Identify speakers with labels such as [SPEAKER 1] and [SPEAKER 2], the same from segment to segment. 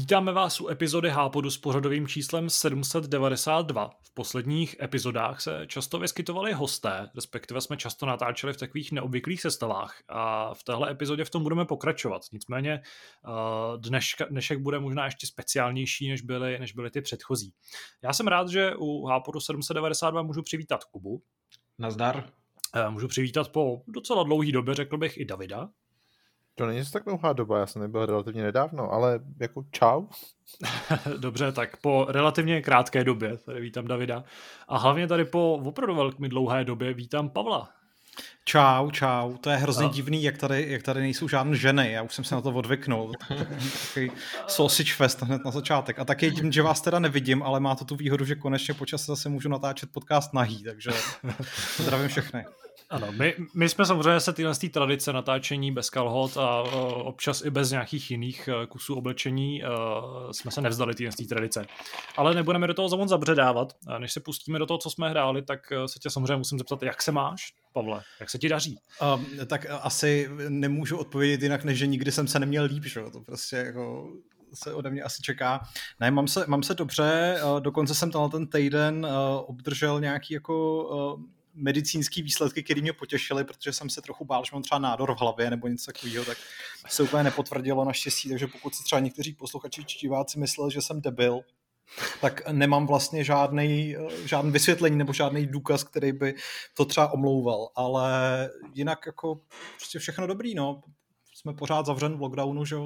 [SPEAKER 1] Vítáme vás u epizody Hápodu s pořadovým číslem 792. V posledních epizodách se často vyskytovali hosté, respektive jsme často natáčeli v takových neobvyklých sestavách a v téhle epizodě v tom budeme pokračovat. Nicméně dnešek bude možná ještě speciálnější, než byly ty předchozí. Já jsem rád, že u Hápodu 792 můžu přivítat Kubu.
[SPEAKER 2] Nazdar.
[SPEAKER 1] Můžu přivítat po docela dlouhý době, řekl bych, i Davida.
[SPEAKER 3] To není tak dlouhá doba, já jsem nebyl relativně nedávno, ale jako čau.
[SPEAKER 1] Dobře, tak po relativně krátké době tady vítám Davida a hlavně tady po opravdu velmi dlouhé době vítám Pavla.
[SPEAKER 2] Čau, to je hrozně divný, jak tady nejsou žádné ženy, já už jsem se na to odvyknul. Takový sausage fest hned na začátek. A taky tím, že vás teda nevidím, ale má to tu výhodu, že konečně počas zase můžu natáčet podcast nahý, takže zdravím všechny.
[SPEAKER 1] Ano, my jsme samozřejmě se tyhle tradice natáčení bez kalhot a občas i bez nějakých jiných kusů oblečení jsme se nevzdali tyhle tradice. Ale nebudeme do toho za moc zabředávat. Než se pustíme do toho, co jsme hráli, tak se tě samozřejmě musím zeptat, jak se máš, Pavle? Jak se ti daří?
[SPEAKER 2] Tak asi nemůžu odpovědět jinak, než že nikdy jsem se neměl líp, že? To prostě jako se ode mě asi čeká. Ne, mám se dobře, dokonce jsem ten týden obdržel nějaký jako medicínský výsledky, které mě potěšily, protože jsem se trochu bál, že mám třeba nádor v hlavě nebo něco takového, tak se úplně nepotvrdilo naštěstí, takže pokud si třeba někteří posluchači či diváci mysleli, že jsem debil, tak nemám vlastně žádný vysvětlení nebo žádný důkaz, který by to třeba omlouval, ale jinak jako prostě všechno dobrý, no. Jsme pořád zavřen v lockdownu, že jo,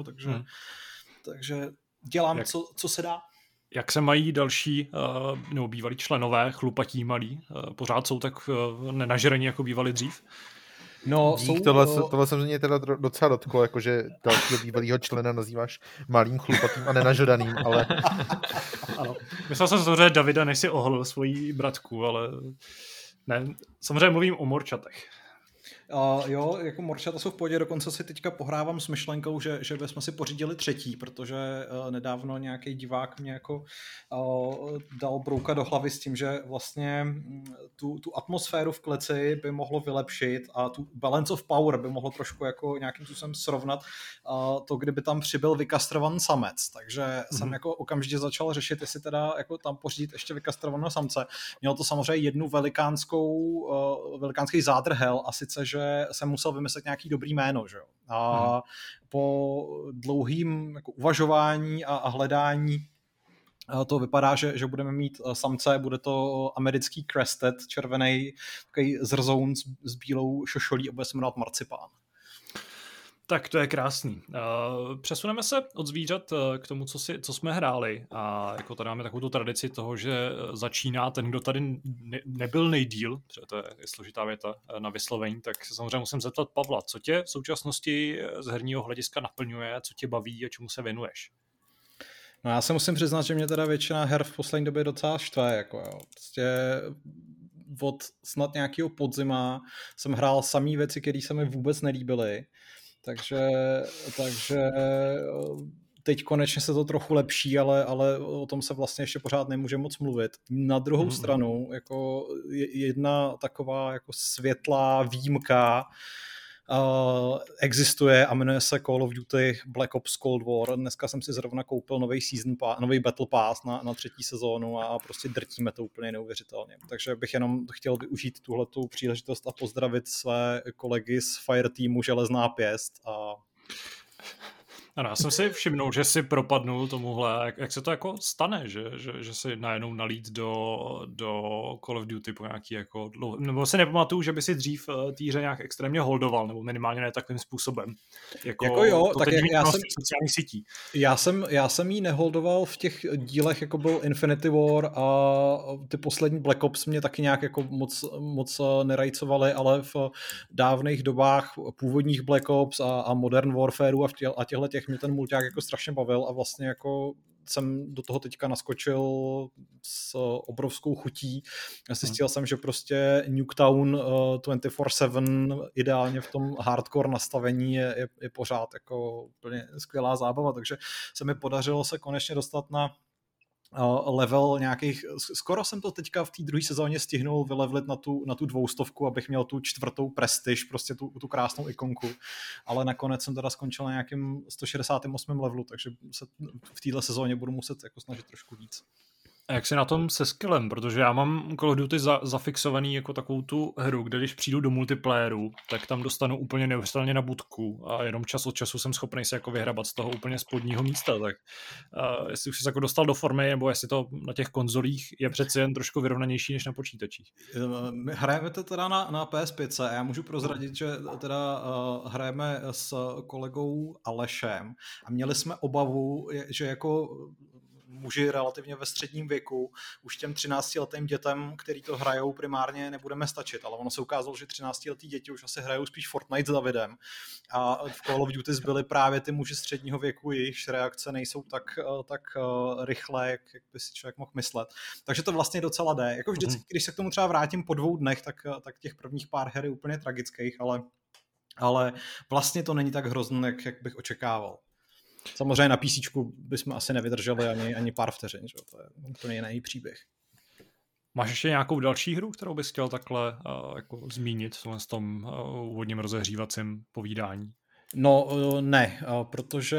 [SPEAKER 2] takže dělám, co se dá.
[SPEAKER 1] Jak se mají další nebo bývalí členové, chlupatí malí? Pořád jsou tak nenažrení, jako bývali dřív?
[SPEAKER 3] No, tohle se mě teda docela dotklo, jakože dalšího bývalýho člena nazýváš malým, chlupatým a nenažraným, ale...
[SPEAKER 1] Ano. Myslel jsem samozřejmě Davida, než si oholil svoji bratku, ale ne, samozřejmě mluvím o morčatech.
[SPEAKER 2] Jo, jako morčata jsou v pohodě, dokonce si teďka pohrávám s myšlenkou, že bychom si pořídili třetí, protože nedávno nějaký divák mě jako dal brouka do hlavy s tím, že vlastně tu atmosféru v kleci by mohlo vylepšit a tu balance of power by mohlo trošku jako nějakým způsobem srovnat to, kdyby tam přibyl vykastrovaný samec, takže jsem jako okamžitě začal řešit, jestli teda jako tam pořídit ještě vykastrovaného samce. Mělo to samozřejmě jednu velikánský zádrhel a sice, že jsem musel vymyslet nějaký dobrý jméno, že jo. A po dlouhým jako uvažování a hledání to vypadá, že budeme mít samce, bude to americký crested, červený takový zrzoun s bílou šošolí a bude se jmenovat Marcipán.
[SPEAKER 1] Tak to je krásný. Přesuneme se od zvířat k tomu, co jsme hráli. A jako tady máme takovou tradici toho, že začíná ten, kdo tady nebyl nejdýl, protože to je složitá věta na vyslovení, tak se samozřejmě musím zeptat Pavla, co tě v současnosti z herního hlediska naplňuje, co tě baví a čemu se věnuješ?
[SPEAKER 2] No já se musím přiznat, že mě teda většina her v poslední době docela štve, jako jo. Prostě od snad nějakého podzima jsem hrál samý věci, které se mi vůbec nelíbily. Takže teď konečně se to trochu lepší, ale o tom se vlastně ještě pořád nemůže moc mluvit. Na druhou stranu, jako jedna taková jako světlá výjimka existuje a jmenuje se Call of Duty Black Ops Cold War. Dneska jsem si zrovna koupil nový Battle Pass na třetí sezónu a prostě drtíme to úplně neuvěřitelně. Takže bych jenom chtěl využít tuhletu příležitost a pozdravit své kolegy z Fireteamu Železná pěst a
[SPEAKER 1] Ano, já jsem si všimnul, že si propadnul tomuhle, jak se to jako stane, že si najednou nalít do Call of Duty po nějaký jako nebo si nepamatuju, že by si dřív týře nějak extrémně holdoval, nebo minimálně ne takovým způsobem.
[SPEAKER 2] Jako jo, tak já jsem
[SPEAKER 1] sociálních sítí.
[SPEAKER 2] Já jsem jí neholdoval v těch dílech, jako byl Infinity War a ty poslední Black Ops mě taky nějak jako moc nerajcovaly, ale v dávných dobách původních Black Ops a Modern Warfareu a těchto těch mě ten mulťák jako strašně bavil a vlastně jako jsem do toho teďka naskočil s obrovskou chutí. Zjistil jsem, že prostě Nuketown 24/7 ideálně v tom hardcore nastavení je pořád jako úplně skvělá zábava, takže se mi podařilo se konečně dostat na level nějakých, skoro jsem to teďka v té druhé sezóně stihnul vylevlit na tu 200, abych měl tu 4. prestiž, prostě tu krásnou ikonku, ale nakonec jsem teda skončil na nějakém 168. levelu, takže se v téhle sezóně budu muset jako snažit trošku víc.
[SPEAKER 1] A jak jsi na tom se skillem? Protože já mám Call of Duty zafixovaný jako takovou tu hru, kde když přijdu do multiplayeru, tak tam dostanu úplně neuvěřitelně na budku a jenom čas od času jsem schopný se jako vyhrabat z toho úplně spodního místa. Tak jestli už jsi jako dostal do formy, nebo jestli to na těch konzolích je přeci jen trošku vyrovnanější než na počítačích.
[SPEAKER 2] My hrajeme to teda na PS5 a já můžu prozradit, že teda hrajeme s kolegou Alešem a měli jsme obavu, že jako muži relativně ve středním věku, už těm 13letým dětem, který to hrajou, primárně nebudeme stačit, ale ono se ukázalo, že 13letý děti už asi hrajou spíš Fortnite s Davidem a v Call of Duty zbyly právě ty muži středního věku, jejichž reakce nejsou tak rychlé, jak by si člověk mohl myslet. Takže to vlastně docela jde. Jako vždycky, když se k tomu třeba vrátím po 2 dnech, tak těch prvních pár her je úplně tragických, ale vlastně to není tak hrozné, jak bych očekával. Samozřejmě na PCčku bychom asi nevydrželi ani pár vteřin, že? To je úplně jiný příběh.
[SPEAKER 1] Máš ještě nějakou další hru, kterou bys chtěl takhle jako zmínit v tom úvodním rozehřívacím povídání?
[SPEAKER 2] No ne, protože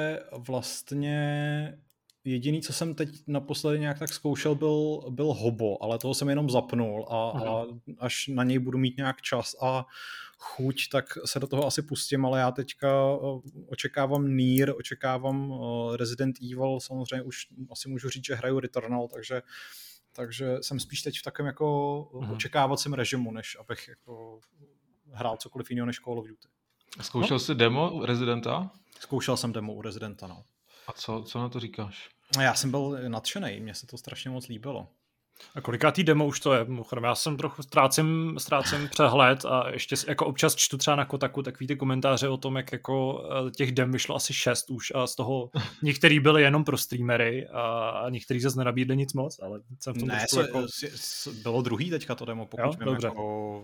[SPEAKER 2] vlastně jediný, co jsem teď naposledy nějak tak zkoušel, byl Hobo, ale toho jsem jenom zapnul a až na něj budu mít nějak čas a chuť, tak se do toho asi pustím, ale já teďka očekávám Nier, očekávám Resident Evil, samozřejmě už asi můžu říct, že hraju Returnal, takže jsem spíš teď v takovém jako očekávacím režimu, než abych jako hrál cokoliv jiného než Call of Duty.
[SPEAKER 4] Zkoušel jsi demo Residenta?
[SPEAKER 2] Zkoušel jsem demo u Residenta, no.
[SPEAKER 4] A co na to říkáš?
[SPEAKER 2] Já jsem byl nadšenej, mně se to strašně moc líbilo.
[SPEAKER 1] A kolikátý demo už to je? Já jsem trochu ztrácím přehled a ještě jako občas čtu třeba na Kotaku takový ty komentáře o tom, jak jako těch dem vyšlo asi 6 už a z toho některý byly jenom pro streamery a některý zase nenabídli nic moc, ale jsem v tom jako...
[SPEAKER 2] bylo druhý teďka to demo, pokud vím, jako...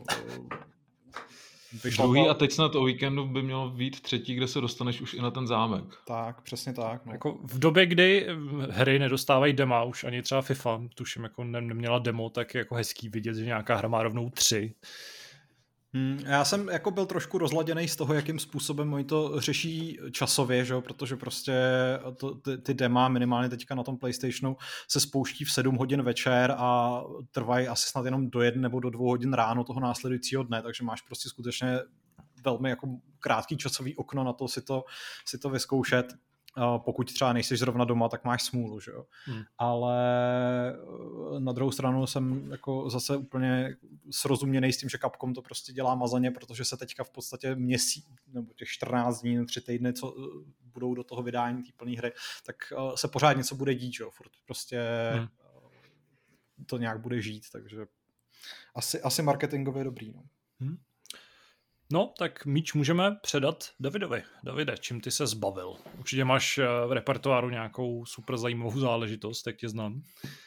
[SPEAKER 4] Druhý a teď snad o víkendu by mělo být třetí, kde se dostaneš už i na ten zámek.
[SPEAKER 2] Tak, přesně tak. No.
[SPEAKER 1] Jako v době, kdy hry nedostávají dema, už ani třeba FIFA, tuším, jako neměla demo, tak je jako hezký vidět, že nějaká hra má rovnou 3.
[SPEAKER 2] Já jsem jako byl trošku rozladěný z toho, jakým způsobem oni to řeší časově, že? Protože prostě ty dema minimálně teďka na tom PlayStationu se spouští v 7 hodin večer a trvají asi snad jenom do 1 nebo do 2 hodin ráno toho následujícího dne, takže máš prostě skutečně velmi jako krátký časový okno na to si to vyzkoušet. Pokud třeba nejsi zrovna doma, tak máš smůlu, že jo. Ale na druhou stranu jsem jako zase úplně srozuměnej s tím, že Capcom to prostě dělá mazaně, protože se teďka v podstatě měsíc, nebo těch 14 dní, 3 týdny, co budou do toho vydání té plné hry, tak se pořád něco bude dít, že jo. Furt prostě to nějak bude žít, takže asi marketingově dobrý, no.
[SPEAKER 1] No, tak míč můžeme předat Davidovi. Davide, čím ty se zbavil? Určitě máš v repertoáru nějakou super zajímavou záležitost, jak tě znám.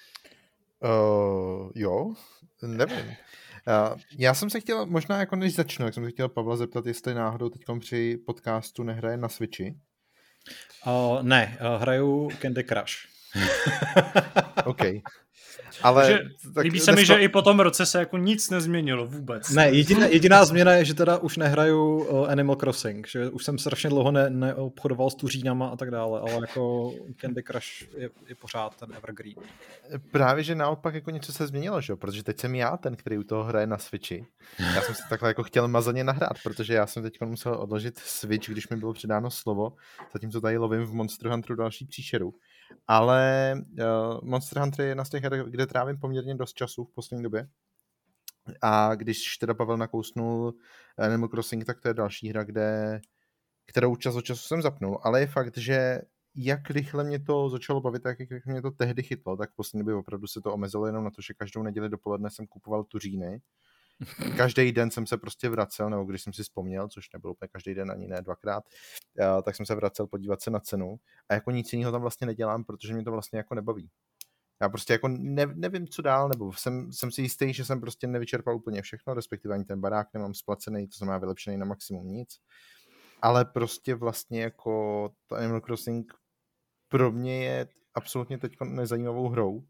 [SPEAKER 3] Jo, nevím. Já jsem se chtěl, možná jako než začnu, jak jsem se chtěl Pavla zeptat, jestli náhodou teď při podcastu nehraje na Switchi.
[SPEAKER 2] Ne, hraju Candy Crush.
[SPEAKER 3] OK. Ale
[SPEAKER 1] líbí se mi, že i po tom roce se jako nic nezměnilo vůbec.
[SPEAKER 2] Ne, jediná změna je, že teda už nehraju Animal Crossing, že už jsem strašně dlouho neobchodoval s tuřínama a tak dále, ale jako Candy Crush je pořád ten evergreen.
[SPEAKER 3] Právě, že naopak jako něco se změnilo, že? Protože teď jsem já ten, který u toho hraje na Switchi. Já jsem si takhle jako chtěl mazaně nahrát, protože já jsem teď musel odložit Switch, když mi bylo předáno slovo, zatímco tady lovím v Monster Hunteru další příšeru. Ale Monster Hunter je jedna z těch her, kde trávím poměrně dost času v poslední době. A když teda Pavel nakousnul Animal Crossing, tak to je další hra, kterou čas od času jsem zapnul. Ale je fakt, že jak rychle mě to začalo bavit, jak mě to tehdy chytlo, tak v poslední době opravdu se to omezilo jenom na to, že každou neděli dopoledne jsem kupoval tuříny. Každý den jsem se prostě vracel, nebo když jsem si vzpomněl, což nebylo úplně každý den, ani ne 2krát, tak jsem se vracel podívat se na cenu a jako nic jiného tam vlastně nedělám, protože mě to vlastně jako nebaví. Já prostě jako nevím, co dál, nebo jsem si jistý, že jsem prostě nevyčerpal úplně všechno, respektive ani ten barák nemám splacený, to znamená vylepšený na maximum nic, ale prostě vlastně jako to Animal Crossing pro mě je absolutně teď nezajímavou hrou.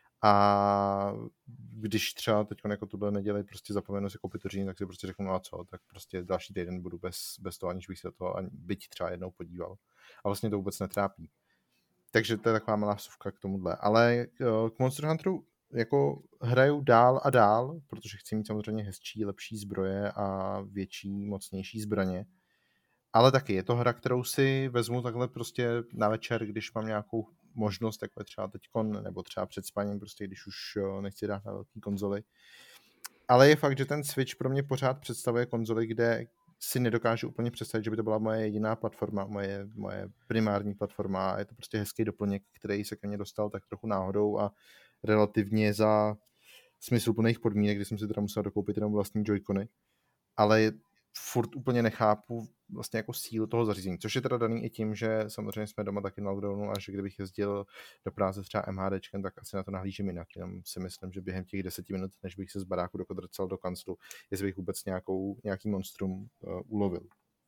[SPEAKER 3] A když třeba teď jako tuhle neděli prostě zapomenu si koupit to řízení, tak si prostě řeknu, no a co, tak prostě další týden budu bez toho, aniž bych se toho ani byť třeba jednou podíval. A vlastně to vůbec netrápí. Takže to je taková malá vsuvka k tomuhle. Ale k Monster Hunteru jako hraju dál a dál, protože chci mít samozřejmě hezčí, lepší zbroje a větší, mocnější zbraně. Ale taky je to hra, kterou si vezmu takhle prostě na večer, když mám nějakou možnost, jako třeba teďkon, nebo třeba před spaním, prostě když už nechci dát na velký konzoli. Ale je fakt, že ten Switch pro mě pořád představuje konzoli, kde si nedokážu úplně představit, že by to byla moje jediná platforma, moje primární platforma. A je to prostě hezký doplněk, který se ke mně dostal tak trochu náhodou a relativně za smysluplných podmínek, kdy jsem si teda musel dokoupit jenom vlastní Joy-Cony. Ale furt úplně nechápu vlastně jako sílu toho zařízení, což je teda daný i tím, že samozřejmě jsme doma taky na lockdownu a že kdybych jezdil do práce třeba MHDčkem, tak asi na to nahlížím jinak. Jenom si myslím, že během těch 10 minut, než bych se z baráku dokodrcal do kanclu, jestli bych vůbec nějaký monstrum ulovil.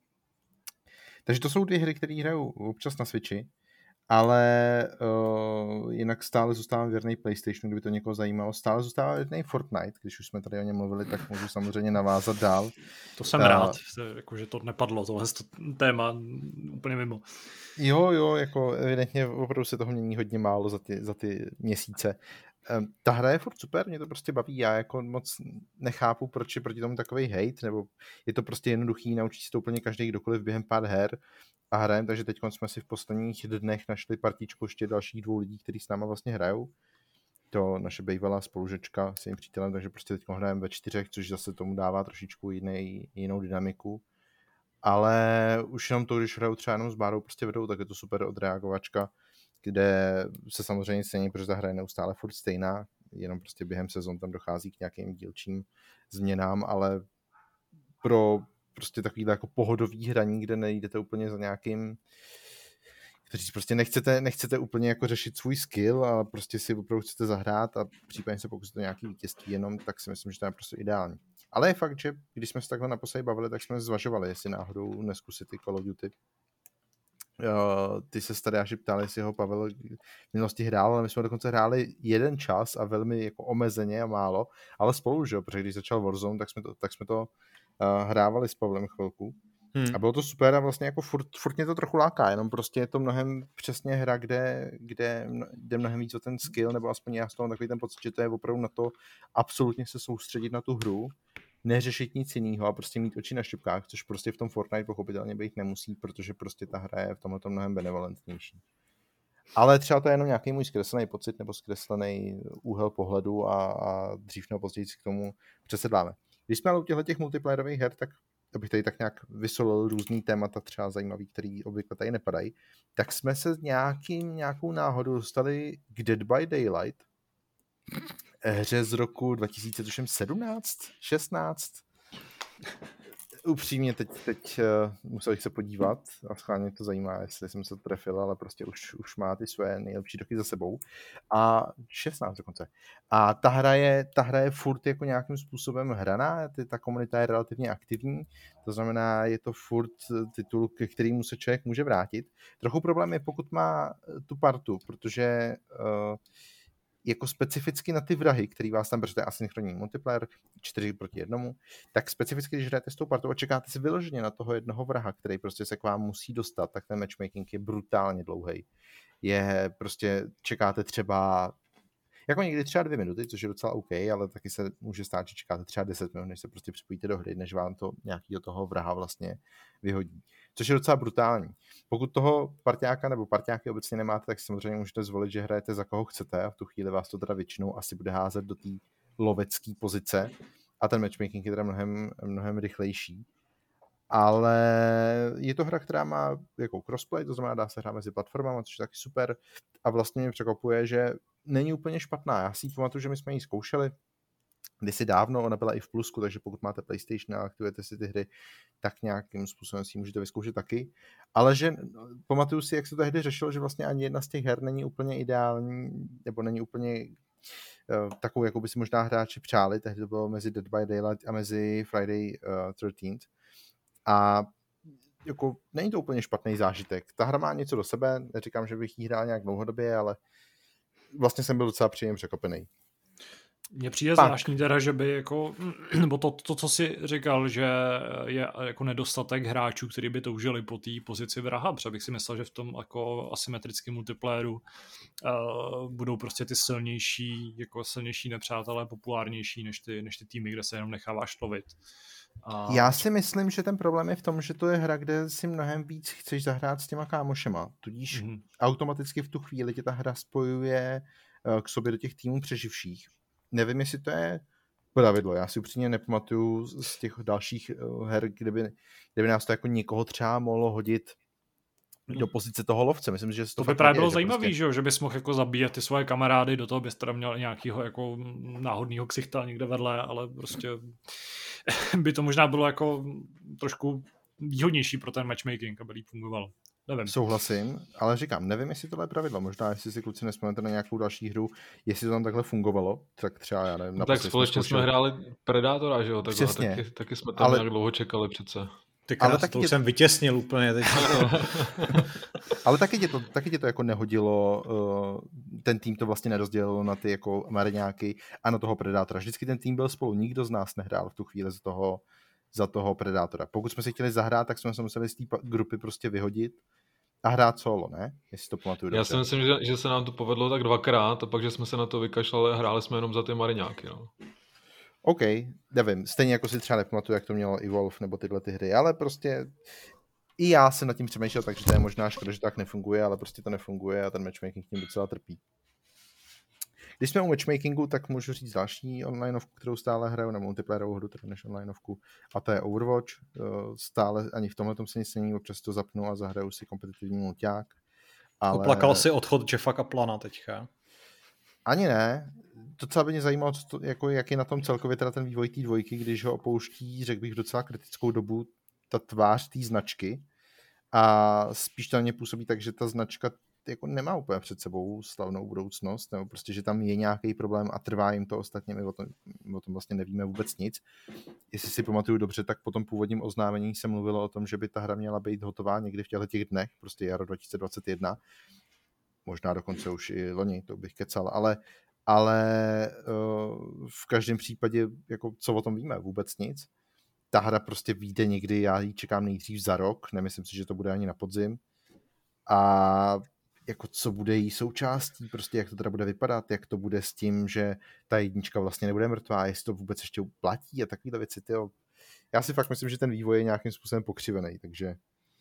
[SPEAKER 3] Takže to jsou 2 hry, které hraju občas na Switchi, ale jinak stále zůstávám věrný PlayStationu, kdyby to někoho zajímalo. Stále zůstávám věrný Fortnite, když už jsme tady o něm mluvili, tak můžu samozřejmě navázat dál.
[SPEAKER 1] To jsem rád, že to nepadlo, tohle téma úplně mimo.
[SPEAKER 3] Jo, jako evidentně opravdu se toho mění hodně málo za ty měsíce. Ta hra je furt super, mě to prostě baví, já jako moc nechápu, proč je proti tomu takovej hate, nebo je to prostě jednoduchý, naučí si to úplně každý kdokoliv během pár her a hrajem, takže teď jsme si v posledních dnech našli partičku ještě dalších 2 lidí, kteří s náma vlastně hrajou. To naše bývalá spolužečka s jejím přítelem, takže prostě teď hrajeme ve 4, což zase tomu dává trošičku jinou dynamiku. Ale už jenom to, když hraju třeba jenom s Bárou prostě vedou, tak je to super odreagovačka, kde se samozřejmě cení, protože ta hra je neustále furt stejná, jenom prostě během sezon tam dochází k nějakým dílčím změnám, ale pro prostě takovýhle jako pohodový hraní, kde nejdete úplně za nějakým, kteří prostě nechcete úplně jako řešit svůj skill, ale prostě si opravdu chcete zahrát a případně se pokusit o nějaký vítězství jenom, tak si myslím, že to je prostě ideální. Ale je fakt, že když jsme se takhle naposledy bavili, tak jsme zvažovali, jestli náhodou neskusit ty Call of Duty. Ty se Tadeáši ptali, jestli ho Pavel v minulosti hrál, ale my jsme dokonce hráli jeden čas a velmi jako omezeně a málo, ale spolu, že jo, protože když začal Warzone, tak jsme to hrávali s Pavlem chvilku. A bylo to super a vlastně jako furt mě to trochu láká, jenom prostě je to mnohem přesně hra, kde jde mnohem víc o ten skill, nebo aspoň já z toho takový ten pocit, že to je opravdu na to absolutně se soustředit na tu hru, neřešit nic jiného a prostě mít oči na šipkách, což prostě v tom Fortnite pochopitelně být nemusí, protože prostě ta hra je v tomhle mnohem benevolentnější. Ale třeba to je jenom nějaký můj zkreslený pocit nebo zkreslený úhel pohledu a dřív nebo později k tomu přesedláme. Když jsme ale u těchto multiplayerových her, tak abych tady tak nějak vysolil různý témata třeba zajímavý, který obvykle tady nepadají, tak jsme se nějakou náhodou dostali k Dead by Daylight, hře z roku 2017, 16. Upřímně teď musel bych se podívat a schválně to zajímá, jestli jsem se trefil, ale prostě už má ty své nejlepší roky za sebou. A 16 dokonce. A ta hra je furt jako nějakým způsobem hraná, ta komunita je relativně aktivní, to znamená, je to furt titul, ke kterému se člověk může vrátit. Trochu problém je, pokud má tu partu, protože jako specificky na ty vrahy, který vás tam bržete asynchronní multiplayer 4 proti 1, tak specificky, když hrajete s tou partou a čekáte si vyloženě na toho jednoho vraha, který prostě se k vám musí dostat, tak ten matchmaking je brutálně dlouhý. Je prostě, čekáte třeba jako někdy třeba 2 minuty, což je docela OK, ale taky se může stát, že čekáte třeba 10 minut, než se prostě připojíte do hry, než vám to nějakýho toho vraha vlastně vyhodí. Což je docela brutální. Pokud toho parťáka nebo parťáky obecně nemáte, tak samozřejmě můžete zvolit, že hrajete za koho chcete a v tu chvíli vás to teda většinou asi bude házet do té lovecké pozice a ten matchmaking je teda mnohem rychlejší. Ale je to hra, která má jako crossplay, to znamená, dá se hrát mezi platformami, což je taky super a vlastně mě překvapuje, že není úplně špatná. Já si pamatuju, že my jsme ji zkoušeli kdysi dávno, ona byla i v plusku, takže pokud máte PlayStation a aktivujete si ty hry, tak nějakým způsobem si ji můžete vyzkoušet taky. Ale že pamatuju si, jak se to tehdy řešilo, že vlastně ani jedna z těch her není úplně ideální, nebo není úplně takovou, jako by si možná hráči přáli. Tehdy to bylo mezi Dead by Daylight a mezi Friday 13th. A jako není to úplně špatný zážitek. Ta hra má něco do sebe, neříkám, že bych jí hrál nějak dlouhodobě, ale vlastně jsem byl docela příjemně překvapený.
[SPEAKER 1] Mně přijde zvláštní teda, že by jako, nebo to, co jsi říkal, že je jako nedostatek hráčů, kteří by toužili po té pozici vraha, protože bych si myslel, že v tom jako asymetrickém multiplayeru budou prostě ty silnější nepřátelé populárnější než ty týmy, kde se jenom necháváš lovit.
[SPEAKER 3] Já si myslím, že ten problém je v tom, že to je hra, kde si mnohem víc chceš zahrát s těma kámošema, tudíž automaticky v tu chvíli tě ta hra spojuje k sobě do těch týmů přeživších. Nevím, jestli to je pravidlo. Já si upřímně nepamatuju z těch dalších her, kde by nás to jako někoho třeba mohlo hodit do pozice toho lovce. Myslím, že
[SPEAKER 1] to by právě bylo zajímavý, prostě... že bys mohl jako zabíjet ty svoje kamarády, do toho bys teda měl nějakýho jako náhodného ksichta někde vedle, ale prostě by to možná bylo jako trošku výhodnější pro ten matchmaking, aby líp fungovalo. Nevím.
[SPEAKER 3] Souhlasím, ale říkám, nevím, jestli tohle je pravidlo. Možná, jestli si kluci nespomněte na nějakou další hru, jestli to tam takhle fungovalo, tak třeba, já nevím.
[SPEAKER 4] No tak společně jsme hráli Predátora, že jo?
[SPEAKER 3] Přesně.
[SPEAKER 4] Taky jsme tam nějak dlouho čekali přece.
[SPEAKER 2] Ale taky to jsem vytěsnil úplně teď.
[SPEAKER 3] Ale taky tě to jako nehodilo, ten tým to vlastně nerozdělilo na ty jako marňáky a na toho Predátora. Vždycky ten tým byl spolu, nikdo z nás nehrál v tu chvíli za toho Predátora. Pokud jsme si chtěli zahrát, tak jsme se museli z té grupy prostě vyhodit a hrát solo, ne? Jestli to pamatuju dobře.
[SPEAKER 4] Já si myslím, že se nám to povedlo tak 2krát a pak, že jsme se na to vykašlali a hráli jsme jenom za ty mariňáky, no.
[SPEAKER 3] OK, nevím, stejně jako si třeba nepamatuju, jak to mělo Evolve nebo tyhle ty hry, ale prostě i já jsem nad tím přemýšlel, takže to je možná škoda, že tak nefunguje, ale prostě to nefunguje a ten matchmaking tím docela trpí. Když jsme u matchmakingu, tak můžu říct další onlineovku, kterou stále hraju, na multiplayerovou hru, teda než onlineovku, a to je Overwatch. Stále ani v tomhletom se nic není, občas to zapnu a zahraju si kompetitivní mulťák. Ale...
[SPEAKER 2] Oplakal si odchod Jeffa Kaplana teďka?
[SPEAKER 3] Ani ne. Docela by mě zajímalo, jako, jak je na tom celkově teda ten vývoj té dvojky, když ho opouští, řekl bych, v docela kritickou dobu ta tvář té značky. A spíš to na mě působí tak, že ta značka jako nemá úplně před sebou slavnou budoucnost, nebo prostě, že tam je nějaký problém a trvá jim to ostatně, my o tom vlastně nevíme vůbec nic. Jestli si pamatuju dobře, tak po tom původním oznámení se mluvilo o tom, že by ta hra měla být hotová někdy v těch dnech, prostě jaro 2021, možná dokonce už i loni, to bych kecal, ale v každém případě, jako co o tom víme, vůbec nic. Ta hra prostě vyjde někdy, já ji čekám nejdřív za rok, nemyslím si, že to bude ani na podzim. A jako co bude její součástí, prostě jak to teda bude vypadat, jak to bude s tím, že ta jednička vlastně nebude mrtvá, jestli to vůbec ještě platí a takovýhle věci, tyjo. Já si fakt myslím, že ten vývoj je nějakým způsobem pokřivený, takže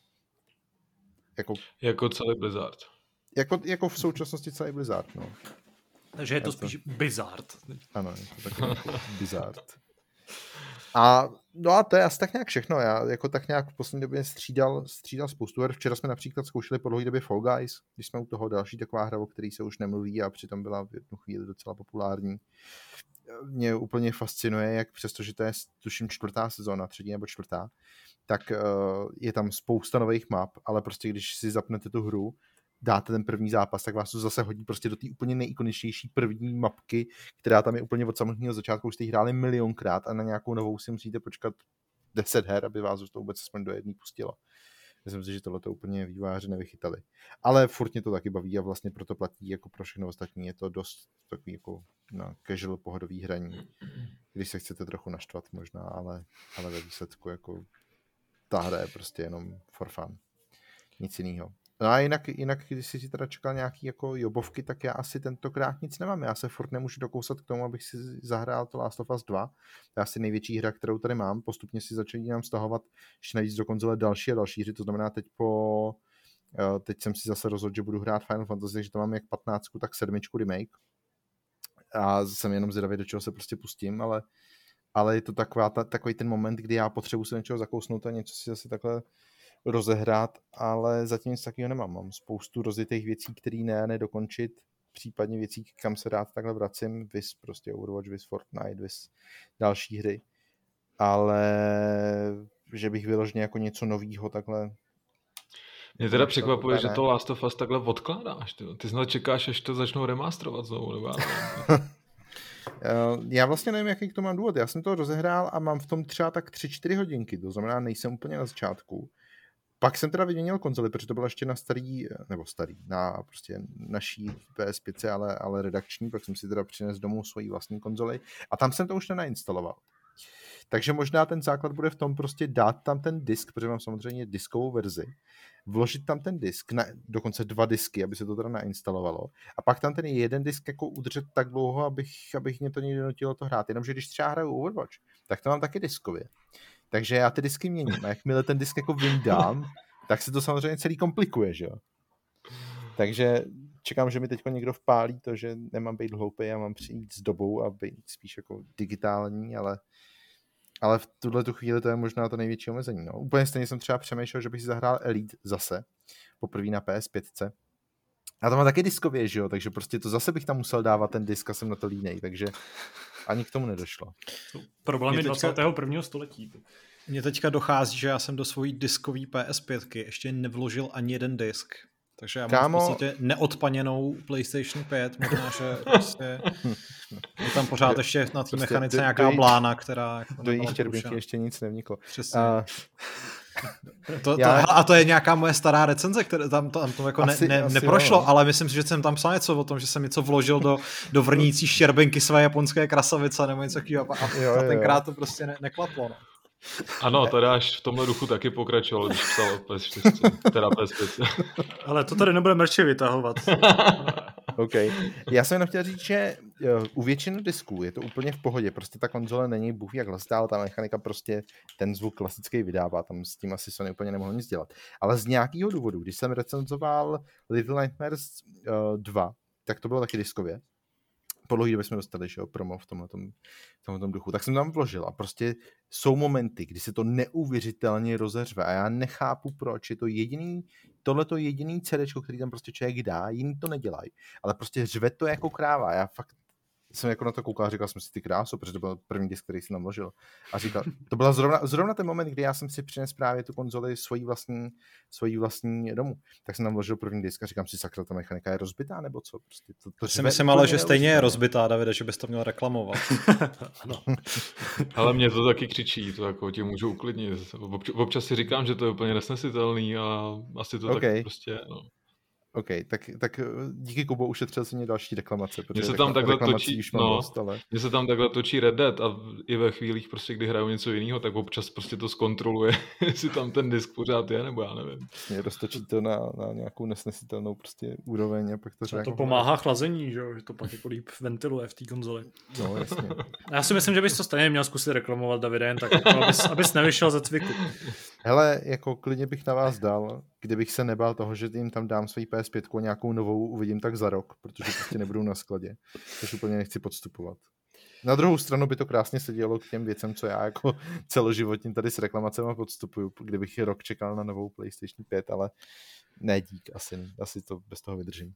[SPEAKER 4] jako celý Blizzard.
[SPEAKER 3] Jako v současnosti celý Blizzard, no.
[SPEAKER 1] Takže je to spíš Blizzard.
[SPEAKER 3] Ano, je to taky jako Blizzard. A to je asi tak nějak všechno. Já jako tak nějak v poslední době střídal spoustu her. Včera jsme například zkoušeli po dlouhé době Fall Guys, když jsme u toho další taková hra, o který se už nemluví a přitom byla v jednu chvíli docela populární. Mě úplně fascinuje, jak přestože to je tuším 4. sezóna, 3. nebo 4., tak je tam spousta nových map, ale prostě když si zapnete tu hru, dáte ten první zápas, tak vás to zase hodí prostě do té úplně nejikoničtější první mapky, která tam je úplně od samotného začátku, už jste ji hráli milionkrát a na nějakou novou si musíte počkat 10 her, aby vás to vůbec aspoň do jedné pustilo. Myslím si, že tohle to úplně vývojáři nevychytali. Ale furt mě to taky baví a vlastně proto platí jako pro všechno ostatní. Je to dost takový jako na casual pohodový hraní, když se chcete trochu naštvat možná, ale ve výsledku jako ta hra je prostě jenom for fun. Nic jiného. No a jinak, když jsi teda čekal nějaký jako jobovky, tak já asi tentokrát nic nemám. Já se furt nemůžu dokousat k tomu, abych si zahrál to Last of Us 2. To je asi největší hra, kterou tady mám. Postupně si začínám stahovat ještě navíc do konzole další a další hry. To znamená teď jsem si zase rozhodl, že budu hrát Final Fantasy, takže to mám jak 15, tak 7 remake. A jsem jenom zvědavý, do čeho se prostě pustím, ale je to takový ten moment, kdy já potřebuji se něčeho zakousnout a něco si zase takhle rozehrát, ale zatím nic takového nemám. Mám spoustu rozjetých věcí, které nedokončit, případně věcí, kam se rád takhle vracím, vis prostě Overwatch, vis Fortnite, vis další hry, ale že bych vyloženě jako něco novýho takhle.
[SPEAKER 4] Mě teda překvapuje, že to Last of Us takhle odkládáš. Ty snad čekáš, až to začnou remasterovat znovu, nebo
[SPEAKER 3] já vlastně nevím, jaký k tomu mám důvod. Já jsem to rozehrál a mám v tom třeba tak 3-4 hodinky, to znamená, nejsem úplně na začátku. Pak jsem teda vyměnil konzoli, protože to bylo ještě na na prostě naší PS5, ale redakční, pak jsem si teda přinesl domů svoji vlastní konzoli a tam jsem to už nenainstaloval. Takže možná ten základ bude v tom prostě dát tam ten disk, protože mám samozřejmě diskovou verzi, vložit tam ten disk, dokonce 2 disky, aby se to teda nainstalovalo a pak tam ten jeden disk jako udržet tak dlouho, abych mě to někdy nutilo to hrát. Jenomže když třeba hraju Overwatch, tak to mám taky diskově. Takže já ty disky měním a jakmile ten disk jako vyndám, tak se to samozřejmě celý komplikuje, že jo. Takže čekám, že mi teď někdo vpálí to, že nemám být hloupý a mám přijít s dobou a být spíš jako digitální, ale v tuhle tu chvíli to je možná to největší omezení. No. Úplně stejně jsem třeba přemýšlel, že bych si zahrál Elite zase, poprvé na PS5. A to má taky diskově, že jo, takže prostě to zase bych tam musel dávat ten disk a jsem na to línej, takže ani k tomu nedošlo.
[SPEAKER 1] Problémy 21. století.
[SPEAKER 2] Mně teďka dochází, že já jsem do svojí diskové PS5 ještě nevložil ani jeden disk. Takže já mám v podstatě neodpaněnou PlayStation 5, možná, že prostě je tam pořád ještě na té prostě mechanice nějaká blána, která... Jako
[SPEAKER 3] do její štěrbinky ještě nic nevniklo.
[SPEAKER 2] Přesně. A to je nějaká moje stará recenze, která tam to jako neprošlo, jo. Ale myslím si, že jsem tam psal něco o tom, že jsem něco vložil do vrnící štěrbinky své japonské krasavice nebo něco takového a tenkrát to prostě neklaplo. No.
[SPEAKER 4] Ano, tady až v tomhle duchu taky pokračoval, když psal o PS4, teda PS5.
[SPEAKER 1] Ale to tady nebude merče vytahovat.
[SPEAKER 3] OK. Já jsem jenom chtěl říct, že u většiny disků je to úplně v pohodě, prostě ta konzole není bůh jak hlasitá, ale ta mechanika prostě ten zvuk klasický vydává, tam s tím asi Sony úplně nemohl nic dělat. Ale z nějakého důvodu, když jsem recenzoval Little Nightmares 2, tak to bylo taky diskově. Po dlouhý době jsme dostali, že jo, promo v tomhletom duchu, tak jsem tam vložil a prostě jsou momenty, kdy se to neuvěřitelně rozeřve a já nechápu, proč je to tohleto jediný CDčko, který tam prostě člověk dá, jiný to nedělají, ale prostě řve to jako kráva. Já fakt jsem jako na to koukal a říkal jsem si ty krásu, protože to byl první disk, který jsem tam vložil. A říkal, to byla zrovna ten moment, kdy já jsem si přinesl právě tu konzoli svojí vlastní domů. Tak jsem tam vložil první disk a říkám si, sakra, ta mechanika je rozbitá, nebo co? Prostě
[SPEAKER 2] to si myslím ale, že stejně je rozbitá, Davide, že bys to měl reklamovat.
[SPEAKER 4] Ano. Ale mě to taky křičí, to jako tě můžu uklidnit. Občas si říkám, že to je úplně nesnesitelný a asi to tak prostě, no.
[SPEAKER 3] OK, tak díky Kubo ušetřil si mě další reklamace.
[SPEAKER 4] Mně se tam takhle točí, mně se tam takhle točí Red Dead a i ve chvílích, prostě, kdy hraju něco jiného, tak občas prostě to zkontroluje, jestli tam ten disk pořád je, nebo já nevím.
[SPEAKER 3] Mě roztočí to na nějakou nesnesitelnou prostě úroveň a pak to
[SPEAKER 1] to pomáhá chlazení, že to pak jako líp ventiluje v té konzoli.
[SPEAKER 3] No, jasně.
[SPEAKER 1] Já si myslím, že bys to stejně měl zkusit reklamovat, Davide, jen tak, jako, abys nevyšel ze cviku.
[SPEAKER 3] Hele, jako klidně bych na vás dal, kdybych se nebál toho, že jim tam dám svoji PS5 a nějakou novou uvidím tak za rok, protože prostě nebudou na skladě, což úplně nechci podstupovat. Na druhou stranu by to krásně sedělo k těm věcem, co já jako celoživotně tady s reklamacemi podstupuju, kdybych rok čekal na novou PlayStation 5, ale ne dík, asi to bez toho vydržím.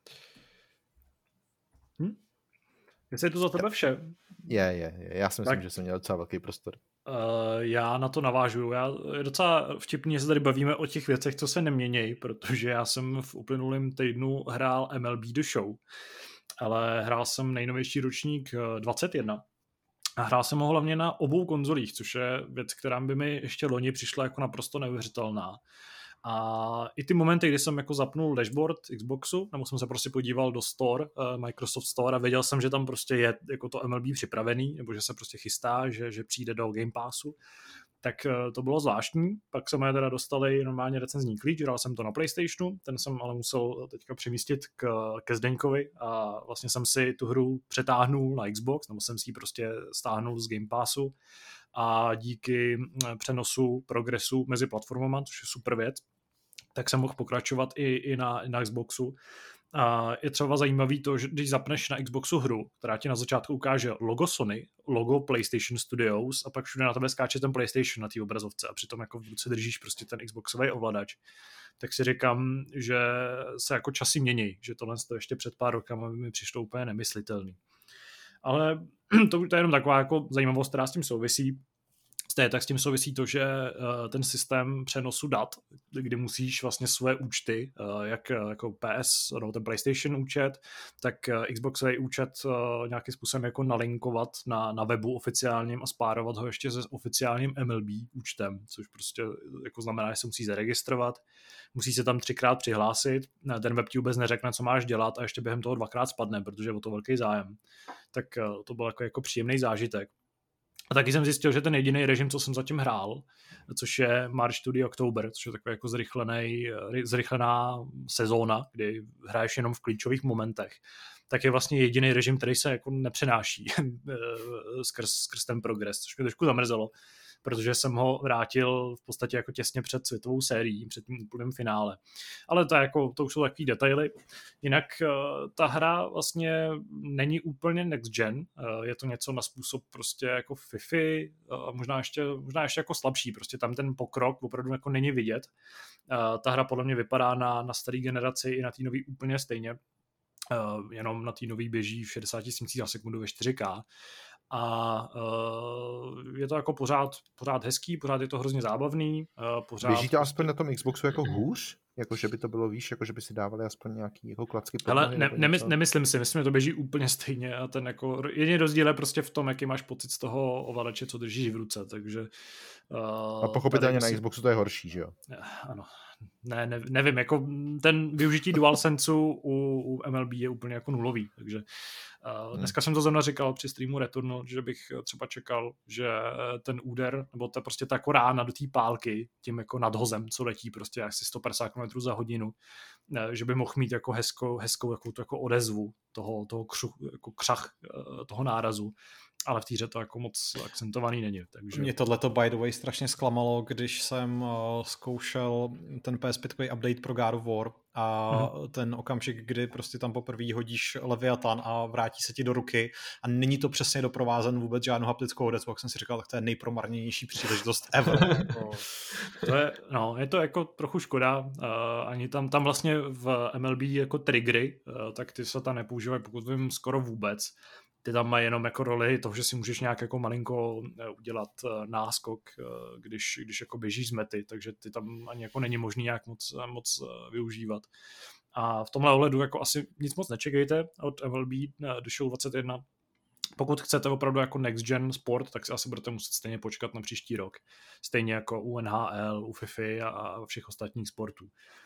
[SPEAKER 1] Jestli je to za tebe vše?
[SPEAKER 3] Je. Já si myslím, že jsem měl docela velký prostor.
[SPEAKER 1] Já na to navážu. Je docela vtipně, že se tady bavíme o těch věcech, co se neměnějí, protože já jsem v uplynulém týdnu hrál MLB The Show, ale hrál jsem nejnovější ročník 21 a hrál jsem ho hlavně na obou konzolích, což je věc, která by mi ještě loni přišla jako naprosto neuvěřitelná. A i ty momenty, kdy jsem jako zapnul dashboard Xboxu, nebo jsem se prostě podíval do Store, Microsoft Store a věděl jsem, že tam prostě je jako to MLB připravený, nebo že se prostě chystá, že přijde do Game Passu, tak to bylo zvláštní. Pak jsme teda dostali normálně recenzní klíč, hrál jsem to na PlayStationu, ten jsem ale musel teďka přemístit ke Zdeňkovi a vlastně jsem si tu hru přetáhnul na Xbox, nebo jsem si ji prostě stáhnul z Game Passu a díky přenosu progresu mezi platformama, což je super věc, tak jsem mohl pokračovat i na Xboxu. A je třeba zajímavý to, že když zapneš na Xboxu hru, která ti na začátku ukáže logo Sony, logo PlayStation Studios a pak všude na tebe skáče ten PlayStation na té obrazovce a přitom jako v ruce držíš prostě ten Xboxový ovladač, tak si říkám, že se jako časy mění, že tohle ještě před pár rokama mi přišlo úplně nemyslitelný. Ale to je jenom taková jako zajímavost, která s tím souvisí. Stejně tak s tím souvisí to, že ten systém přenosu dat, kdy musíš vlastně své účty, jak jako PS, no ten PlayStation účet, tak Xboxový účet nějakým způsobem jako nalinkovat na webu oficiálním a spárovat ho ještě se oficiálním MLB účtem, což prostě jako znamená, že se musí zaregistrovat, musí se tam 3krát přihlásit, ten web ti vůbec neřekne, co máš dělat a ještě během toho 2krát spadne, protože je o to velký zájem. Tak to byl jako příjemný zážitek. A taky jsem zjistil, že ten jediný režim, co jsem zatím hrál, což je March to the October, což je taková jako zrychlená sezóna, kdy hraješ jenom v klíčových momentech, tak je vlastně jediný režim, který se jako nepřenáší skrz ten progres, což mě trošku zamrzelo, protože jsem ho vrátil v podstatě jako těsně před světovou sérií, před tím úplným finále. Ale to už jsou takový detaily. Jinak ta hra vlastně není úplně next gen, je to něco na způsob prostě jako Fifi, možná ještě jako slabší, prostě tam ten pokrok opravdu jako není vidět. Ta hra podle mě vypadá na starý generaci i na té nový úplně stejně, jenom na té nový běží v 60 snímcích za sekundu ve 4K. A je to jako pořád hezký, pořád je to hrozně zábavný.
[SPEAKER 3] Běží to aspoň na tom Xboxu jako hůř? Jako, že by to bylo, víš, jako, že by si dávali aspoň nějaký jako klacky pod nohy?
[SPEAKER 1] Ale nemyslím si, myslím, že to běží úplně stejně a ten jako, jediný rozdíl je prostě v tom, jaký máš pocit z toho ovladače, co držíš v ruce, takže...
[SPEAKER 3] a pochopitelně na Xboxu to je horší, že jo?
[SPEAKER 1] Ano. Nevím, jako ten využití DualSenseu u MLB je úplně jako nulový, takže dneska jsem to zrovna říkal při streamu Returnal, že bych třeba čekal, že ten úder, nebo to prostě ta jako rána do té pálky, tím jako nadhozem, co letí prostě asi 150 km za hodinu, že by mohl mít jako hezkou jako odezvu toho jako křach toho nárazu. Ale v té hře to jako moc akcentovaný není. Takže...
[SPEAKER 2] Mě tohleto by the way strašně zklamalo, když jsem zkoušel ten PS5 update pro God of War a ten okamžik, kdy prostě tam poprvé hodíš Leviathan a vrátí se ti do ruky a není to přesně doprovázen vůbec žádnou haptickou odezvu, jak jsem si říkal, tak to je nejpromarnější příležitost ever.
[SPEAKER 1] Je to jako trochu škoda. Ani tam vlastně v MLB jako triggery, tak ty se tam nepoužívají, pokud vím, skoro vůbec. Ty tam mají jenom jako roli toho, že si můžeš nějak jako malinko udělat náskok, když jako běžíš z mety, takže ty tam ani jako není možný nějak moc využívat. A v tomhle ohledu jako asi nic moc nečekejte od MLB do Show 21. Pokud chcete opravdu jako next gen sport, tak si asi budete muset stejně počkat na příští rok. Stejně jako u NHL, u FIFA a všech ostatních sportů.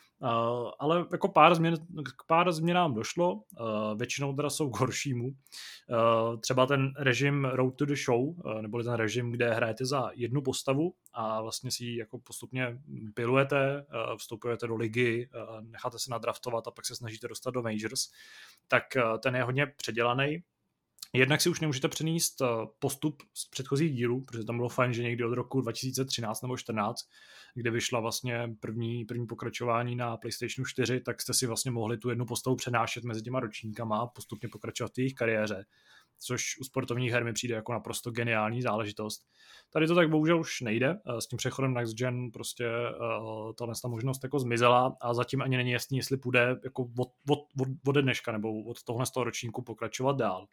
[SPEAKER 1] Ale jako pár změnám došlo, většinou teda jsou k horšímu. Třeba ten režim Road to the Show, neboli ten režim, kde hrajete za jednu postavu a vlastně si ji jako postupně pilujete, vstupujete do ligy, necháte se nadraftovat a pak se snažíte dostat do Majors, tak ten je hodně předělaný. Jednak si už nemůžete přenést postup z předchozích dílů, protože tam bylo fajn, že někdy od roku 2013 nebo 2014, kde vyšla vlastně první pokračování na PlayStation 4, tak jste si vlastně mohli tu jednu postavu přenášet mezi těma ročníkama a postupně pokračovat v jejich kariéře, což u sportovních her mi přijde jako naprosto geniální záležitost. Tady to tak bohužel už nejde, s tím přechodem Next Gen prostě ta možnost jako zmizela a zatím ani není jasný, jestli půjde jako od dneška nebo od tohle z toho ročníku pokračovat dál.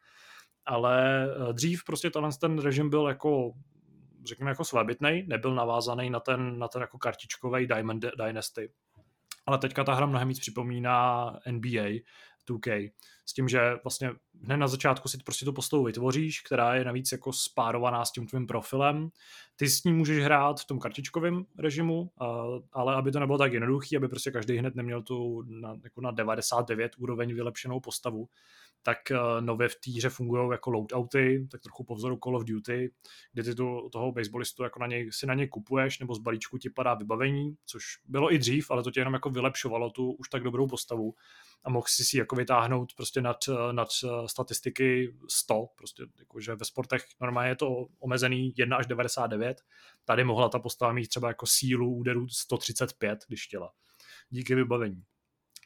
[SPEAKER 1] Ale dřív prostě ten režim byl jako, řekněme, jako svébytnej, nebyl navázaný na ten jako kartičkový Diamond Dynasty. Ale teďka ta hra mnohem víc připomíná NBA 2K. S tím, že vlastně hned na začátku si prostě tu postavu vytvoříš, která je navíc jako spárovaná s tím tvým profilem. Ty s ním můžeš hrát v tom kartičkovém režimu, ale aby to nebylo tak jednoduchý, aby prostě každý hned neměl tu na 99 úroveň vylepšenou postavu, tak nově v té hře fungují jako loadouty, tak trochu po vzoru Call of Duty, kdy ty toho baseballistu jako si na něj kupuješ, nebo z balíčku ti padá vybavení, což bylo i dřív, ale to tě jenom jako vylepšovalo tu už tak dobrou postavu a mohl si jako vytáhnout prostě nad statistiky 100, prostě jakože ve sportech normálně je to omezený 1 až 99, tady mohla ta postava mít třeba jako sílu úderu 135, když chtěla, díky vybavení.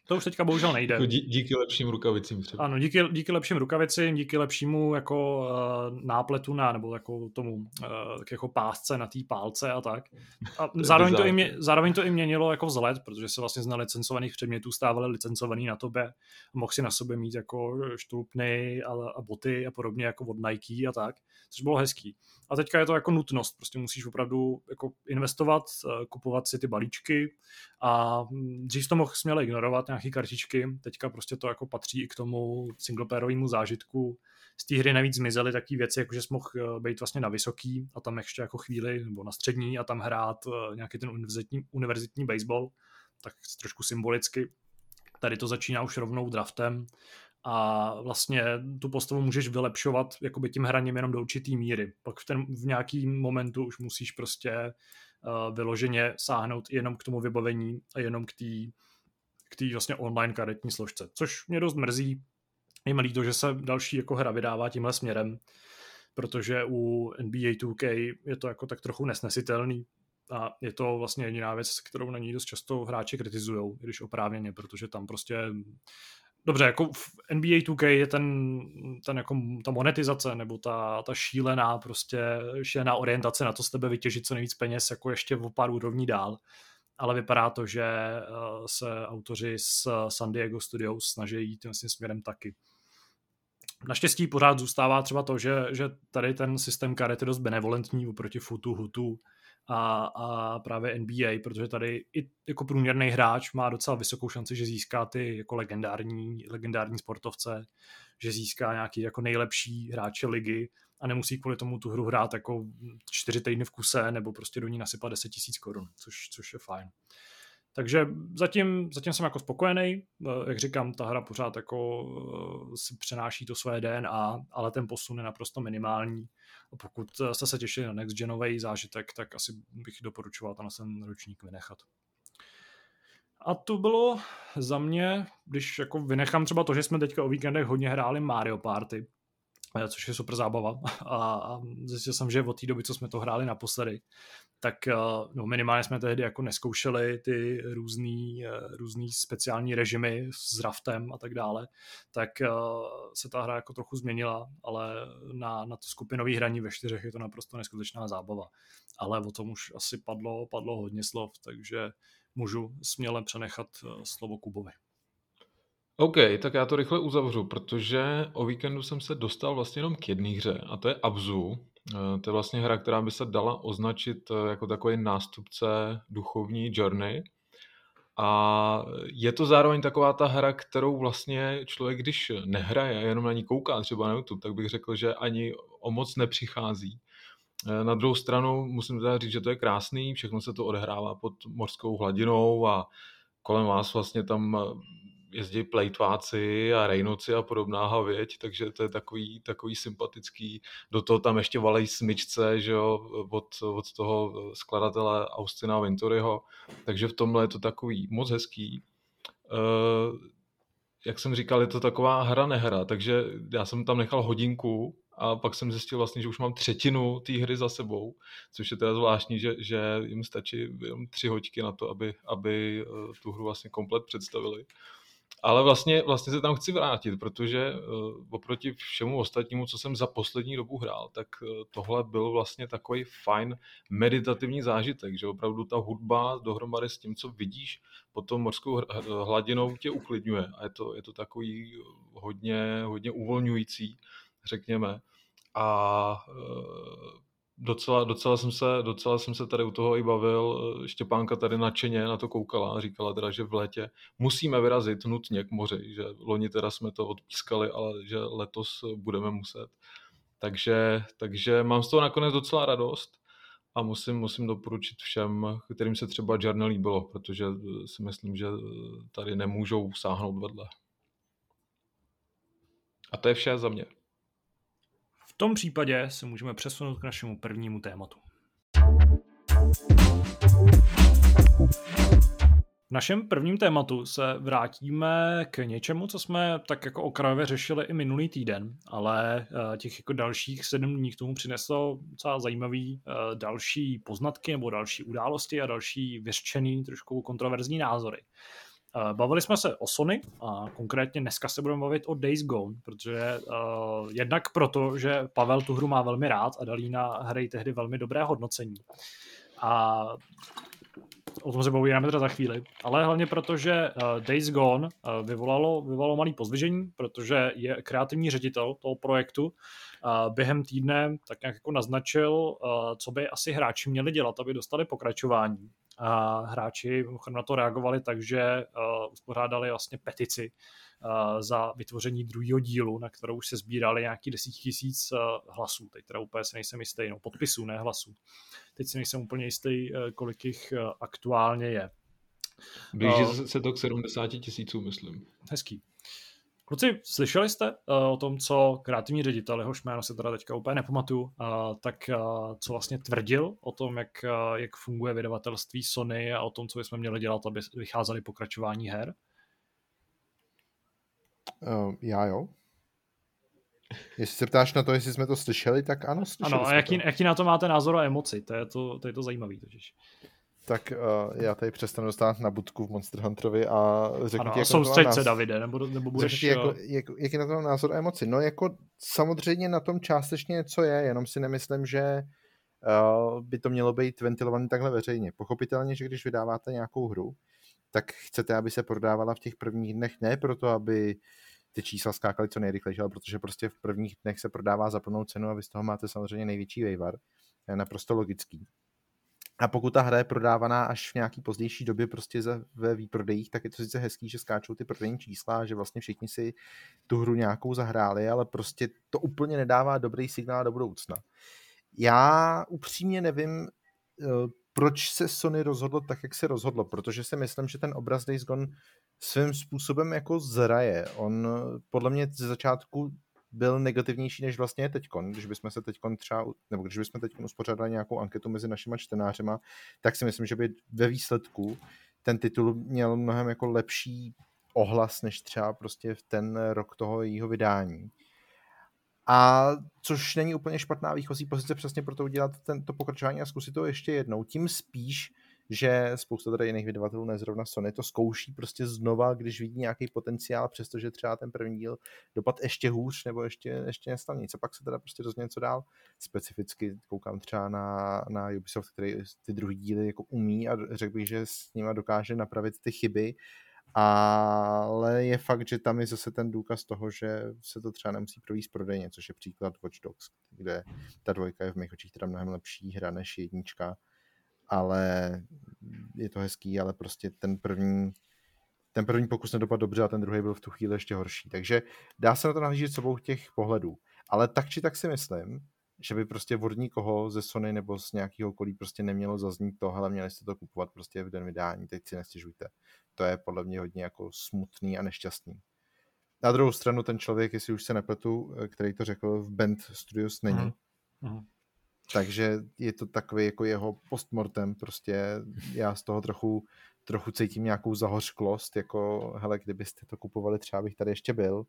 [SPEAKER 1] To už teďka bohužel nejde.
[SPEAKER 4] Jako díky lepším rukavicím třeba.
[SPEAKER 1] Ano, díky lepším rukavicím, díky lepšímu jako nápletu nebo jako tomu jako pásce na té pálce a tak. A zároveň to i měnilo jako vzhled, protože se vlastně z nelicencovaných předmětů stávaly licencovaný na tobě. Mohl si na sobě mít jako štulpny a boty a podobně jako od Nike a tak, což bylo hezký. A teďka je to jako nutnost, prostě musíš opravdu jako investovat, kupovat si ty balíčky a dřív to mohl směle ignorovat nějaký kartičky, teďka prostě to jako patří i k tomu singleplayerovému zážitku. Z té hry navíc zmizely takové věci, jako že jsi mohl být vlastně na vysoký a tam ještě jako chvíli, nebo na střední a tam hrát nějaký ten univerzitní baseball, tak trošku symbolicky. Tady to začíná už rovnou draftem a vlastně tu postavu můžeš vylepšovat jakoby tím hraním jenom do určitý míry. Pak v nějaký momentu už musíš prostě vyloženě sáhnout jenom k tomu vybavení a jenom k té vlastně online karetní složce, což mě dost mrzí. Je mi líto, že se další jako hra vydává tímhle směrem, protože u NBA 2K je to jako tak trochu nesnesitelný a je to vlastně jediná věc, kterou na ní dost často hráči kritizujou, když oprávněně, protože tam prostě dobře, jako v NBA 2K je ten jako ta monetizace nebo ta šílená orientace na to z tebe vytěžit co nejvíc peněz jako ještě o pár úrovní dál. Ale vypadá to, že se autoři z San Diego Studios snaží jít tím směrem taky. Naštěstí pořád zůstává třeba to, že tady ten systém karet je dost benevolentní oproti Futu, Hutu a právě NBA, protože tady i jako průměrný hráč má docela vysokou šanci, že získá ty jako legendární sportovce, že získá nějaký jako nejlepší hráče ligy a nemusí kvůli tomu tu hru hrát jako 4 týdny v kuse nebo prostě do ní nasypat 10 000 korun, což je fajn. Takže zatím jsem jako spokojený, jak říkám, ta hra pořád jako si přenáší to své DNA, ale ten posun je naprosto minimální. A pokud jste se těšili na next genový zážitek, tak asi bych doporučoval ten ročník vynechat. A to bylo za mě, když jako vynechám třeba to, že jsme teďka o víkendech hodně hráli Mario Party, což je super zábava a zjistil jsem, že od té doby, co jsme to hráli naposledy, tak minimálně jsme tehdy jako neskoušeli ty různý speciální režimy s raftem a tak dále, tak se ta hra jako trochu změnila, ale na to skupinové hraní ve 4 je to naprosto neskutečná zábava. Ale o tom už asi padlo hodně slov, takže můžu směle přenechat slovo Kubovi.
[SPEAKER 4] OK, tak já to rychle uzavřu, protože o víkendu jsem se dostal vlastně jenom k jedné hře a to je Abzu. To je vlastně hra, která by se dala označit jako takový nástupce duchovní Journey. A je to zároveň taková ta hra, kterou vlastně člověk, když nehraje, jenom na ní kouká třeba na YouTube, tak bych řekl, že ani o moc nepřichází. Na druhou stranu musím teda říct, že to je krásný, všechno se to odehrává pod mořskou hladinou a kolem vás vlastně tam jezdí plejtváci a rejnoci a podobná havěť, takže to je takový sympatický. Do toho tam ještě valej smyčce, že jo, od toho skladatele Austina Wintoryho, takže v tomhle je to takový moc hezký. Jak jsem říkal, je to taková hra-nehra, takže já jsem tam nechal hodinku a pak jsem zjistil vlastně, že už mám 1/3 té hry za sebou, což je teda zvláštní, že jim stačí jenom 3 hoďky na to, aby tu hru vlastně komplet představili. Ale vlastně se tam chci vrátit, protože oproti všemu ostatnímu, co jsem za poslední dobu hrál, tak tohle byl vlastně takový fajn meditativní zážitek, že opravdu ta hudba dohromady s tím, co vidíš pod tou mořskou hladinou, tě uklidňuje a je to takový hodně uvolňující, řekněme. A docela jsem se tady u toho i bavil. Štěpánka tady nadšeně na to koukala a říkala teda, že v létě musíme vyrazit nutně k moři, že loni teda jsme to odpískali, ale že letos budeme muset. Takže mám z toho nakonec docela radost a musím doporučit všem, kterým se třeba Journey líbilo, protože si myslím, že tady nemůžou sáhnout vedle. A to je vše za mě.
[SPEAKER 1] V tom případě se můžeme přesunout k našemu prvnímu tématu. V našem prvním tématu se vrátíme k něčemu, co jsme tak jako okrajově řešili i minulý týden, ale těch jako dalších 7 dní k tomu přineslo docela zajímavý další poznatky nebo další události a další vyřčený trošku kontroverzní názory. Bavili jsme se o Sony a konkrétně dneska se budeme bavit o Days Gone, protože jednak proto, že Pavel tu hru má velmi rád a dal jí na hry tehdy velmi dobré hodnocení. A o tom se bavíme teda za chvíli, ale hlavně proto, že Days Gone vyvolalo malý pozdvižení, protože je kreativní ředitel toho projektu během týdne tak nějak jako naznačil, co by asi hráči měli dělat, aby dostali pokračování. A hráči na to reagovali tak, že uspořádali vlastně petici za vytvoření druhého dílu, na kterou už se sbírali nějaký 10 000 hlasů. Teď teda úplně se nejsem jistý, podpisů, ne hlasů. Teď si nejsem úplně jistý, kolik jich aktuálně je.
[SPEAKER 4] Blíží se to k 70 000, myslím.
[SPEAKER 1] Hezký. Kluci, slyšeli jste o tom, co kreativní ředitel, jehož jméno se teda teďka úplně nepamatuju, tak co vlastně tvrdil o tom, jak funguje vydavatelství Sony a o tom, co bychom měli dělat, aby vycházely pokračování her?
[SPEAKER 3] Já jo. Jestli se ptáš na to, jestli jsme to slyšeli, tak ano, slyšeli
[SPEAKER 1] ano, a
[SPEAKER 3] jsme
[SPEAKER 1] jaký na to máte názor a emoci? To je to zajímavý totiž.
[SPEAKER 3] Tak já tady přestanu dostat na budku v Monster Hunterovi a řeknu ti,
[SPEAKER 1] jak soustřeď se, Davide, nebo budeš...
[SPEAKER 3] Jaký na to názor a emoci? No jako samozřejmě na tom částečně něco je, jenom si nemyslím, že by to mělo být ventilované takhle veřejně. Pochopitelně, že když vydáváte nějakou hru, tak chcete, aby se prodávala v těch prvních dnech, ne proto, aby ty čísla skákaly co nejrychlejší, ale protože prostě v prvních dnech se prodává za plnou cenu a vy z toho máte samozřejmě největší vejvar. To je naprosto logický. A pokud ta hra je prodávaná až v nějaký pozdější době prostě ve výprodejích, tak je to sice hezký, že skáčou ty prodejní čísla, že vlastně všichni si tu hru nějakou zahráli, ale prostě to úplně nedává dobrý signál do budoucna. Já upřímně nevím, proč se Sony rozhodlo tak, jak se rozhodlo, protože si myslím, že ten obraz Days Gone svým způsobem jako zraje. On podle mě ze začátku byl negativnější, než vlastně je teďkon. Když bychom teďkon uspořádali nějakou anketu mezi našima čtenářema, tak si myslím, že by ve výsledku ten titul měl mnohem jako lepší ohlas, než třeba prostě v ten rok toho jejího vydání. A což není úplně špatná výchozí pozice přesně pro to udělat to pokračování a zkusit to ještě jednou. Tím spíš, že spousta tady jiných vydavatelů, ne zrovna Sony, to zkouší prostě znova, když vidí nějaký potenciál, přestože třeba ten první díl dopad ještě hůř, nebo ještě nestal nic. A pak se teda prostě rozhodne něco dál. Specificky koukám třeba na Ubisoft, který ty druhý díly jako umí a řekl bych, že s nima dokáže napravit ty chyby, ale je fakt, že tam je zase ten důkaz toho, že se to třeba nemusí provést prodejně, což je příklad Watch Dogs, kde ta dvojka je v mých očích teda mnohem lepší hra než jednička, ale je to hezký, ale prostě ten první pokus nedopadl dobře a ten druhý byl v tu chvíli ještě horší, takže dá se na to nahlížet s obou těch pohledů, ale tak či tak si myslím, že by prostě od nikoho ze Sony nebo z nějakého okolí prostě nemělo zaznít to, hele, měli jste to kupovat prostě v den vydání, teď si nestěžujte. To je podle mě hodně jako smutný a nešťastný. Na druhou stranu ten člověk, jestli už se nepletu, který to řekl, v Bend Studios není. Takže je to takový jako jeho postmortem, prostě já z toho trochu cítím nějakou zahořklost, jako hele, kdybyste to kupovali, třeba bych tady ještě byl.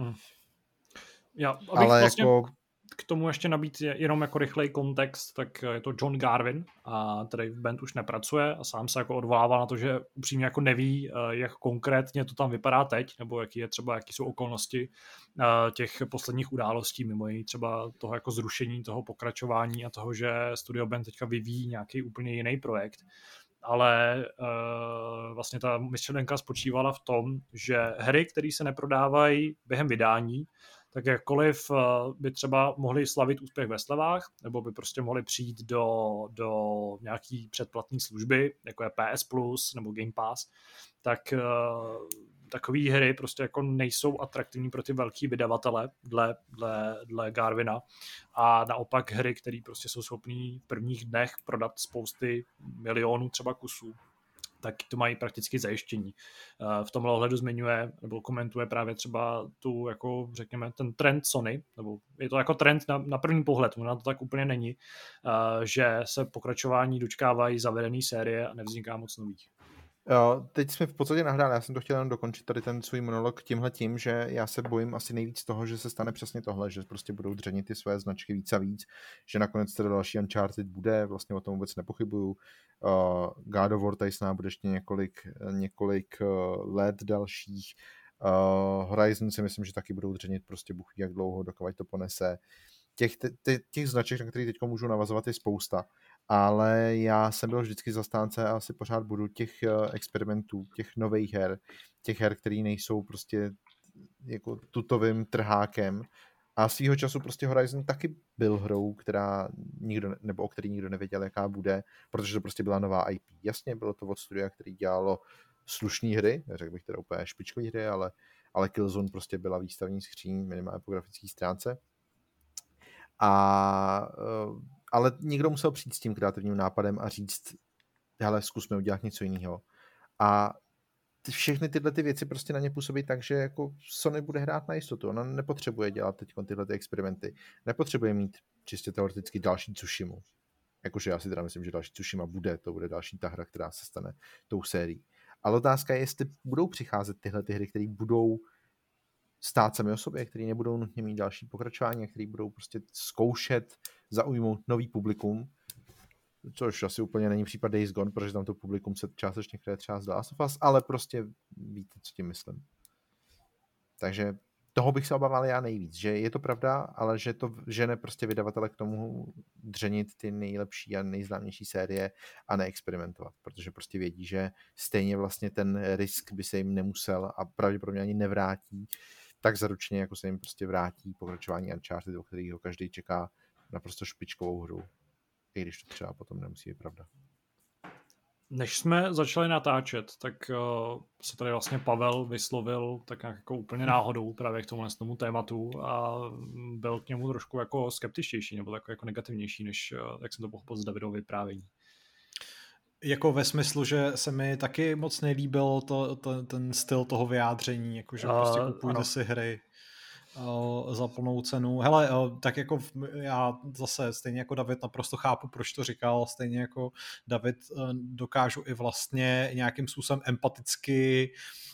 [SPEAKER 1] Ale vlastně jako k tomu ještě nabít jenom jako rychlej kontext, tak je to John Garvin, a tady v Bend už nepracuje a sám se jako odvolával na to, že upřímně jako neví, jak konkrétně to tam vypadá teď, nebo jaký jsou okolnosti těch posledních událostí, mimo jiný třeba toho jako zrušení toho pokračování a toho, že Studio Bend teďka vyvíjí nějaký úplně jiný projekt. Ale vlastně ta myšlenka spočívala v tom, že hry, které se neprodávají během vydání, tak jakkoliv by třeba mohli slavit úspěch ve slevách, nebo by prostě mohli přijít do nějaký předplatné služby, jako je PS Plus nebo Game Pass, tak takové hry prostě jako nejsou atraktivní pro ty velký vydavatele dle Garvina. A naopak hry, které prostě jsou schopný v prvních dnech prodat spousty milionů třeba kusů, tak to mají prakticky zajištění. V tomhle ohledu zmiňuje nebo komentuje právě třeba tu, jako řekněme, ten trend Sony, nebo je to jako trend na první pohled, možná to tak úplně není, že se pokračování dočkávají zavedený série a nevzniká moc nových.
[SPEAKER 3] Teď jsme v podstatě nahráli, já jsem to chtěl jenom dokončit tady ten svůj monolog tímhletím, že já se bojím asi nejvíc toho, že se stane přesně tohle, že prostě budou dřenit ty své značky víc a víc, že nakonec teda další Uncharted bude, vlastně o tom vůbec nepochybuju. God of War tady s námi bude ještě několik let dalších. Horizon si myslím, že taky budou dřenit prostě bůh ví jak dlouho, dokud to ponese. Těch značek, na které teď můžu navazovat, je spousta, ale já jsem byl vždycky zastánce a asi pořád budu těch experimentů, těch nových her, těch her, které nejsou prostě jako tutovým trhákem. A svýho času prostě Horizon taky byl hrou, o který nikdo nevěděl, jaká bude, protože to prostě byla nová IP. Jasně, bylo to od studia, který dělalo slušné hry, řekl bych teda úplně špičkové hry, ale Killzone prostě byla výstavní skříň, minimálně po grafické stránce. Ale někdo musel přijít s tím kreativním nápadem a říct, hele, zkusme udělat něco jiného. A všechny tyhle ty věci prostě na ně působí tak, že jako Sony bude hrát na jistotu. Ona nepotřebuje dělat teď tyhle ty experimenty. Nepotřebuje mít čistě teoreticky další Tsushimu. Jakože já si teda myslím, že další Tsushima to bude další ta hra, která se stane tou sérií. Ale otázka je, jestli budou přicházet tyhle ty hry, které budou stát sami o sobě, který nebudou nutně mít další pokračování, který budou prostě zkoušet zaujmout nový publikum, což asi úplně není případ Days Gone, protože tam to publikum se částečně hraje třeba z The Last of Us, ale prostě víte, co tím myslím. Takže toho bych se obával já nejvíc, že je to pravda, ale že to žene prostě vydavatele k tomu dřenit ty nejlepší a nejznámější série a neexperimentovat, protože prostě vědí, že stejně vlastně ten risk by se jim nemusel a pravděpodobně ani nevrátí tak zaručně, jako se jim prostě vrátí pokračování Uncharted, o kterého každý čeká naprosto špičkovou hru. I když to třeba potom nemusí být pravda.
[SPEAKER 1] Než jsme začali natáčet, tak se tady vlastně Pavel vyslovil tak jako úplně náhodou právě k tomu tématu a byl k němu trošku jako skeptičtější nebo tak jako negativnější, než jak jsem to pochopil z Davidova vyprávění.
[SPEAKER 2] Jako ve smyslu, že se mi taky moc nelíbil ten styl toho vyjádření, jakože prostě kupujte si hry za plnou cenu. Hele, tak jako já zase stejně jako David naprosto chápu, proč to říkal, stejně jako David dokážu i vlastně nějakým způsobem empaticky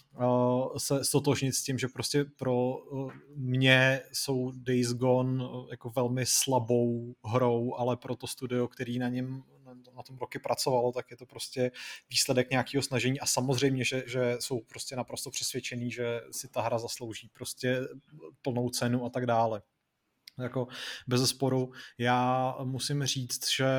[SPEAKER 2] se stotožnit s tím, že prostě pro mě jsou Days Gone jako velmi slabou hrou, ale pro to studio, který na tom roky pracovalo, tak je to prostě výsledek nějakého snažení a samozřejmě, že jsou prostě naprosto přesvědčený, že si ta hra zaslouží prostě plnou cenu a tak dále. Jako bezesporu já musím říct, že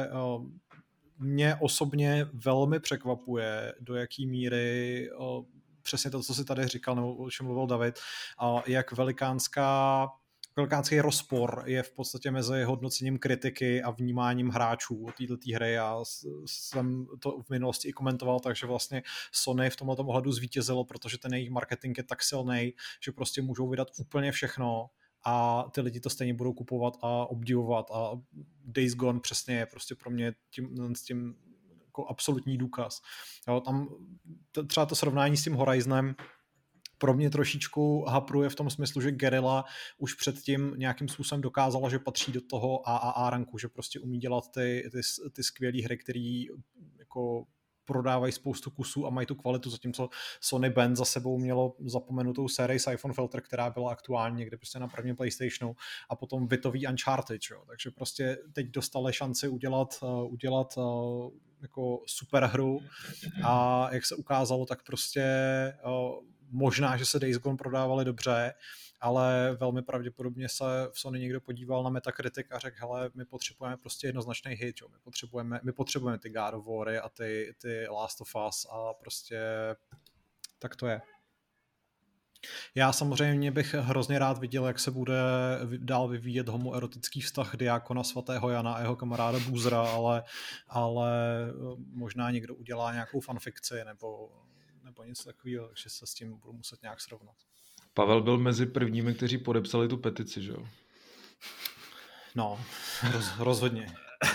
[SPEAKER 2] mě osobně velmi překvapuje, do jaký míry přesně to, co si tady říkal, nebo o čem mluvil David, jak velikánský rozpor je v podstatě mezi hodnocením kritiky a vnímáním hráčů od této hry. Já jsem to v minulosti i komentoval, takže vlastně Sony v tomto ohledu zvítězilo, protože ten jejich marketing je tak silný, že prostě můžou vydat úplně všechno a ty lidi to stejně budou kupovat a obdivovat a Days Gone přesně je prostě pro mě s tím jako absolutní důkaz. Jo, tam třeba to srovnání s tím Horizonem pro mě trošičku hapruje v tom smyslu, že Guerrilla už předtím nějakým způsobem dokázala, že patří do toho AAA ranku, že prostě umí dělat ty skvělé hry, které jako prodávají spoustu kusů a mají tu kvalitu, zatímco Sony Band za sebou mělo zapomenutou sérii Siphon Filter, která byla aktuálně někde prostě na prvním PlayStationu a potom Vitový Uncharted, jo. Takže prostě teď dostali šanci udělat jako super hru a jak se ukázalo, tak prostě možná, že se Days Gone prodávaly dobře, ale velmi pravděpodobně se v Sony někdo podíval na Metacritic a řekl, hele, my potřebujeme prostě jednoznačný hit, jo. My potřebujeme ty God of Wary a ty Last of Us a prostě tak to je. Já samozřejmě bych hrozně rád viděl, jak se bude dál vyvíjet homoerotický vztah diákona svatého Jana a jeho kamaráda Boozera, ale možná někdo udělá nějakou fanfikci nebo něco takového, takže se s tím budu muset nějak srovnat.
[SPEAKER 4] Pavel byl mezi prvními, kteří podepsali tu petici, že jo?
[SPEAKER 2] No, rozhodně.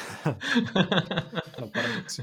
[SPEAKER 2] No, paradoxy.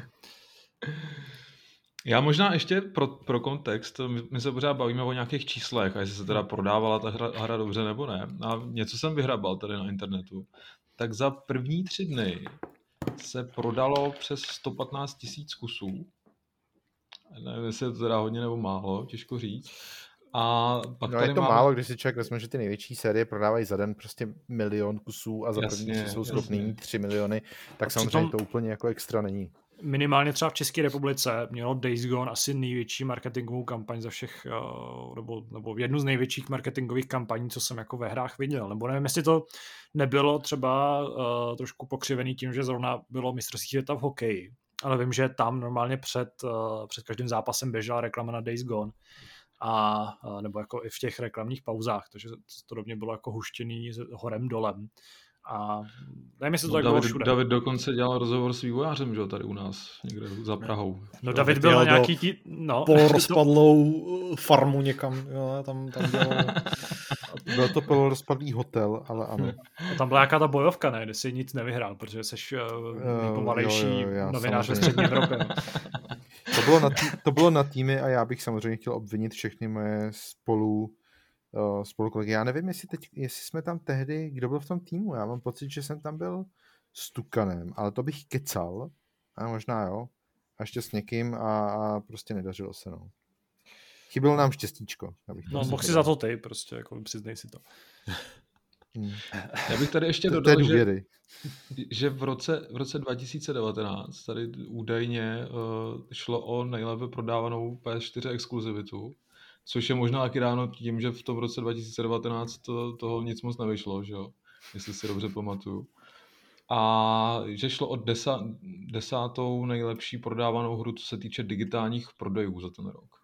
[SPEAKER 4] Já možná ještě pro kontext, my se pořád bavíme o nějakých číslech a jestli se teda prodávala ta hra dobře nebo ne. A něco jsem vyhrabal tady na internetu. Tak za první 3 dny se prodalo přes 115 000 kusů nevím, jestli je to teda hodně nebo málo, těžko říct. A pak
[SPEAKER 3] No
[SPEAKER 4] tady
[SPEAKER 3] je to
[SPEAKER 4] máme...
[SPEAKER 3] málo, když si člověk vezme, že ty největší série prodávají za den prostě 1 milion kusů a za první
[SPEAKER 4] Jasně,
[SPEAKER 3] jsou schopný
[SPEAKER 4] jasně.
[SPEAKER 3] mít 3 miliony, tak
[SPEAKER 1] A
[SPEAKER 3] samozřejmě
[SPEAKER 1] přitom-
[SPEAKER 3] to úplně jako extra není.
[SPEAKER 1] Minimálně třeba v České republice mělo Days Gone asi největší marketingovou kampaň ze všech, nebo jednu z největších marketingových kampaní, co jsem jako ve hrách viděl. Nebo nevím, jestli to nebylo třeba trošku pokřivený tím, že zrovna bylo mistrovství světa v hokeji. Ale vím, že tam normálně před každým zápasem běžela reklama na Days Gone. A nebo jako i v těch reklamních pauzách, takže to do mě bylo jako huštěný horem dolem. A nevím, jestli to tak bylo všude.
[SPEAKER 4] David dokonce dělal rozhovor s vývojářem, že jo, tady u nás, někde za Prahou.
[SPEAKER 1] No David byl na nějaký
[SPEAKER 2] polorozpadlou farmu někam, jo, tam dělal.
[SPEAKER 3] Byl to polorozpadlý hotel, ale ano.
[SPEAKER 1] A tam byla nějaká ta bojovka, ne, kde si nic nevyhrál, protože jsi nejpomalejší novinář ve střední Evropě.
[SPEAKER 3] To bylo na týmy a já bych samozřejmě chtěl obvinit všechny moje spolukolegy. Já nevím, jestli jsme tam tehdy, kdo byl v tom týmu. Já mám pocit, že jsem tam byl s Tukanem, ale to bych kecal. A možná jo. A ještě s někým a prostě nedařilo se, no. Chybilo nám štěstíčko.
[SPEAKER 1] No, mohl si za to ty, prostě, jako přiznej si to.
[SPEAKER 4] Já bych tady ještě dodal, že v roce 2019 tady údajně šlo o nejlépe prodávanou PS4 exkluzivitu, což je možná taky dáno tím, že v tom roce 2019 toho nic moc nevyšlo, že jo? Jestli si dobře pamatuju. A že šlo o 10. nejlepší prodávanou hru, co se týče digitálních prodejů za ten rok.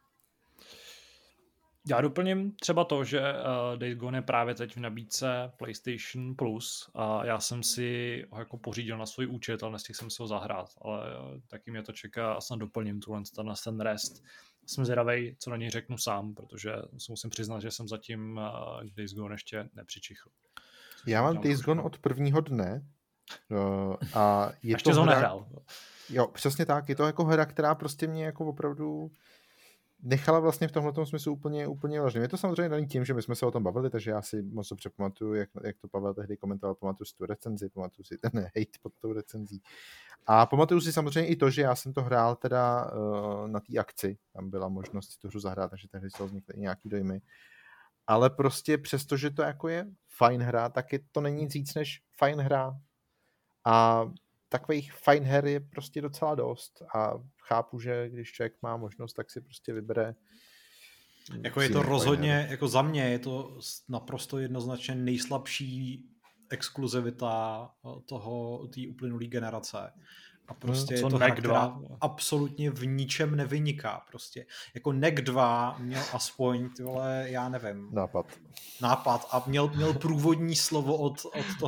[SPEAKER 1] Já doplním třeba to, že Days Gone je právě teď v nabídce PlayStation Plus a já jsem si ho jako pořídil na svůj účet, ale nestihl jsem si ho zahrát, ale taky mě to čeká a snad doplním ten rest. Jsem zvědavej, co na něj řeknu sám, protože musím přiznat, že jsem zatím Days Gone ještě nepřičichl.
[SPEAKER 3] Já mám Days Gone od prvního dne a je
[SPEAKER 1] ještě
[SPEAKER 3] to
[SPEAKER 1] ho nehrál.
[SPEAKER 3] Jo, přesně tak. Je to jako hra, která prostě mě jako opravdu nechala vlastně v tomhletom smyslu úplně vážně. Je to samozřejmě daný tím, že my jsme se o tom bavili, takže já si moc dobře pamatuju, jak to Pavel tehdy komentoval, pamatuju si tu recenzi, pamatuju si ten hate pod tou recenzí. A pamatuju si samozřejmě i to, že já jsem to hrál teda na té akci, tam byla možnost si tu hru zahrát, takže tehdy se vznikly nějaký dojmy. Ale prostě přesto, že to jako je fajn hra, tak to není nic víc než fajn hra. A takových fajn her je prostě docela dost a chápu, že když člověk má možnost, tak si prostě vybere.
[SPEAKER 2] Jako je to rozhodně, jako za mě je to naprosto jednoznačně nejslabší exkluzivita té uplynulé generace. A prostě je to hra, která absolutně v ničem nevyniká. Prostě. Jako NEC 2 měl aspoň, ty vole, já nevím. Nápad a měl průvodní slovo od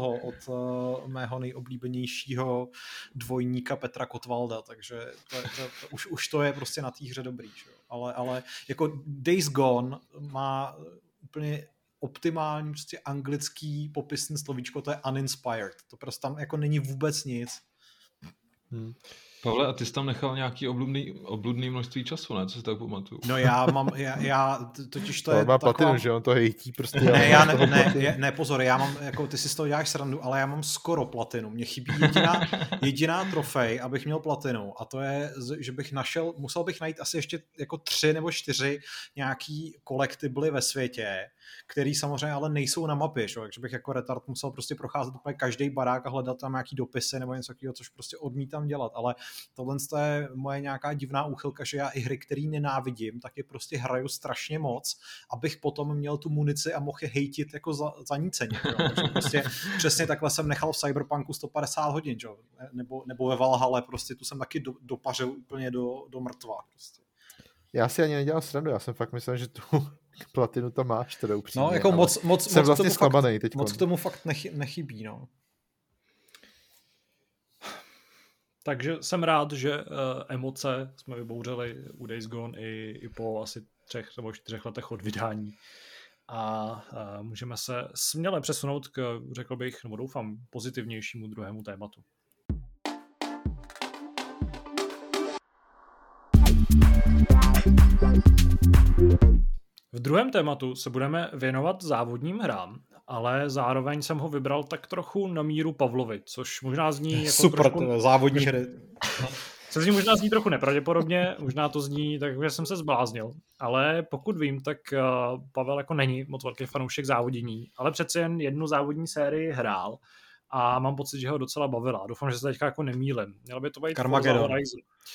[SPEAKER 2] mého nejoblíbenějšího dvojníka Petra Kotvalda, takže už to je prostě na té hře dobrý. Že? Ale jako Days Gone má úplně optimální prostě anglický popisný slovíčko, to je uninspired. To prostě tam jako není vůbec nic.
[SPEAKER 4] Pavle, a ty jsi tam nechal nějaký obludný množství času, ne? Co si tak pamatuju?
[SPEAKER 2] No já totiž to je
[SPEAKER 3] má
[SPEAKER 2] taková...
[SPEAKER 3] platinu, že on to hejtí prostě.
[SPEAKER 2] Ne, pozor, já mám, jako ty si z toho děláš srandu, ale já mám skoro platinu. Mně chybí jediná trofej, abych měl platinu a to je, že bych musel bych najít asi ještě jako 3 nebo 4 nějaký kolektibly ve světě, který samozřejmě ale nejsou na mapě, že? Takže bych jako retard musel prostě procházet úplně každý barák a hledat tam nějaký dopisy nebo něco takového, což prostě odmítám dělat, ale tohle je moje nějaká divná úchylka, že já i hry, který nenávidím, tak je prostě hraju strašně moc, abych potom měl tu munici a mohl je hejtit jako zaníceně. Prostě přesně takhle jsem nechal v Cyberpunku 150 hodin, že? Nebo ve Valhalle, prostě tu jsem taky dopařil úplně do mrtva. Prostě.
[SPEAKER 3] Já si ani nedělal srandu, já jsem fakt myslel, že tu platinu tam máš, teda upřímně.
[SPEAKER 2] No, jako moc
[SPEAKER 3] jsem vlastně zklamanej teď.
[SPEAKER 2] Moc k tomu fakt nechybí, no.
[SPEAKER 1] Takže jsem rád, že emoce jsme vybouřili u Days Gone i po asi 3 nebo 4 letech od vydání. A můžeme se směle přesunout k, řekl bych, nebo doufám, pozitivnějšímu druhému tématu. V druhém tématu se budeme věnovat závodním hrám, ale zároveň jsem ho vybral tak trochu na míru Pavlovi, což možná zní jako
[SPEAKER 2] super,
[SPEAKER 1] trošku...
[SPEAKER 2] závodní hry.
[SPEAKER 1] Což možná zní trochu nepravděpodobně, možná to zní tak, že jsem se zbláznil, ale pokud vím, tak Pavel jako není moc velký fanoušek závodění, ale přece jen jednu závodní sérii hrál a mám pocit, že ho docela bavila. Doufám, že se teďka jako nemýlím. Mělo by to být Forza Horizon.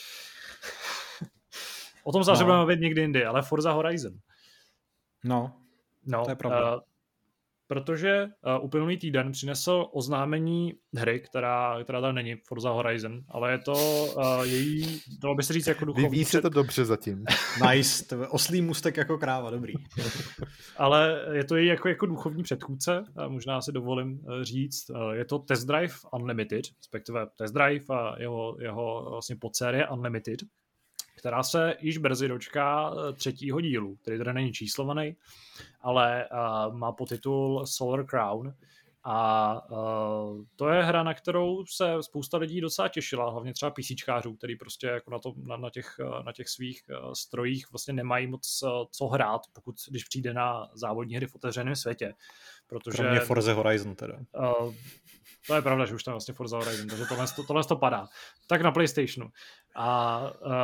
[SPEAKER 1] O tom zase budeme mluvit někdy jindy, ale Forza Horizon.
[SPEAKER 2] No, to je pravda.
[SPEAKER 1] Protože uplynulý týden přinesl oznámení hry, která tady není Forza Horizon, ale je to její, dalo by se říct jako duchovní.
[SPEAKER 3] Vyvíjí se to dobře zatím.
[SPEAKER 2] Nice, oslý můstek jako kráva, dobrý.
[SPEAKER 1] Ale je to její jako duchovní předchůdce, možná si dovolím říct. Je to Test Drive Unlimited, respektive Test Drive a jeho vlastně podsérie Unlimited, která se již brzy dočká 3. dílu, který tady není číslovaný, ale má podtitul Solar Crown a to je hra, na kterou se spousta lidí docela těšila, hlavně třeba PCčkářů, který prostě jako na těch svých strojích vlastně nemají moc co hrát, když přijde na závodní hry v otevřeném světě. Protože
[SPEAKER 2] kromě Forza Horizon teda.
[SPEAKER 1] To je pravda, že už tam vlastně Forza Horizon, takže tohle to padá. Tak na PlayStationu. A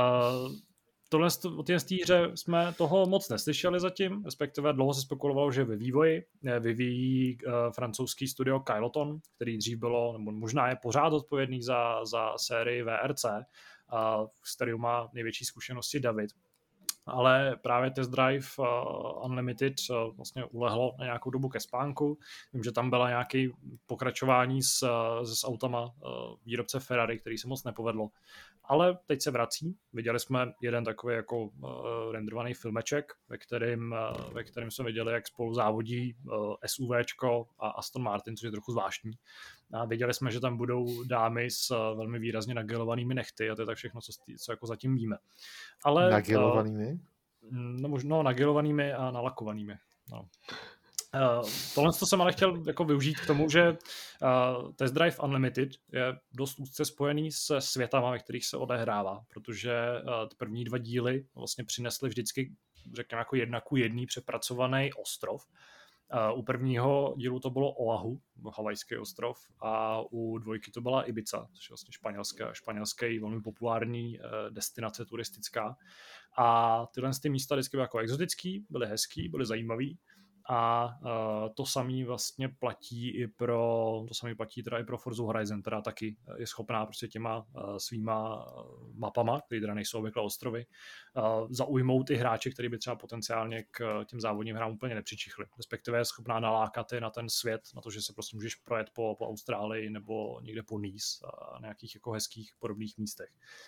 [SPEAKER 1] o té hře jsme toho moc neslyšeli zatím, respektive dlouho se spekulovalo, že vyvíjí francouzský studio Kyloton, který dřív bylo, nebo možná je pořád odpovědný za sérii VRC, s kterou má největší zkušenosti David. Ale právě Test Drive Unlimited vlastně ulehlo na nějakou dobu ke spánku. Vím, že tam byla nějaké pokračování s autama výrobce Ferrari, který se moc nepovedlo. Ale teď se vrací. Viděli jsme jeden takový jako renderovaný filmeček, ve kterém jsme viděli, jak spolu závodí SUVčko a Aston Martin, což je trochu zvláštní. A viděli jsme, že tam budou dámy s velmi výrazně nagelovanými nechty a to je tak všechno, co jako zatím víme. Ale,
[SPEAKER 3] nagelovanými?
[SPEAKER 1] No, nagelovanými a nalakovanými. No. Tohle jsem ale chtěl jako využít k tomu, že Test Drive Unlimited je dost úzce spojený se světama, ve kterých se odehrává, protože ty první 2 díly vlastně přinesly vždycky, řekněme, jako 1:1 přepracovaný ostrov. U prvního dílu to bylo Oahu, havajský ostrov, a u 2 to byla Ibiza, což je vlastně španělský velmi populární destinace turistická. A tyhle místa vždycky byly jako exotický, byly hezký, byly zajímavý. A to samé vlastně platí teda i pro Forza Horizon, která taky je schopná prostě těma svýma mapama, které teda nejsou obvykle ostrovy, zaujmout i hráče, který by třeba potenciálně k těm závodním hrám úplně nepřičichli. Respektive je schopná nalákat je na ten svět, na to, že se prostě můžeš projet po Austrálii nebo někde po Nice a nějakých jako hezkých podobných místech.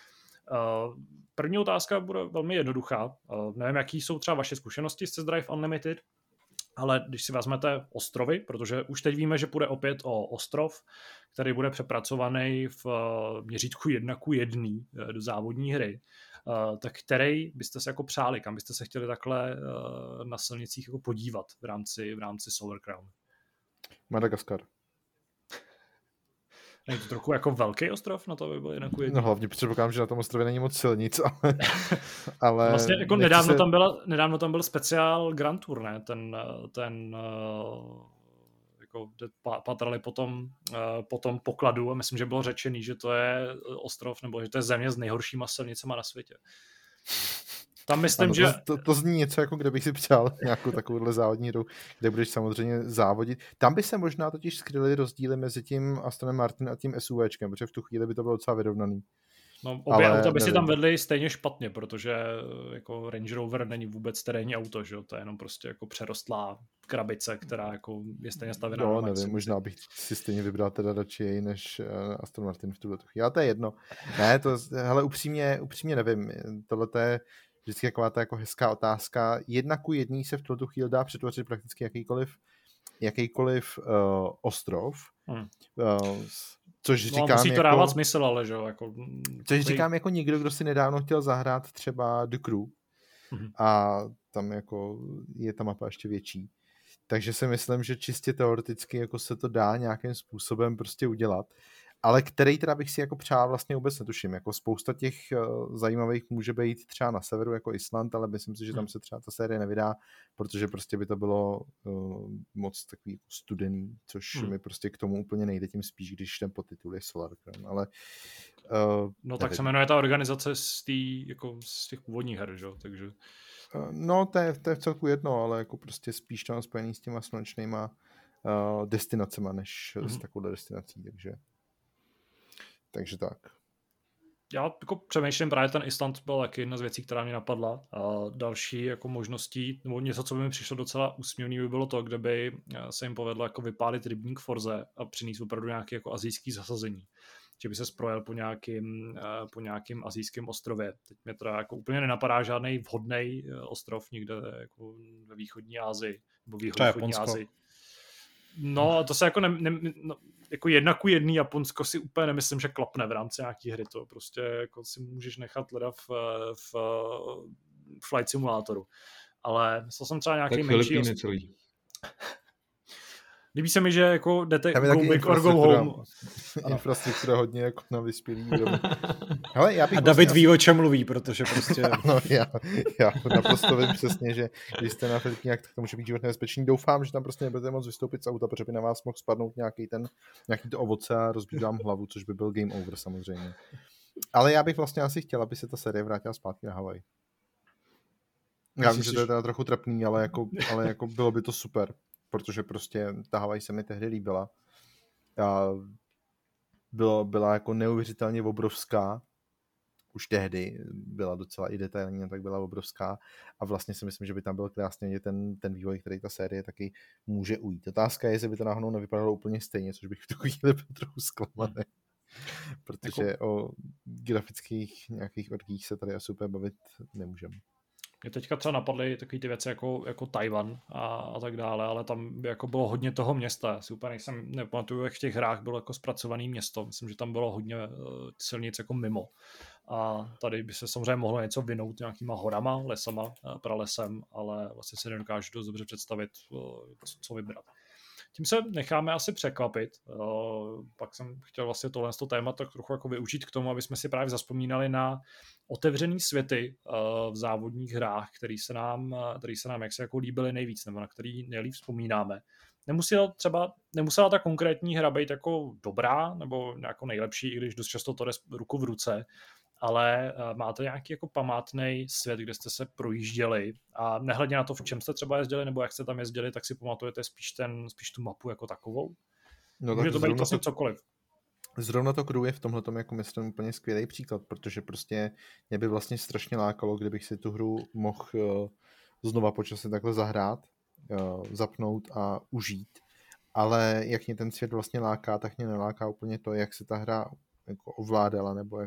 [SPEAKER 1] První otázka bude velmi jednoduchá. Nevím, jaký jsou třeba vaše zkušenosti s Test Drive Unlimited, ale když si vezmete ostrovy, protože už teď víme, že půjde opět o ostrov, který bude přepracovaný v měřítku 1:1 do závodní hry, tak který byste se jako přáli, kam byste se chtěli takhle na silnicích jako podívat v rámci Solar Crown?
[SPEAKER 3] Madagaskar.
[SPEAKER 1] Není to trochu jako velký ostrov na to, aby byl 1:1?
[SPEAKER 3] No hlavně předpokládám, že na tom ostrově není moc silnic, ale
[SPEAKER 1] vlastně jako nedávno tam byl speciál Grand Tour, ne? Ten jako patrali po tom pokladu a myslím, že bylo řečený, že to je ostrov nebo že to je země s nejhoršíma silnicema na světě. Tam myslím, že...
[SPEAKER 3] To zní něco, jako kde bych si přál nějakou takovouhle závodní hru, kde budeš samozřejmě závodit. Tam by se možná totiž skryly rozdíly mezi tím Astonem Martin a tím SUVčkem, protože v tu chvíli by to bylo docela vyrovnaný.
[SPEAKER 1] No, obě auta by si tam vedly stejně špatně, protože jako Range Rover není vůbec terénní auto, že? To je jenom prostě jako přerostlá krabice, která jako je stejně stavěná.
[SPEAKER 3] No, nevím, možná bych si stejně vybral teda radši než Aston Martin v tuhle chvíli. Ale to je jedno. Ne, hele, upřímně nevím. Tohle je vždycky taková ta jako hezká otázka. 1:1 se v tuto chvíli dá přetvořit prakticky jakýkoliv ostrov. Což říkám
[SPEAKER 1] musí to dávat smysl, ale že jo. Jako,
[SPEAKER 3] což říkám jako někdo, kdo si nedávno chtěl zahrát třeba The Crew a tam jako je ta mapa ještě větší. Takže si myslím, že čistě teoreticky jako se to dá nějakým způsobem prostě udělat. Ale který teda bych si jako přál vlastně vůbec netuším. Jako spousta těch zajímavých může být třeba na severu jako Island, ale myslím si, že tam se třeba ta série nevydá, protože prostě by to bylo moc takový studený, což mi prostě k tomu úplně nejde, tím spíš, když ten podtitul je Solar Crown. Ale
[SPEAKER 1] No tak se jmenuje ta organizace jako z těch původních her, že? Takže...
[SPEAKER 3] No, to je v celku jedno, ale jako prostě spíš tam spojený s těma slunečnýma destinacema, než s takovou destinací, takže tak.
[SPEAKER 1] Já jako přemýšlím, právě ten Island byl taky jedna z věcí, která mě napadla. A další jako možností, nebo něco, co by mi přišlo docela úsměvný, by bylo to, kde by se jim povedlo jako vypálit rybník Forze a přinést opravdu nějaké jako asijský zasazení. Že by se sprojel po nějakým asijském ostrově. Teď mě teda jako úplně nenapadá žádný vhodný ostrov někde jako ve východní Asii, nebo východní Asii. No, to se jako jako 1:1 Japonsko si úplně nemyslím, že klapne v rámci nějaký hry. To prostě jako si můžeš nechat leda v Flight Simulátoru. Ale myslel jsem třeba nějaký menší...
[SPEAKER 4] celý.
[SPEAKER 1] Líbí se mi, že jako jdete go big or go home.
[SPEAKER 3] Infrastruktura hodně jako na vyspělý úrovni. Hele, já bych
[SPEAKER 2] a David ví, o čem mluví, protože prostě...
[SPEAKER 3] Ano, já naprosto vím přesně, že když jste na Filipínách, tak to může být životně nebezpečný. Doufám, že tam prostě nebudete moc vystoupit z auta, protože by na vás mohl spadnout nějaký to ovoce a rozbít vám hlavu, což by byl game over samozřejmě. Ale já bych vlastně asi chtěl, aby se ta série vrátila zpátky na Havaj. Já vím, že to je teda trochu trapný, ale jako bylo by to super, protože prostě ta Havaj se mi tehdy líbila. Byla jako neuvěřitelně obrovská, už tehdy byla docela i detailní, tak byla obrovská a vlastně si myslím, že by tam byl krásně ten vývoj, který ta série taky může ujít. Otázka je, jestli by to náhodou nevypadalo úplně stejně, což bych v tu chvíli byl trochu zklamaný. Protože o grafických nějakých orgích se tady asi úplně bavit nemůžeme.
[SPEAKER 1] Mě teďka třeba napadly takové ty věci jako Tajvan a tak dále, ale tam by jako bylo hodně toho města. Si úplně nepamatuju, jak v těch hrách bylo jako zpracované město. Myslím, že tam bylo hodně silnic jako mimo. A tady by se samozřejmě mohlo něco vinout nějakýma horama, lesama, pralesem, ale vlastně se nedokážu dost dobře představit, co vybrat. Tím se necháme asi překvapit. Pak jsem chtěl vlastně tohle téma tak trochu jako využít k tomu, aby jsme si právě zazpomínali na otevřený světy v závodních hrách, který se nám jak se jako líbily nejvíc, nebo na který nejlíp vzpomínáme. Nemusela ta konkrétní hra být jako dobrá, nebo jako nejlepší, i když dost často to jde ruku v ruce, ale máte nějaký jako památný svět, kde jste se projížděli a nehledě na to, v čem jste třeba jezdili, nebo jak jste tam jezdili, tak si pamatujete spíš tu mapu jako takovou?
[SPEAKER 3] No,
[SPEAKER 1] může to být vlastně cokoliv.
[SPEAKER 3] Zrovna to Crew je v tomhletom jako myslím úplně skvělý příklad, protože prostě mě by vlastně strašně lákalo, kdybych si tu hru mohl znova po čase takhle zahrát, zapnout a užít. Ale jak mě ten svět vlastně láká, tak mě neláká úplně to, jak se ta hra jako ovládala, nebo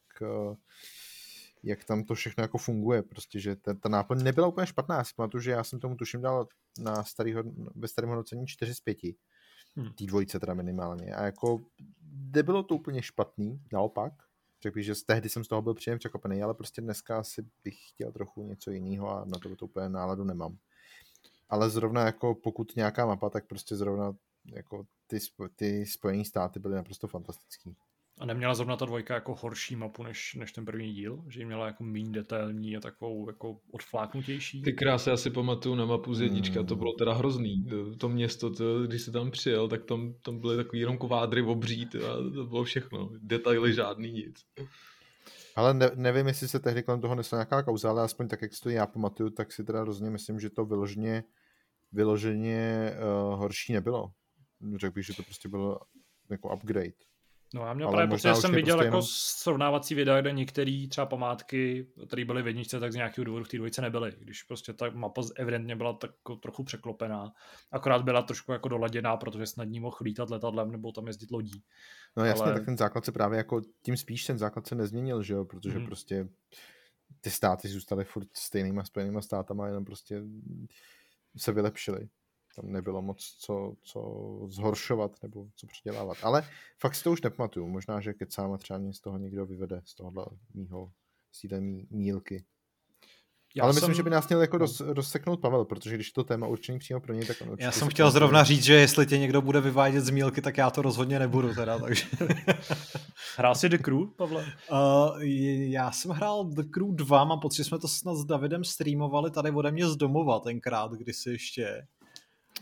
[SPEAKER 3] jak tam to všechno jako funguje. Prostě, že ta náplň nebyla úplně špatná. Já si pamatuju, že já jsem tomu tuším dal ve starém hodnocení 4 z 5. Tý dvojice teda minimálně. A jako nebylo to úplně špatný, naopak. Řekl bych, že tehdy jsem z toho byl příjemně překvapený, ale prostě dneska asi bych chtěl trochu něco jiného a na to úplně náladu nemám. Ale zrovna jako pokud nějaká mapa, tak prostě zrovna jako ty Spojené státy byly naprosto fantastický.
[SPEAKER 1] A neměla zrovna ta dvojka jako horší mapu než ten první díl? Že ji měla jako méně detailní a takovou jako odfláknutější?
[SPEAKER 4] Ty krásy, já si pamatuju na mapu z jednička, to bylo teda hrozný. To město, když se tam přijel, tak tam byly takový jenom kvádry obří a to bylo všechno. Detaily žádný, nic.
[SPEAKER 3] Ale nevím, jestli se tehdy kolem toho nesla nějaká kauza, ale aspoň tak, jak si to já pamatuju, tak si teda hrozně myslím, že to vyloženě horší nebylo. Řekl bych, že to prostě bylo jako upgrade.
[SPEAKER 1] No já měl právě pocit, že jsem viděl jako srovnávací videa, kde některé třeba památky, které byly v jedničce, tak z nějakého důvodu v té dvojce nebyly. Když prostě ta mapa evidentně byla tak trochu překlopená. Akorát byla trošku jako doladěná, protože snad ní mohl lítat letadlem nebo tam jezdit lodí.
[SPEAKER 3] No jasně, tak ten základ se právě jako tím spíš ten základ se nezměnil, že jo, protože prostě ty státy zůstaly furt stejnýma Spojenýma státama, jenom prostě se vylepšily. Tam nebylo moc co zhoršovat nebo co předělávat. Ale fakt si to už nepamatuju. Možná, že kecám a třeba mě z toho někdo vyvede z tohohle mílky. Ale myslím, že by nás měl jako rozseknout Pavel, protože když to téma určený přímo pro něj, tak on určitě...
[SPEAKER 2] Já jsem chtěl zrovna říct, že jestli tě někdo bude vyvádět z mílky, tak já to rozhodně nebudu teda, takže...
[SPEAKER 1] Hrál jsi The Crew, Pavle?
[SPEAKER 2] Já jsem hrál The Crew 2, mám pocit, že jsme to snad s Davidem streamovali tady ode mě z domova tenkrát, kdysi ještě.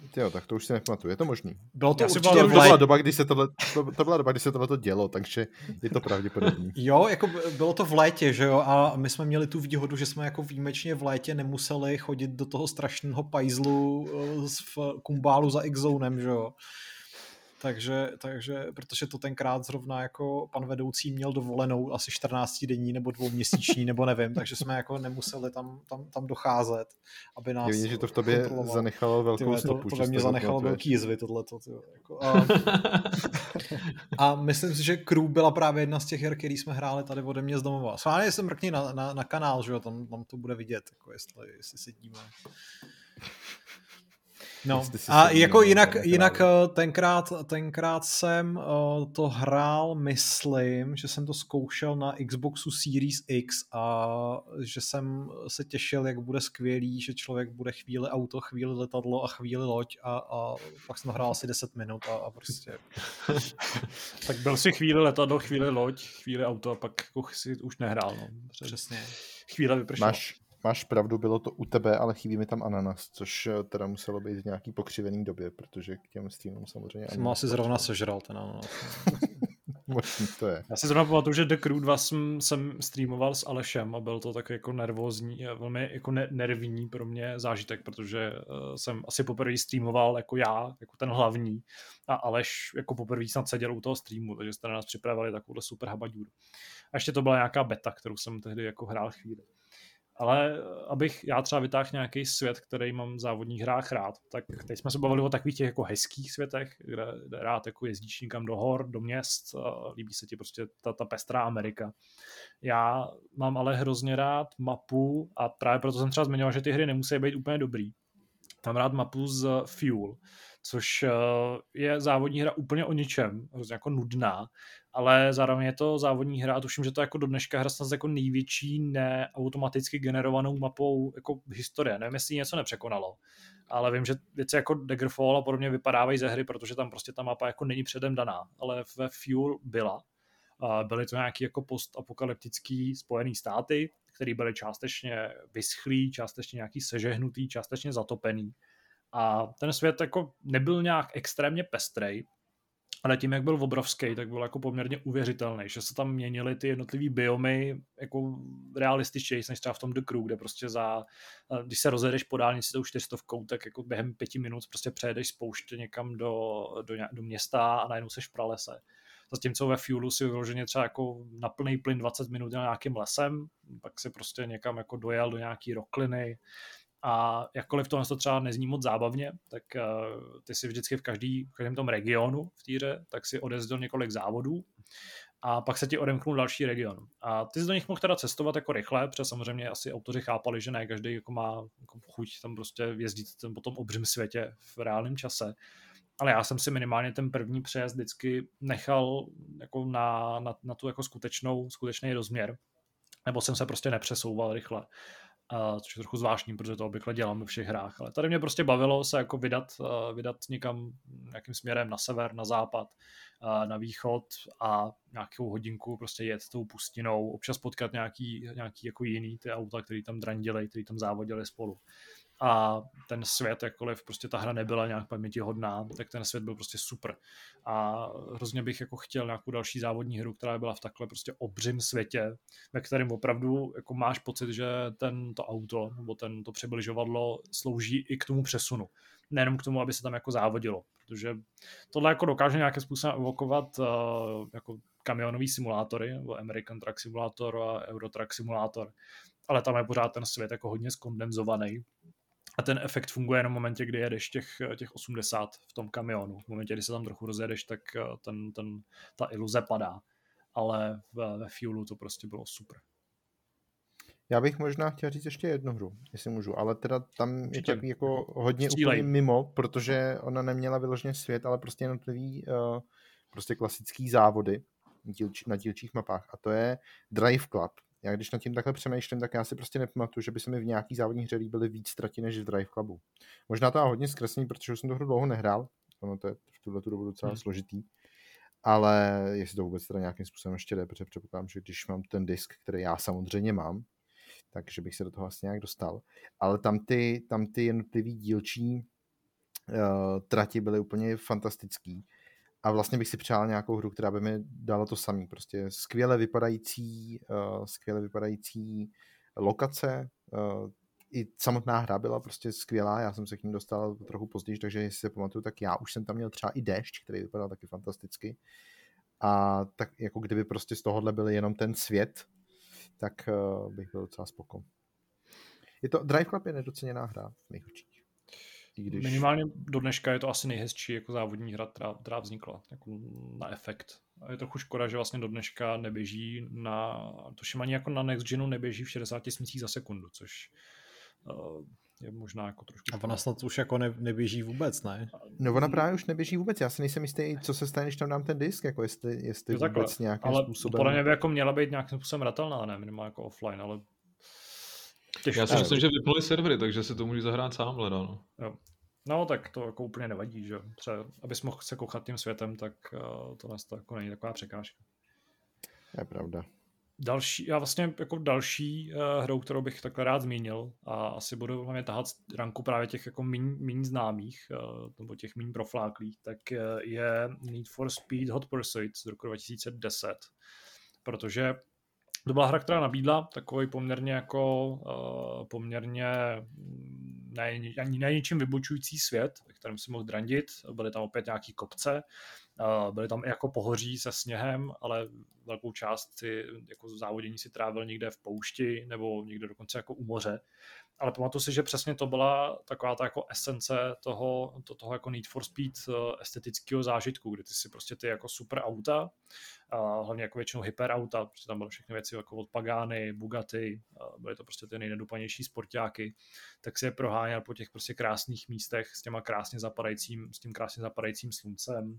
[SPEAKER 3] Jo, tak to už si nepamatuju, je to možný.
[SPEAKER 2] Bylo to
[SPEAKER 1] Já si
[SPEAKER 2] určitě
[SPEAKER 3] To
[SPEAKER 2] v
[SPEAKER 3] byla
[SPEAKER 2] létě.
[SPEAKER 3] doba, kdy se tohle dělo, takže je to pravděpodobný.
[SPEAKER 2] Jo, jako bylo to v létě, že jo, a my jsme měli tu výhodu, že jsme jako výjimečně v létě nemuseli chodit do toho strašného pajzlu v Kumbálu za X-Zonem, že jo. Takže, protože to tenkrát zrovna jako pan vedoucí měl dovolenou asi 14 denní nebo 2měsíční, nebo nevím, takže jsme jako nemuseli tam docházet, aby nás
[SPEAKER 3] Je, že to v tobě
[SPEAKER 2] kontroloval.
[SPEAKER 3] zanechalo velkou
[SPEAKER 2] Tyhle,
[SPEAKER 3] stopu.
[SPEAKER 2] to
[SPEAKER 3] že
[SPEAKER 2] ve mně
[SPEAKER 3] jsi to
[SPEAKER 2] zanechalo
[SPEAKER 3] pamatuješ.
[SPEAKER 2] velký jizvy, tohleto. Jako, a myslím si, že Crew byla právě jedna z těch her, který jsme hráli tady ode mě z domova. Schválně jsem mrkni na kanál, že jo, tam to bude vidět, jako jestli sedíme. No, a jako jinak tenkrát jsem to hrál, myslím, že jsem to zkoušel na Xboxu Series X a že jsem se těšil, jak bude skvělý, že člověk bude chvíli auto, chvíli letadlo a chvíli loď a pak jsem hrál asi 10 minut a prostě...
[SPEAKER 1] Tak byl si chvíli letadlo, chvíli loď, chvíli auto a pak jako si už nehrál. No.
[SPEAKER 2] Přesně.
[SPEAKER 1] Chvíle vypršela.
[SPEAKER 3] Máš pravdu, bylo to u tebe, ale chybí mi tam ananas, což teda muselo být v nějaký pokřivený době, protože k těm streamům samozřejmě...
[SPEAKER 2] Jsem asi zrovna sežral ten ananas.
[SPEAKER 3] Možný to je.
[SPEAKER 1] Já si zrovna pamatuju, že The Crew 2 jsem streamoval s Alešem a byl to tak jako nervózní a velmi jako nervní pro mě zážitek, protože jsem asi poprvé streamoval jako já, jako ten hlavní a Aleš jako poprvé snad seděl u toho streamu, takže jste na nás připravili takovouhle super habaďůru. A ještě to byla nějaká beta, kterou jsem tehdy jako hrál chvíli. Ale abych já třeba vytáhl nějaký svět, který mám v závodních hrách rád, tak teď jsme se bavili o takových těch jako hezkých světech, kde rád jako jezdíš někam do hor, do měst, líbí se ti prostě ta pestrá Amerika. Já mám ale hrozně rád mapu a právě proto jsem třeba zmiňoval, že ty hry nemusí být úplně dobrý. Mám rád mapu z Fuel, což je závodní hra úplně o ničem, hrozně jako nudná, ale zároveň je to závodní hra a tuším, že to jako do dneška hra snad jako největší neautomaticky generovanou mapou jako historie. Nevím, jestli něco nepřekonalo, ale vím, že věci jako Daggerfall a podobně vypadávají ze hry, protože tam prostě ta mapa jako není předem daná, ale ve Fuel byla. Byly to nějaký jako postapokalyptický Spojený státy, které byly částečně vyschlý, částečně nějaký sežehnutý, částečně zatopený. A ten svět jako nebyl nějak extrémně pestrej, ale tím, jak byl obrovský, tak byl jako poměrně uvěřitelný, že se tam měnily ty jednotlivý biomy jako realističtěji, než třeba v tom The Crew, kde prostě když se rozjedeš po dálnici tou 400, tak jako během 5 minut prostě přejedeš z pouště někam do města a najednou seš v pralese. Zatímco ve Fuelu si vyloženě třeba jako na plný plyn 20 minut na nějakým lesem, pak si prostě někam jako dojel do nějaký rokliny a jakkoliv tohle to třeba nezní moc zábavně, tak ty si vždycky v každém tom regionu v týře, tak si odjezdil několik závodů a pak se ti odemknul další region. A ty jsi do nich mohl teda cestovat jako rychle, protože samozřejmě asi autoři chápali, že ne každý jako má jako chuť tam prostě jezdit po tom obřím světě v reálném čase. Ale já jsem si minimálně ten první přejezd vždycky nechal jako na tu jako skutečný rozměr, nebo jsem se prostě nepřesouval rychle. Což je trochu zvláštní, protože to obvykle dělám ve všech hrách, ale tady mě prostě bavilo se jako vydat někam nějakým směrem na sever, na západ, na východ a nějakou hodinku prostě jet tou pustinou, občas potkat nějaký jako jiný ty auta, který tam drandili, který tam závodili spolu. A ten svět, jakkoliv prostě ta hra nebyla nějak pamětihodná, tak ten svět byl prostě super. A hrozně bych jako chtěl nějakou další závodní hru, která byla v takhle prostě obřím světě, ve kterém opravdu jako máš pocit, že to auto nebo to přibližovadlo slouží i k tomu přesunu. Nejenom k tomu, aby se tam jako závodilo. Protože tohle jako dokáže nějakým způsobem evokovat jako kamionový simulátory, nebo American Truck Simulator a Euro Truck Simulator, ale tam je pořád ten svět jako hodně skondenzovaný. A ten efekt funguje jenom v momentě, kdy jedeš těch 80 v tom kamionu. V momentě, kdy se tam trochu rozjedeš, tak ta iluze padá. Ale ve Fuelu to prostě bylo super.
[SPEAKER 3] Já bych možná chtěl říct ještě jednu hru, jestli můžu, ale teda tam je takový jako hodně úplně mimo, protože ona neměla vyloženě svět, ale prostě jednotlivý prostě klasický závody na dílčích mapách a to je Drive Club. Já když nad tím takhle přemýšlím, tak já si prostě nepamatuju, že by se mi v nějaký závodní hře líbily víc ztratí než v Drive Clubu. Možná to je hodně zkreslený, protože už jsem tu hru dlouho nehrál, ono to je v tuhletu dobu docela složitý, ale jestli to vůbec teda nějakým způsobem ještě jde, protože předpokládám, že když mám ten disk, který já samozřejmě mám, takže bych se do toho asi nějak dostal. Ale tam ty jednotlivý dílčí trati byly úplně fantastický. A vlastně bych si přál nějakou hru, která by mi dala to samý. Prostě skvěle vypadající lokace, i samotná hra byla prostě skvělá, já jsem se k ní dostal trochu později, takže jestli se pamatuju, tak já už jsem tam měl třeba i déšť, který vypadal taky fantasticky. A tak jako kdyby prostě z tohohle byl jenom ten svět, tak bych byl docela spoko. Drive Club je nedoceněná hra v mých očích.
[SPEAKER 1] Když... Minimálně do dneška je to asi nejhezčí jako závodní hra, která vznikla jako na efekt. A je trochu škoda, že vlastně do dneška neběží tuším ani jako na Next Genu neběží v 60 snímcích za sekundu, což je možná jako trošku...
[SPEAKER 2] A ona snad už jako neběží vůbec, ne?
[SPEAKER 3] No ona právě už neběží vůbec, já si nejsem jistý, co se stane, když tam dám ten disk, jako jestli vůbec nějakým způsobem...
[SPEAKER 1] Ale podle mě by jako měla být nějakým způsobem hratelná, ne minimálně jako offline, ale...
[SPEAKER 4] Já si myslím, že vypnuli servery, takže si to můžeš zahrát sám, no.
[SPEAKER 1] Jo. No, tak to jako úplně nevadí, že? Třeba, abys mohl se koukat tím světem, tak tohle jako není taková překážka.
[SPEAKER 3] Je pravda.
[SPEAKER 1] Další hrou, kterou bych takhle rád zmínil a asi budu hlavně tahat ranku právě těch jako míň známých, nebo těch míň profláklých, tak je Need for Speed Hot Pursuit z roku 2010, protože to byla hra, která nabídla takový poměrně ne ničím vybočující svět, ve kterém si mohl drandit. Byly tam opět nějaký kopce, byly tam i jako pohoří se sněhem, ale velkou část jako závodění si trávil někde v poušti nebo někde dokonce jako u moře. Ale pamatuju si, že přesně to byla taková ta jako esence toho jako Need for Speed estetického zážitku, kdy ty si prostě ty jako super auta, hlavně jako většinou hyperauta, protože tam byly všechny věci jako od Pagany, Bugatti, byly to prostě ty nejnedupanější sportáky, tak si je proháněl po těch prostě krásných místech s tím krásně zapadajícím sluncem.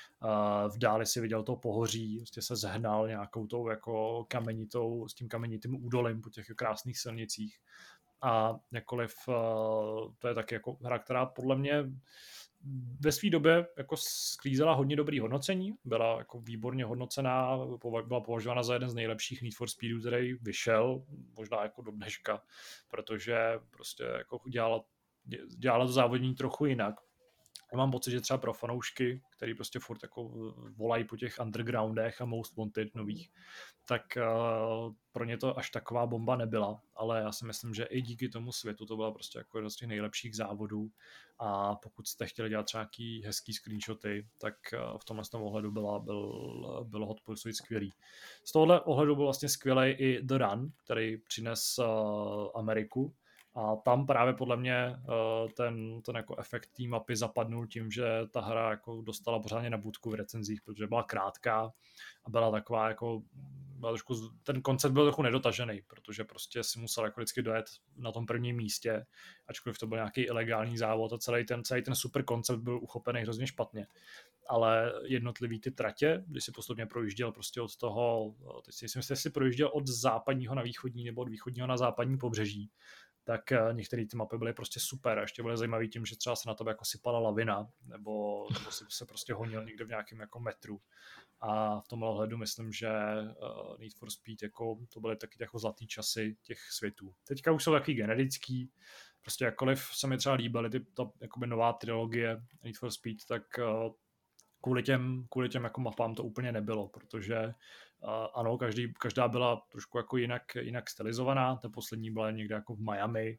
[SPEAKER 1] V dáli si viděl to pohoří, prostě se zhnal nějakou tou jako s tím kamenitým údolím po těch krásných silnicích. A jakkoliv to je taky jako hra, která podle mě ve své době jako sklízela hodně dobrý hodnocení, byla jako výborně hodnocená, byla považována za jeden z nejlepších Need for Speedů, který vyšel, možná jako do dneška, protože prostě jako dělala to závodní trochu jinak. Já mám pocit, že třeba pro fanoušky, který prostě furt jako volají po těch undergroundech a Most Wanted nových, tak pro ně to až taková bomba nebyla, ale já si myslím, že i díky tomu světu to byla prostě jako jeden z těch nejlepších závodů a pokud jste chtěli dělat třeba nějaký hezký screenshoty, tak v tomhle ohledu bylo Hot Pursuit skvělý. Z tohohle ohledu byl vlastně skvělý i The Run, který přines Ameriku. A tam právě podle mě ten jako efekt té mapy zapadnul tím, že ta hra jako dostala pořádně nabídku v recenzích, protože byla krátká a byla taková jako, ten koncept byl trochu nedotažený, protože prostě si musel jako vždycky dojet na tom prvním místě, ačkoliv to byl nějaký ilegální závod a celý ten super koncept byl uchopený hrozně špatně. Ale jednotlivý ty tratě, když si postupně projížděl prostě od toho, teď si myslím, že si projížděl od západního na východní nebo od východního na západní pobřeží, tak některé ty mapy byly prostě super a ještě byly zajímavý tím, že třeba se na tebe jako sypala lavina nebo si se prostě honil někde v nějakém jako metru. A v tomhle ohledu myslím, že Need for Speed jako, to byly taky jako zlatý časy těch světů. Teďka už jsou takový generický, prostě jakkoliv se mi třeba líbily ta jakoby nová trilogie Need for Speed, tak kvůli těm jako mapám to úplně nebylo, protože ano, každá byla trošku jako jinak stylizovaná, ta poslední byla někde jako v Miami,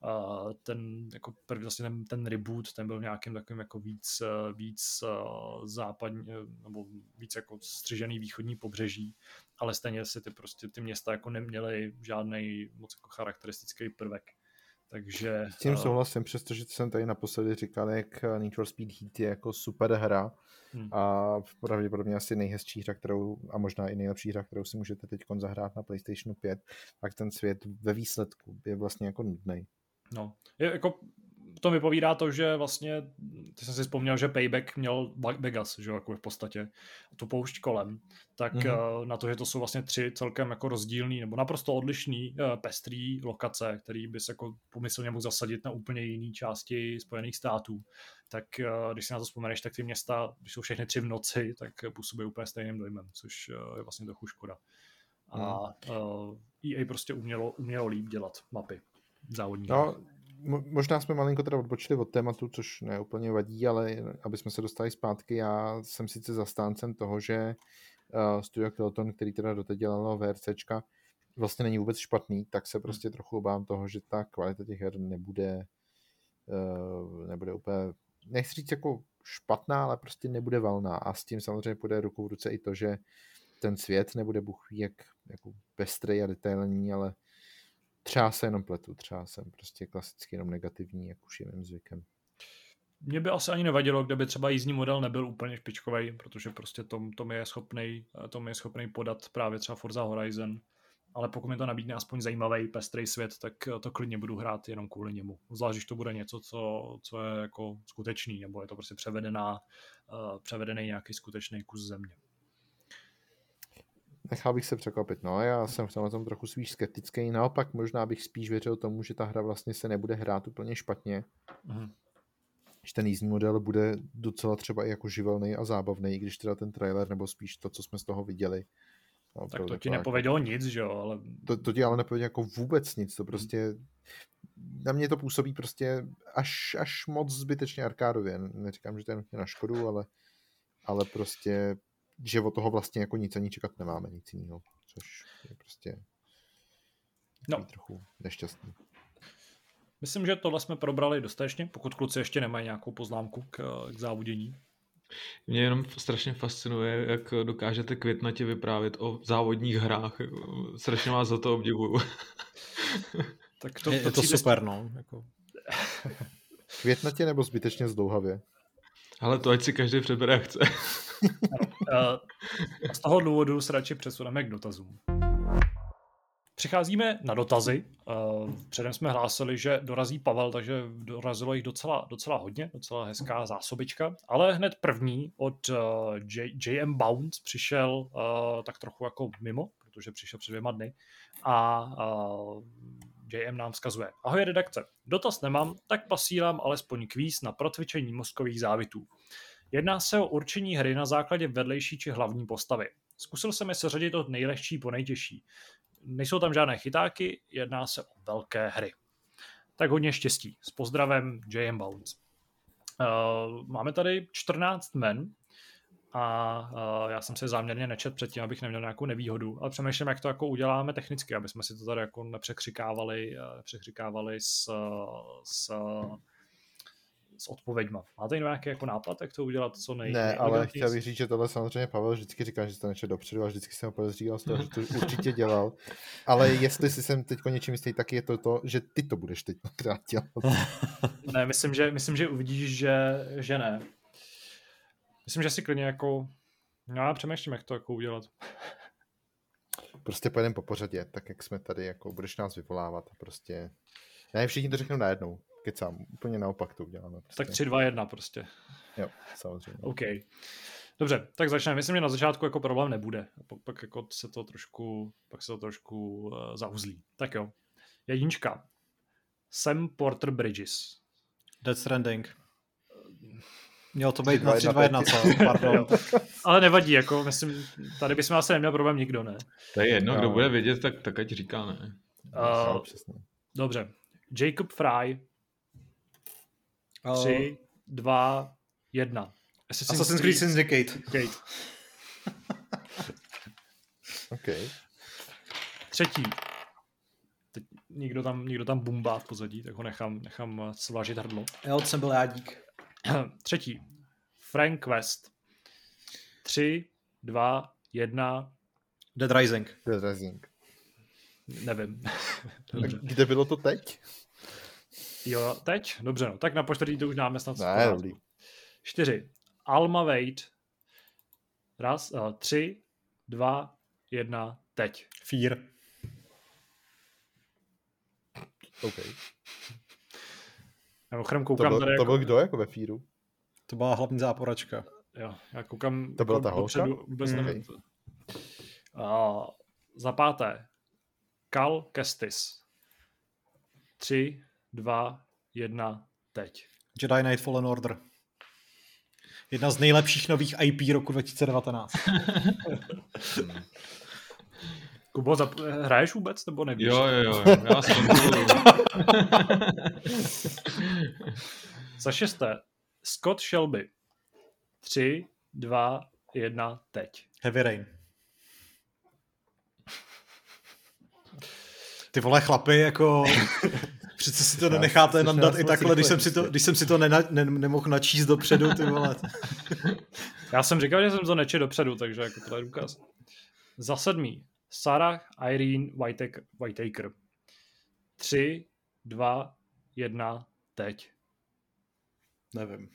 [SPEAKER 1] ten reboot, ten byl v nějakým takovým jako víc západní, nebo víc jako střižený východní pobřeží, ale stejně si ty města jako neměly žádnej moc jako charakteristický prvek. Takže,
[SPEAKER 3] s tím souhlasím, přestože jsem tady naposledy říkal, jak Need for Speed Heat je jako super hra a pravděpodobně asi nejhezčí hra, a možná i nejlepší hra, kterou si můžete teď zahrát na PlayStation 5, tak ten svět ve výsledku je vlastně jako nudnej.
[SPEAKER 1] No, to vypovídá to, že vlastně, ty jsem si vzpomněl, že Payback měl Vegas, že jako v podstatě, tu poušť kolem, tak na to, že to jsou vlastně 3 celkem jako rozdílný nebo naprosto odlišný pestrý lokace, který bys jako pomyslně mohl zasadit na úplně jiný části Spojených států, tak když si na to vzpomeneš, tak ty města, když jsou všechny 3 v noci, tak působí úplně stejným dojmem, což je vlastně trochu škoda. A EA prostě umělo líp dělat mapy závodní.
[SPEAKER 3] No, Možná jsme malinko teda odbočili od tématu, což neúplně vadí, ale aby jsme se dostali zpátky, já jsem sice zastáncem toho, že Studio Kiloton, který teda doteď dělalo VRCčka, vlastně není vůbec špatný, tak se prostě trochu obávám toho, že ta kvalita těch her nebude úplně, nechci říct jako špatná, ale prostě nebude valná a s tím samozřejmě půjde ruku v ruce i to, že ten svět nebude bůh ví jak jako pestrej a detailní, ale třeba se jenom pletu, třeba jsem prostě klasicky jenom negativní, jak už je mým zvykem.
[SPEAKER 1] Mně by asi ani nevadilo, kdyby třeba jízdní model nebyl úplně špičkový, protože prostě Tom je schopný podat právě třeba Forza Horizon, ale pokud mi to nabídne aspoň zajímavý pestrý svět, tak to klidně budu hrát jenom kvůli němu. Zvlášť, když to bude něco, co je jako skutečný, nebo je to prostě převedený nějaký skutečný kus země.
[SPEAKER 3] Nechal bych se překvapit, no, já jsem v tom trochu spíš skeptický, naopak možná bych spíš věřil tomu, že ta hra vlastně se nebude hrát úplně špatně, že ten jízdní model bude docela třeba i jako živelný a zábavný, když teda ten trailer, nebo spíš to, co jsme z toho viděli. No,
[SPEAKER 1] tak to ti nepovědělo jako, nic, že jo? Ale...
[SPEAKER 3] To ti ale nepovědělo jako vůbec nic, to prostě na mě to působí prostě až moc zbytečně arkádově, neříkám, že to je nutně na škodu, ale prostě že od toho vlastně jako nic ani čekat nemáme, nic jiného, což je prostě trochu nešťastný.
[SPEAKER 1] Myslím, že tohle jsme probrali dostatečně, pokud kluci ještě nemají nějakou poznámku k závodění.
[SPEAKER 4] Mě jenom strašně fascinuje, jak dokážete květnatě vyprávět o závodních hrách. Strašně vás za to obdivuju.
[SPEAKER 2] Tak to je to super, no. Jako...
[SPEAKER 3] Květnatě nebo zbytečně zdlouhavě?
[SPEAKER 4] Ale to ať si každý přebere, jak chce.
[SPEAKER 1] A z toho důvodu se radši přesuneme k dotazům. Přicházíme na dotazy. Předem jsme hlásili, že dorazí Pavel, takže dorazilo jich docela hodně, docela hezká zásobička. Ale hned první od JM Bounce přišel tak trochu jako mimo, protože přišel před 2 dny. A JM nám vzkazuje. Ahoj redakce, dotaz nemám, tak pasílám alespoň kvíz na protvičení mozkových závitů. Jedná se o určení hry na základě vedlejší či hlavní postavy. Zkusil jsem je seřadit od nejlehčí po nejtěžší. Nejsou tam žádné chytáky, jedná se o velké hry. Tak hodně štěstí. S pozdravem JM Bounce. Máme tady 14 men a já jsem se záměrně nečet předtím, abych neměl nějakou nevýhodu, ale přemýšlím, jak to jako uděláme technicky, aby jsme si to tady jako nepřekřikávali s odpověďma. Máte nějaký jako nápad, jak to udělat co
[SPEAKER 3] Ne, ale chtěl bych říct, že tohle samozřejmě Pavel vždycky říká, že to nečet dopředu a vždycky jsem ho podezříval z toho, že to určitě dělal. Ale jestli si jsem teď něčím jistý, tak je to, že ty to budeš teď dělat.
[SPEAKER 1] Ne, myslím, že uvidíš, že ne. Myslím, že si klidně jako... Já přemýšlím, jak to jako udělat.
[SPEAKER 3] Prostě pojedeme po pořadě, tak jak jsme tady, jako budeš nás vyvolávat a prostě... Ne, všichni to řeknou najednou. Kecám, úplně naopak to uděláme. Prostě.
[SPEAKER 1] Tak 3, 2, 1 prostě.
[SPEAKER 3] Jo, samozřejmě.
[SPEAKER 1] OK. Dobře, tak začneme. Myslím, že na začátku jako problém nebude. Pak jako se to trošku zauzlí. Tak jo. Jednička. Sam Porter Bridges.
[SPEAKER 2] Death Stranding. Mělo to být na 3, 2, 1, co? Pardon.
[SPEAKER 1] Ale nevadí, jako myslím, tady bychom asi neměl problém nikdo, ne?
[SPEAKER 4] To je jedno, kdo bude vědět, tak ať říká ne.
[SPEAKER 1] Dobře. Jacob Fry. 3, 2, 1.
[SPEAKER 2] Assassin's Creed Syndicate.
[SPEAKER 3] OK.
[SPEAKER 1] Třetí. Teď někdo tam bumbá v pozadí, tak ho nechám svážit hrdlo.
[SPEAKER 2] Jo, to jsem byl jádík.
[SPEAKER 1] Třetí. Frank West. 3, 2, 1.
[SPEAKER 2] Dead Rising.
[SPEAKER 1] Nevím.
[SPEAKER 3] Kde bylo to teď?
[SPEAKER 1] Jo, teď? Dobře, no. Tak na poštvrtý to už dáme snad.
[SPEAKER 3] Ne,
[SPEAKER 1] 4. Alma Wade. 3, 2, 1, teď.
[SPEAKER 2] Fear.
[SPEAKER 3] OK.
[SPEAKER 1] Mimochodem koukám tady
[SPEAKER 3] to byl kdo jako ve Fearu?
[SPEAKER 2] To byla hlavní záporačka.
[SPEAKER 1] Jo, já koukám...
[SPEAKER 3] To byla ta holka?
[SPEAKER 1] Vůbec nevím. Za 5. Cal Kestis. 3, 2, 1, teď.
[SPEAKER 2] Jedi Knight Fallen Order. Jedna z nejlepších nových IP roku 2019.
[SPEAKER 1] Kubo, hraješ vůbec, nebo nevíš?
[SPEAKER 4] Jo, já jsem
[SPEAKER 1] Za 6. Scott Shelby. 3, 2, 1, teď.
[SPEAKER 2] Heavy Rain. Ty vole chlapi, jako... Přece si to nenecháte nandat i takhle, když jsem si to nemohl načíst dopředu, ty vole.
[SPEAKER 1] Já jsem říkal, že jsem to nečetl dopředu, takže jako tohle je důkaz. Za 7. Sarah Irene Whitaker. 3, 2, 1, teď.
[SPEAKER 2] Nevím.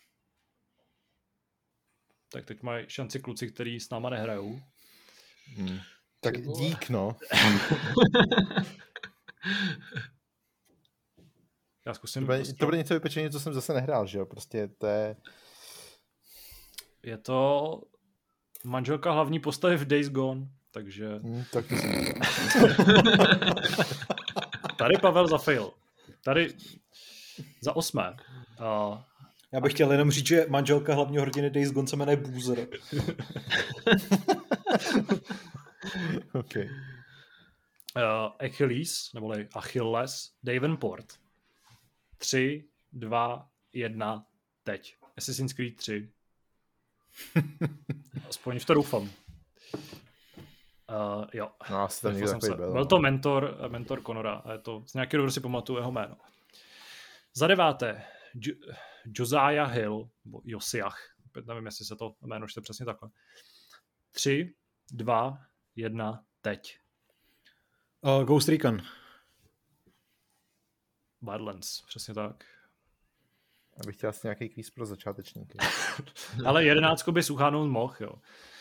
[SPEAKER 1] Tak teď mají šanci kluci, kteří s náma nehrajou.
[SPEAKER 3] Tak dík, no.
[SPEAKER 1] Já zkusím...
[SPEAKER 3] To bude něco vypečení, co jsem zase nehrál, že jo? Prostě to je...
[SPEAKER 1] Je to manželka hlavní postavy v Days Gone, takže...
[SPEAKER 3] Tak to jsem...
[SPEAKER 1] Tady Pavel zafail. Tady za 8.
[SPEAKER 2] Já bych chtěl jenom říct, že manželka hlavního hrdiny Days Gone se jmenuje Boozer.
[SPEAKER 3] Okay.
[SPEAKER 1] Achilles Davenport. 3, 2, 1, teď. Assassin's Creed 3. Aspoň v to doufám. Jo.
[SPEAKER 3] No, asi tam někdo takový byl.
[SPEAKER 1] Byl to mentor Conora. A je to, z nějakého důvodu si pamatuju jeho jméno. Za 9. Josiah Hill, nebo Josiah. Opět nevím, jestli se to jméno čte přesně takhle. 3, 2, 1, teď.
[SPEAKER 2] Ghost Recon.
[SPEAKER 1] Badlands, přesně tak.
[SPEAKER 3] Já bych chtěl asi nějaký kvíz pro začátečníky.
[SPEAKER 1] Ale 11 bys uchánout mohl, jo.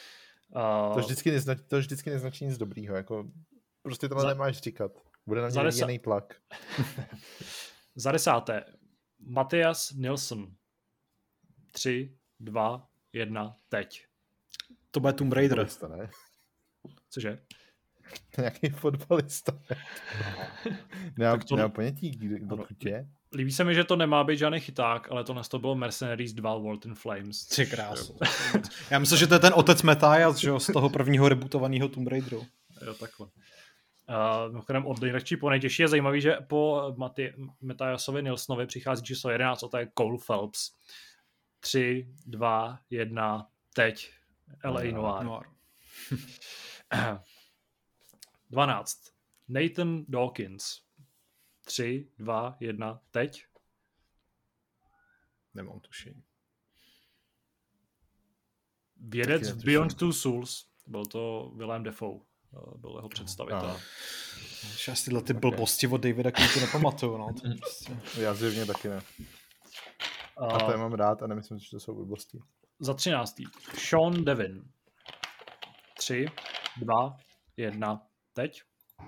[SPEAKER 3] To vždycky neznačí nic dobrýho, jako prostě tohle nemáš říkat. Bude na mě vyvíjený tlak.
[SPEAKER 1] Za 10. Mattias Nilsson. 3, 2, 1, teď.
[SPEAKER 2] To bude Tomb Raider.
[SPEAKER 3] Ne?
[SPEAKER 1] Cože?
[SPEAKER 3] Nějaký fotbalista. Nemám ponětí, kdo to je.
[SPEAKER 1] Líbí se mi, že to nemá být žádný chyták, ale to bylo Mercenaries 2 World in Flames.
[SPEAKER 2] Ty krásu. Já myslím, že to je ten otec Matthias, že jo, z toho prvního rebootovaného Tomb Raideru.
[SPEAKER 1] Jo, takhle. Mimochodem od nejlehčí po nejtěžší je zajímavý, že po Matthiasovi Nilssonovi přichází číslo 11 a to je Cole Phelps. 3, 2, 1, teď. L.A. Noir. 12. Nathan Dawkins. 3, 2, 1, teď.
[SPEAKER 2] Nemám tušení.
[SPEAKER 1] Vědec v Beyond Two Souls. Byl to Willem Dafoe. Byl jeho představitel.
[SPEAKER 2] Já si tyhle ty blbosti od Davida Cage nepamatuju. No. Prostě...
[SPEAKER 3] Já zjevně taky ne. A to je mám rád a nemyslím, že to jsou blbosti.
[SPEAKER 1] Za 13. Sean Devin. 3, 2, 1, teď.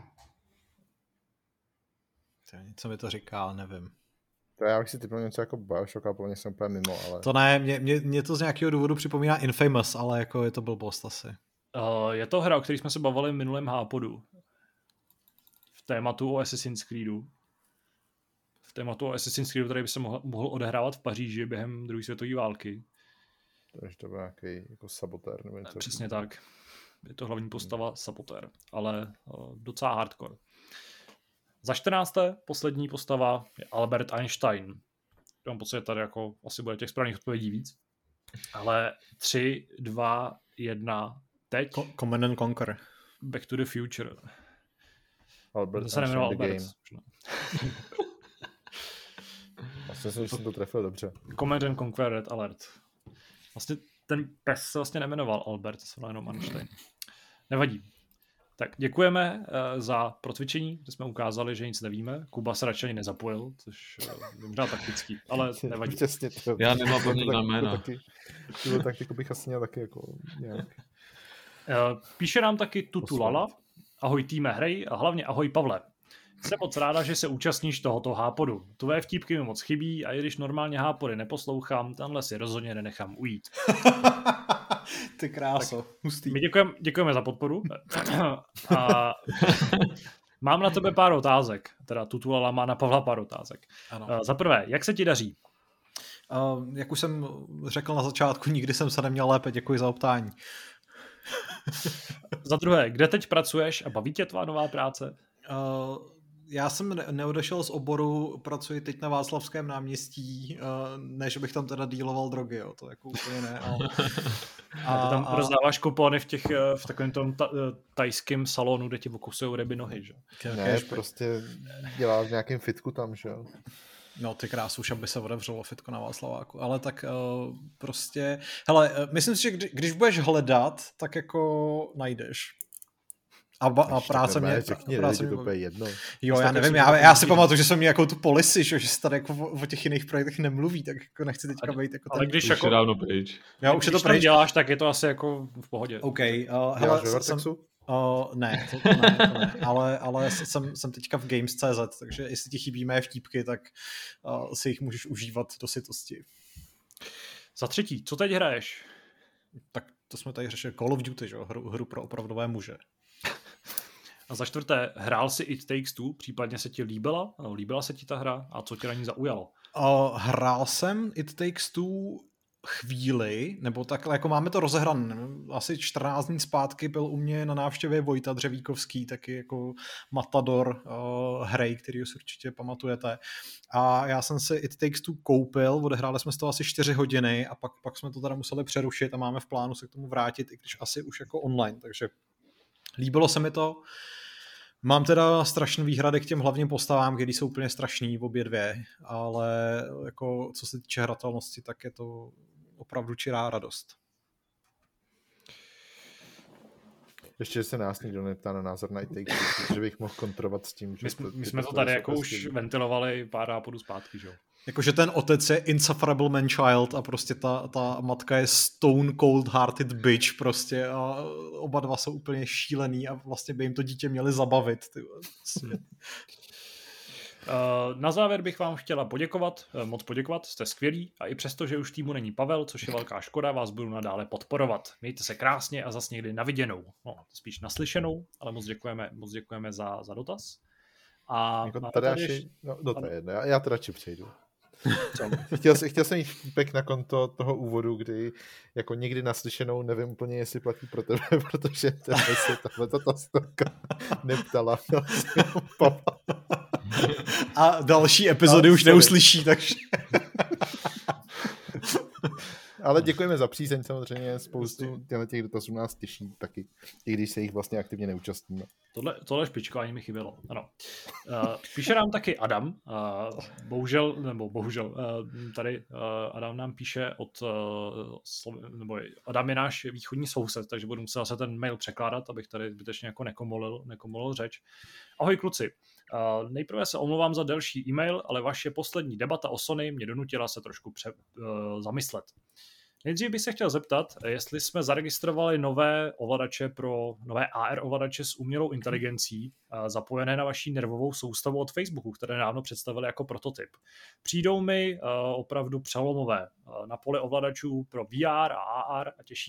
[SPEAKER 2] Něco mi to říká, ale nevím.
[SPEAKER 3] To já bych si typnul něco jako Bioshock a plně jsem úplně mimo, ale...
[SPEAKER 2] To ne, mě to z nějakého důvodu připomíná Infamous, ale jako je to blbost asi.
[SPEAKER 1] Je to hra, o které jsme se bavili v minulém Hápodu. V tématu o Assassin's Creedu. V tématu o Assassin's Creedu, který by se mohl odehrávat v Paříži během druhé světové války.
[SPEAKER 3] Takže to byl nějaký jako sabotér nebo něco.
[SPEAKER 1] Přesně tak. Je to hlavní postava sabotér, ale docela hardcore. Za 14. poslední postava je Albert Einstein. Mám pocit, že tady jako asi bude těch správných odpovědí víc. Ale 3, 2, 1, teď.
[SPEAKER 2] Command and Conquer.
[SPEAKER 1] Back to the Future.
[SPEAKER 3] Albert
[SPEAKER 1] se nejmenoval Albert.
[SPEAKER 3] Vlastně jsem to trefil dobře.
[SPEAKER 1] Command and Conquer Red Alert. Vlastně ten pes se vlastně nemenoval Albert, se jmenoval jenom Einstein. Nevadí. Tak děkujeme za procvičení, kde jsme ukázali, že nic nevíme. Kuba se radši ani nezapojil, což je možná taktický, ale nevadí.
[SPEAKER 3] Přesně to.
[SPEAKER 4] Já nemám paměť na jména.
[SPEAKER 3] Tuhle taktiku bych asi měl taky jako nějak.
[SPEAKER 1] Píše nám taky Tutulala. Ahoj týme hry a hlavně ahoj Pavle. Jsem moc ráda, že se účastníš tohoto hápodu. Tvoje vtípky mi moc chybí a i když normálně hápody neposlouchám, tenhle si rozhodně nenechám ujít.
[SPEAKER 2] Ty kráso, hustý.
[SPEAKER 1] My děkujeme za podporu. A mám na tebe pár otázek. Teda Tutulala má na Pavla pár otázek. Za prvé, jak se ti daří?
[SPEAKER 2] Jak už jsem řekl na začátku, nikdy jsem se neměl lépe, děkuji za optání.
[SPEAKER 1] Za druhé, kde teď pracuješ a baví tě tvá nová práce?
[SPEAKER 2] Já jsem neodešel z oboru, pracuji teď na Václavském náměstí, ne, že bych tam teda díloval drogy, jo, to jako úplně ne.
[SPEAKER 1] A ty tam rozdáváš kupony v takovém tom tajském salonu, kde ti okusujou ryby nohy, že?
[SPEAKER 3] Ne, prostě dělá v nějakém fitku tam, že jo.
[SPEAKER 2] No ty krásu, už aby se otevřelo fitko na Václaváku, ale tak prostě, hele, myslím si, že když budeš hledat, tak jako najdeš. A práce mě...
[SPEAKER 3] Práce mě to jedno.
[SPEAKER 2] Jo, já nevím, já si pamatuju, že jsem měl jako tu policy, že se tady jako o těch jiných projektech nemluví, tak jako nechci teďka být jako...
[SPEAKER 1] Ale když
[SPEAKER 4] už
[SPEAKER 1] jako...
[SPEAKER 4] je dávno pryč.
[SPEAKER 2] Já, už je to
[SPEAKER 1] pryč. Děláš, tak je to asi jako v pohodě.
[SPEAKER 2] OK, hele, ne, to ne, ale jsem teďka v Games.cz, takže jestli ti chybí mé vtípky, tak si jich můžeš užívat do sytosti.
[SPEAKER 1] Za třetí, co teď hraješ?
[SPEAKER 2] Tak to jsme tady řešili Call of Duty, že? Hru pro opravdové muže.
[SPEAKER 1] A za čtvrté, hrál si It Takes Two, případně se ti líbila se ti ta hra a co tě na ní zaujalo?
[SPEAKER 2] Hrál jsem It Takes Two chvíli, nebo takhle, jako máme to rozehrané. Asi 14 dní zpátky byl u mě na návštěvě Vojta Dřevíkovský, taky jako matador hry, který si určitě pamatujete. A já jsem si It Takes Two koupil, odehráli jsme z toho asi 4 hodiny a pak jsme to teda museli přerušit a máme v plánu se k tomu vrátit, i když asi už jako online, takže líbilo se mi to. Mám teda strašný výhrady k těm hlavním postavám, který jsou úplně strašný, obě dvě, ale jako co se týče hratelnosti, tak je to opravdu čirá radost.
[SPEAKER 3] Ještě se nás nikdo neptá na názor na It, že bych mohl kontrovat s tím, že...
[SPEAKER 1] My jsme to tady jako už ventilovali pár nápadů zpátky, že jo?
[SPEAKER 2] Jakože ten otec je insufferable man child a prostě ta matka je stone cold hearted bitch prostě a oba dva jsou úplně šílený a vlastně by jim to dítě měli zabavit.
[SPEAKER 1] Na závěr bych vám chtěla moc poděkovat, jste skvělí a i přesto, že už týmu není Pavel, což je velká škoda, vás budu nadále podporovat. Mějte se krásně a zas někdy na viděnou. No, spíš naslyšenou, ale moc děkujeme za dotaz. A
[SPEAKER 3] jako já to radši přejdu. Chtěl jsem jít vtípek na konto toho úvodu, kdy jako někdy naslyšenou, nevím úplně, jestli platí pro tebe, protože tebe se tato storka neptala.
[SPEAKER 2] A další epizody už neuslyší, takže...
[SPEAKER 3] Ale děkujeme za přízeň, samozřejmě spoustu těch dotazů nás těší taky, i když se jich vlastně aktivně neúčastníme.
[SPEAKER 1] Tohle špičkování mi chybělo, ano. Píše nám taky Adam, bohužel, tady Adam nám píše nebo Adam je náš východní soused, takže budu muset zase ten mail překládat, abych tady zbytečně jako nekomolil řeč. Ahoj kluci, nejprve se omlouvám za delší e-mail, ale vaše poslední debata o Sony mě donutila se trošku zamyslet. Nejdřív bych se chtěl zeptat, jestli jsme zaregistrovali nové AR ovladače s umělou inteligencí zapojené na vaší nervovou soustavu od Facebooku, které dávno představili jako prototyp. Přijdou mi opravdu přelomové na poli ovladačů pro VR a AR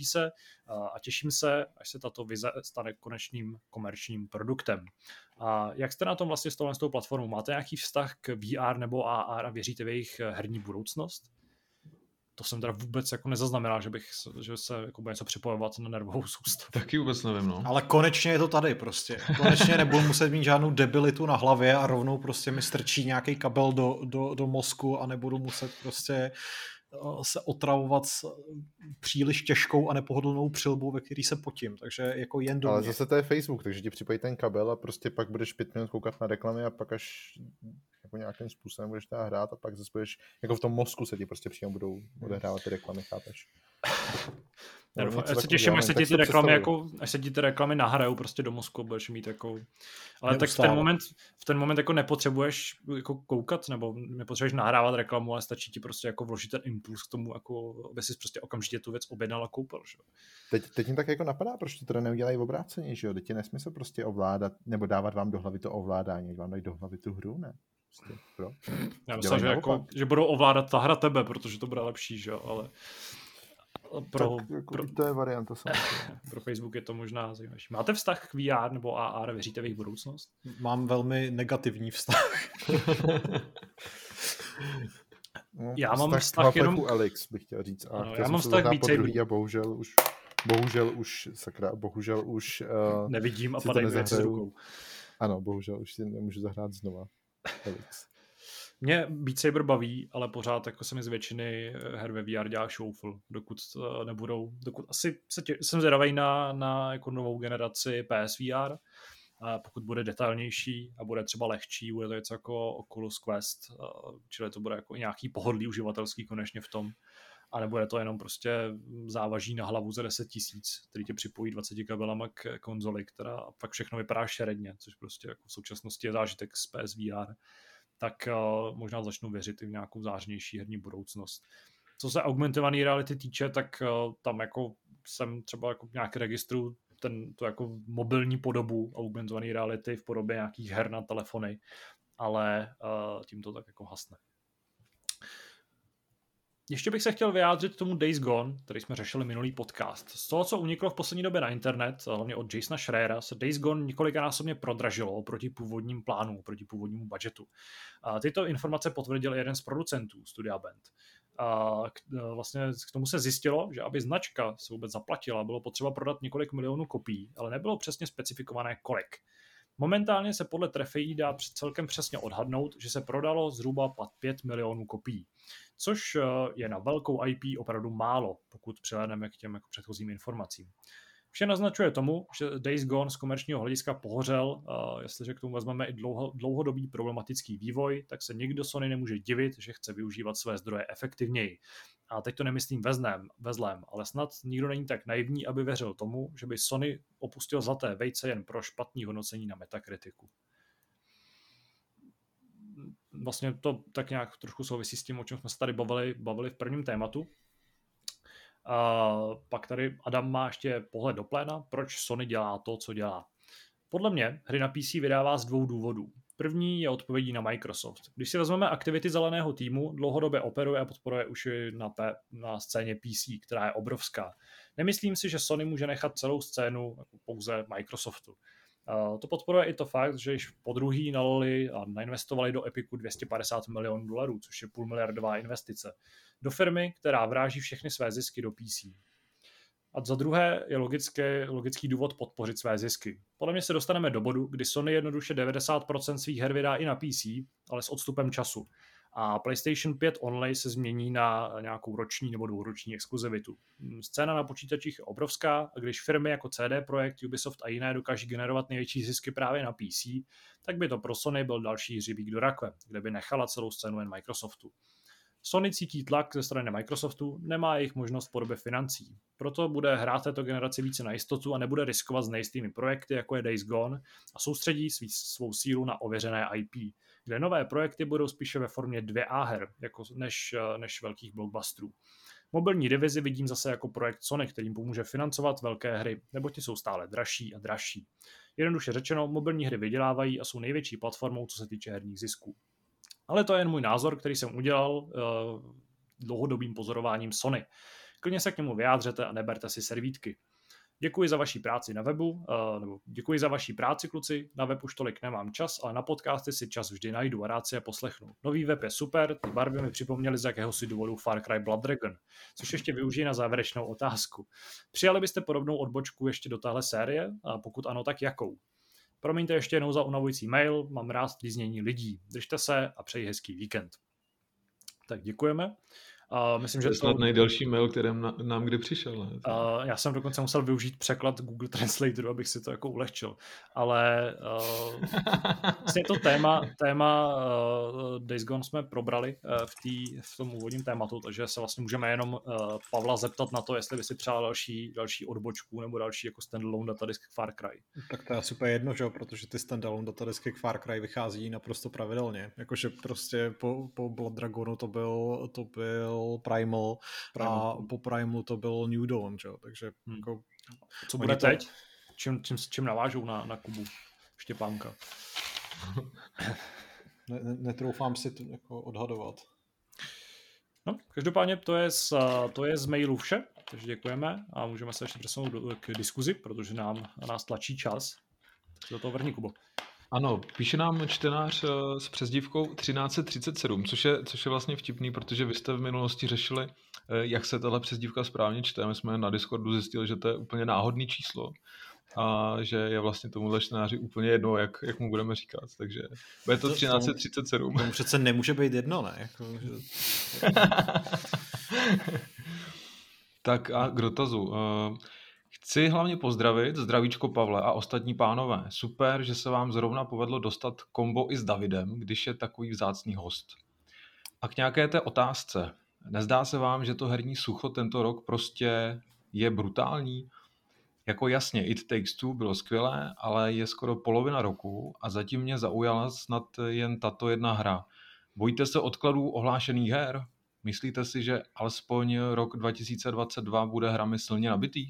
[SPEAKER 1] a těším se, až se tato vize stane konečným komerčním produktem. A jak jste na tom vlastně s tou platformou? Máte nějaký vztah k VR nebo AR a věříte v jejich herní budoucnost? To jsem teda vůbec jako nezaznamenal, že se jako bude něco připojovat na nervovou soustavu.
[SPEAKER 4] Taky vůbec nevím, no.
[SPEAKER 2] Ale konečně je to tady prostě. Konečně nebudu muset mít žádnou debilitu na hlavě a rovnou prostě mi strčí nějaký kabel do mozku a nebudu muset prostě se otravovat s příliš těžkou a nepohodlnou přilbou, ve který se potím, takže jako jen do mě.
[SPEAKER 3] Ale zase to je Facebook, takže ti připojí ten kabel a prostě pak budeš 5 minut koukat na reklamy a pak až jako nějakým způsobem budeš teda hrát a pak zase budeš, jako v tom mozku se ti prostě přímo budou odehrávat ty reklamy, chápeš?
[SPEAKER 1] Já se těším, až se ti ty reklamy nahrajou prostě do mozku, budeš mít jako... Ale tak v ten moment jako nepotřebuješ jako koukat, nebo nepotřebuješ nahrávat reklamu, ale stačí ti prostě jako vložit ten impuls k tomu, jako aby si prostě okamžitě tu věc objednal a koupil, že?
[SPEAKER 3] Teď jim tak jako napadá, proč to teda neudělají v obráceně, že jo? Teď je nesmysl prostě ovládat, nebo dávat vám do hlavy to ovládání, vám dají do hlavy tu hru, ne?
[SPEAKER 1] Já myslím, že budou ovládat ta hra tebe, protože to bude lepší, že jo, ale
[SPEAKER 3] to je varianta samozřejmě.
[SPEAKER 1] Pro Facebook je to možná zajímavější. Máte vztah k VR nebo AR? Věříte v jejich budoucnost?
[SPEAKER 2] Mám velmi negativní vztah.
[SPEAKER 1] Já mám vztah jenom...
[SPEAKER 3] Alex bych chtěl říct.
[SPEAKER 1] Já mám vztah Beat Saberu.
[SPEAKER 3] A bohužel už bohužel už
[SPEAKER 1] nevidím a
[SPEAKER 3] si to
[SPEAKER 1] padají věci z
[SPEAKER 3] nezahraju.
[SPEAKER 1] rukou.
[SPEAKER 3] Ano, bohužel už si nemůžu zahrát znova. Felix.
[SPEAKER 1] Mě Beat Saber baví, ale pořád jako se mi z většiny her ve VR dělá šoufl, dokud asi jsem zvědavej na jako novou generaci PSVR, a pokud bude detailnější a bude třeba lehčí, bude to něco jako Oculus Quest, čili to bude jako nějaký pohodlý uživatelský konečně v tom, a nebude to jenom prostě závaží na hlavu za 10 000, který tě připojí 20 kabelama k konzoli, která pak všechno vypadá šeredně, což prostě jako v současnosti je zážitek z PSVR, tak možná začnu věřit i v nějakou zářnější herní budoucnost. Co se augmentované reality týče, tak tam jako jsem třeba jako nějaký registru tu jako mobilní podobu augmentované reality v podobě nějakých her na telefony, ale tím to tak jako hasne. Ještě bych se chtěl vyjádřit tomu Days Gone, který jsme řešili minulý podcast. Z toho, co uniklo v poslední době na internet, hlavně od Jasona Schreiera, se Days Gone několikanásobně prodražilo oproti původním plánu, oproti původnímu budžetu. Tyto informace potvrdil jeden z producentů studia Bend. Vlastně k tomu se zjistilo, že aby značka se vůbec zaplatila, bylo potřeba prodat několik milionů kopií, ale nebylo přesně specifikované kolik. Momentálně se podle trefejí dá celkem přesně odhadnout, že se prodalo zhruba 5 milionů kopií, což je na velkou IP opravdu málo, pokud přihlédneme k těm jako předchozím informacím. Vše naznačuje tomu, že Days Gone z komerčního hlediska pohořel, jestliže k tomu vezmeme i dlouhodobý problematický vývoj, tak se nikdo Sony nemůže divit, že chce využívat své zdroje efektivněji. A teď to nemyslím ve zlém, ale snad nikdo není tak naivní, aby věřil tomu, že by Sony opustil zlaté vejce jen pro špatný hodnocení na Metacriticu. Vlastně to tak nějak trošku souvisí s tím, o čem jsme se tady bavili v prvním tématu. Pak tady Adam má ještě pohled do pléna, proč Sony dělá to, co dělá. Podle mě hry na PC vydává z 2 důvodů. První je odpovědí na Microsoft. Když si vezmeme aktivity zeleného týmu, dlouhodobě operuje a podporuje už na scéně PC, která je obrovská. Nemyslím si, že Sony může nechat celou scénu jako pouze Microsoftu. To podporuje i to fakt, že již podruhý nalili a nainvestovali do Epicu $250 milionů, což je půlmiliardová investice, do firmy, která vráží všechny své zisky do PC. A za druhé je logický důvod podpořit své zisky. Podle mě se dostaneme do bodu, kdy Sony jednoduše 90% svých her vydá i na PC, ale s odstupem času. A PlayStation 5 Only se změní na nějakou roční nebo dvouroční exkluzivitu. Scéna na počítačích je obrovská a když firmy jako CD Projekt, Ubisoft a jiné dokáží generovat největší zisky právě na PC, tak by to pro Sony byl další hřibík do rakve, kde by nechala celou scénu jen Microsoftu. Sony cítí tlak ze strany Microsoftu, nemá jejich možnost v podobě financí. Proto bude hrát této generaci více na jistotu a nebude riskovat s nejistými projekty, jako je Days Gone, a soustředí svou sílu na ověřené IP, kde nové projekty budou spíše ve formě 2A her, než velkých blockbusterů. Mobilní divizi vidím zase jako projekt Sony, kterým pomůže financovat velké hry, nebo ti jsou stále dražší a dražší. Jednoduše řečeno, mobilní hry vydělávají a jsou největší platformou, co se týče herních zisků. Ale to je jen můj názor, který jsem udělal dlouhodobým pozorováním Sony. Klidně se k němu vyjádřete a neberte si servítky. Děkuji za vaši práci na webu, nebo děkuji za vaši práci, kluci. Na web už tolik nemám čas, ale na podcasty si čas vždy najdu a rád si je poslechnu. Nový web je super, ty barvy mi připomněly z jakéhosi důvodu Far Cry Blood Dragon, což ještě využiji na závěrečnou otázku. Přijali byste podobnou odbočku ještě do téhle série? A pokud ano, tak jakou? Promiňte ještě jednou za unavující mail, mám rád líznění lidí. Držte se a přeji hezký víkend. Tak děkujeme. Myslím, že
[SPEAKER 4] to je snad nejdelší mail, který nám kdy přišel. Ne?
[SPEAKER 1] Já jsem dokonce musel využít překlad Google Translatoru, abych si to jako ulehčil. Ale vlastně to téma Days Gone jsme probrali v tom úvodním tématu, takže se vlastně můžeme jenom Pavla zeptat na to, jestli by si přál další odbočku nebo další jako standalone datadisk k Far Cry.
[SPEAKER 2] Tak to je super jedno, že? Protože ty standalone datadisky k Far Cry vychází naprosto pravidelně. Jakože prostě po Blood Dragonu to byl Primal a po Primalu to byl New Dawn, že? Takže jako...
[SPEAKER 1] Co bude teď? Čím navážou na Kubu Štěpánka?
[SPEAKER 2] Netroufám si to jako odhadovat.
[SPEAKER 1] No, každopádně to je z mailu vše, takže děkujeme a můžeme se ještě přesunout k diskuzi, protože nás tlačí čas. Takže do toho vrni, Kubo.
[SPEAKER 4] Ano, píše nám čtenář s přezdívkou 1337, což je vlastně vtipný, protože vy jste v minulosti řešili jak se tahle přezdívka správně čte. My jsme na Discordu zjistili, že to je úplně náhodný číslo a že je vlastně tomuhle čtenáři úplně jedno, jak mu budeme říkat. Takže bude to 1337.
[SPEAKER 2] Tomu přece nemůže být jedno, ne? Jako, že...
[SPEAKER 4] Tak a k dotazu. Chci hlavně pozdravit, zdravíčko Pavle a ostatní pánové. Super, že se vám zrovna povedlo dostat kombo i s Davidem, když je takový vzácný host. A k nějaké té otázce. Nezdá se vám, že to herní sucho tento rok prostě je brutální? Jako jasně, It Takes Two bylo skvělé, ale je skoro polovina roku a zatím mě zaujala snad jen tato jedna hra. Bojíte se odkladů ohlášených her? Myslíte si, že alespoň rok 2022 bude hrami silně nabitý?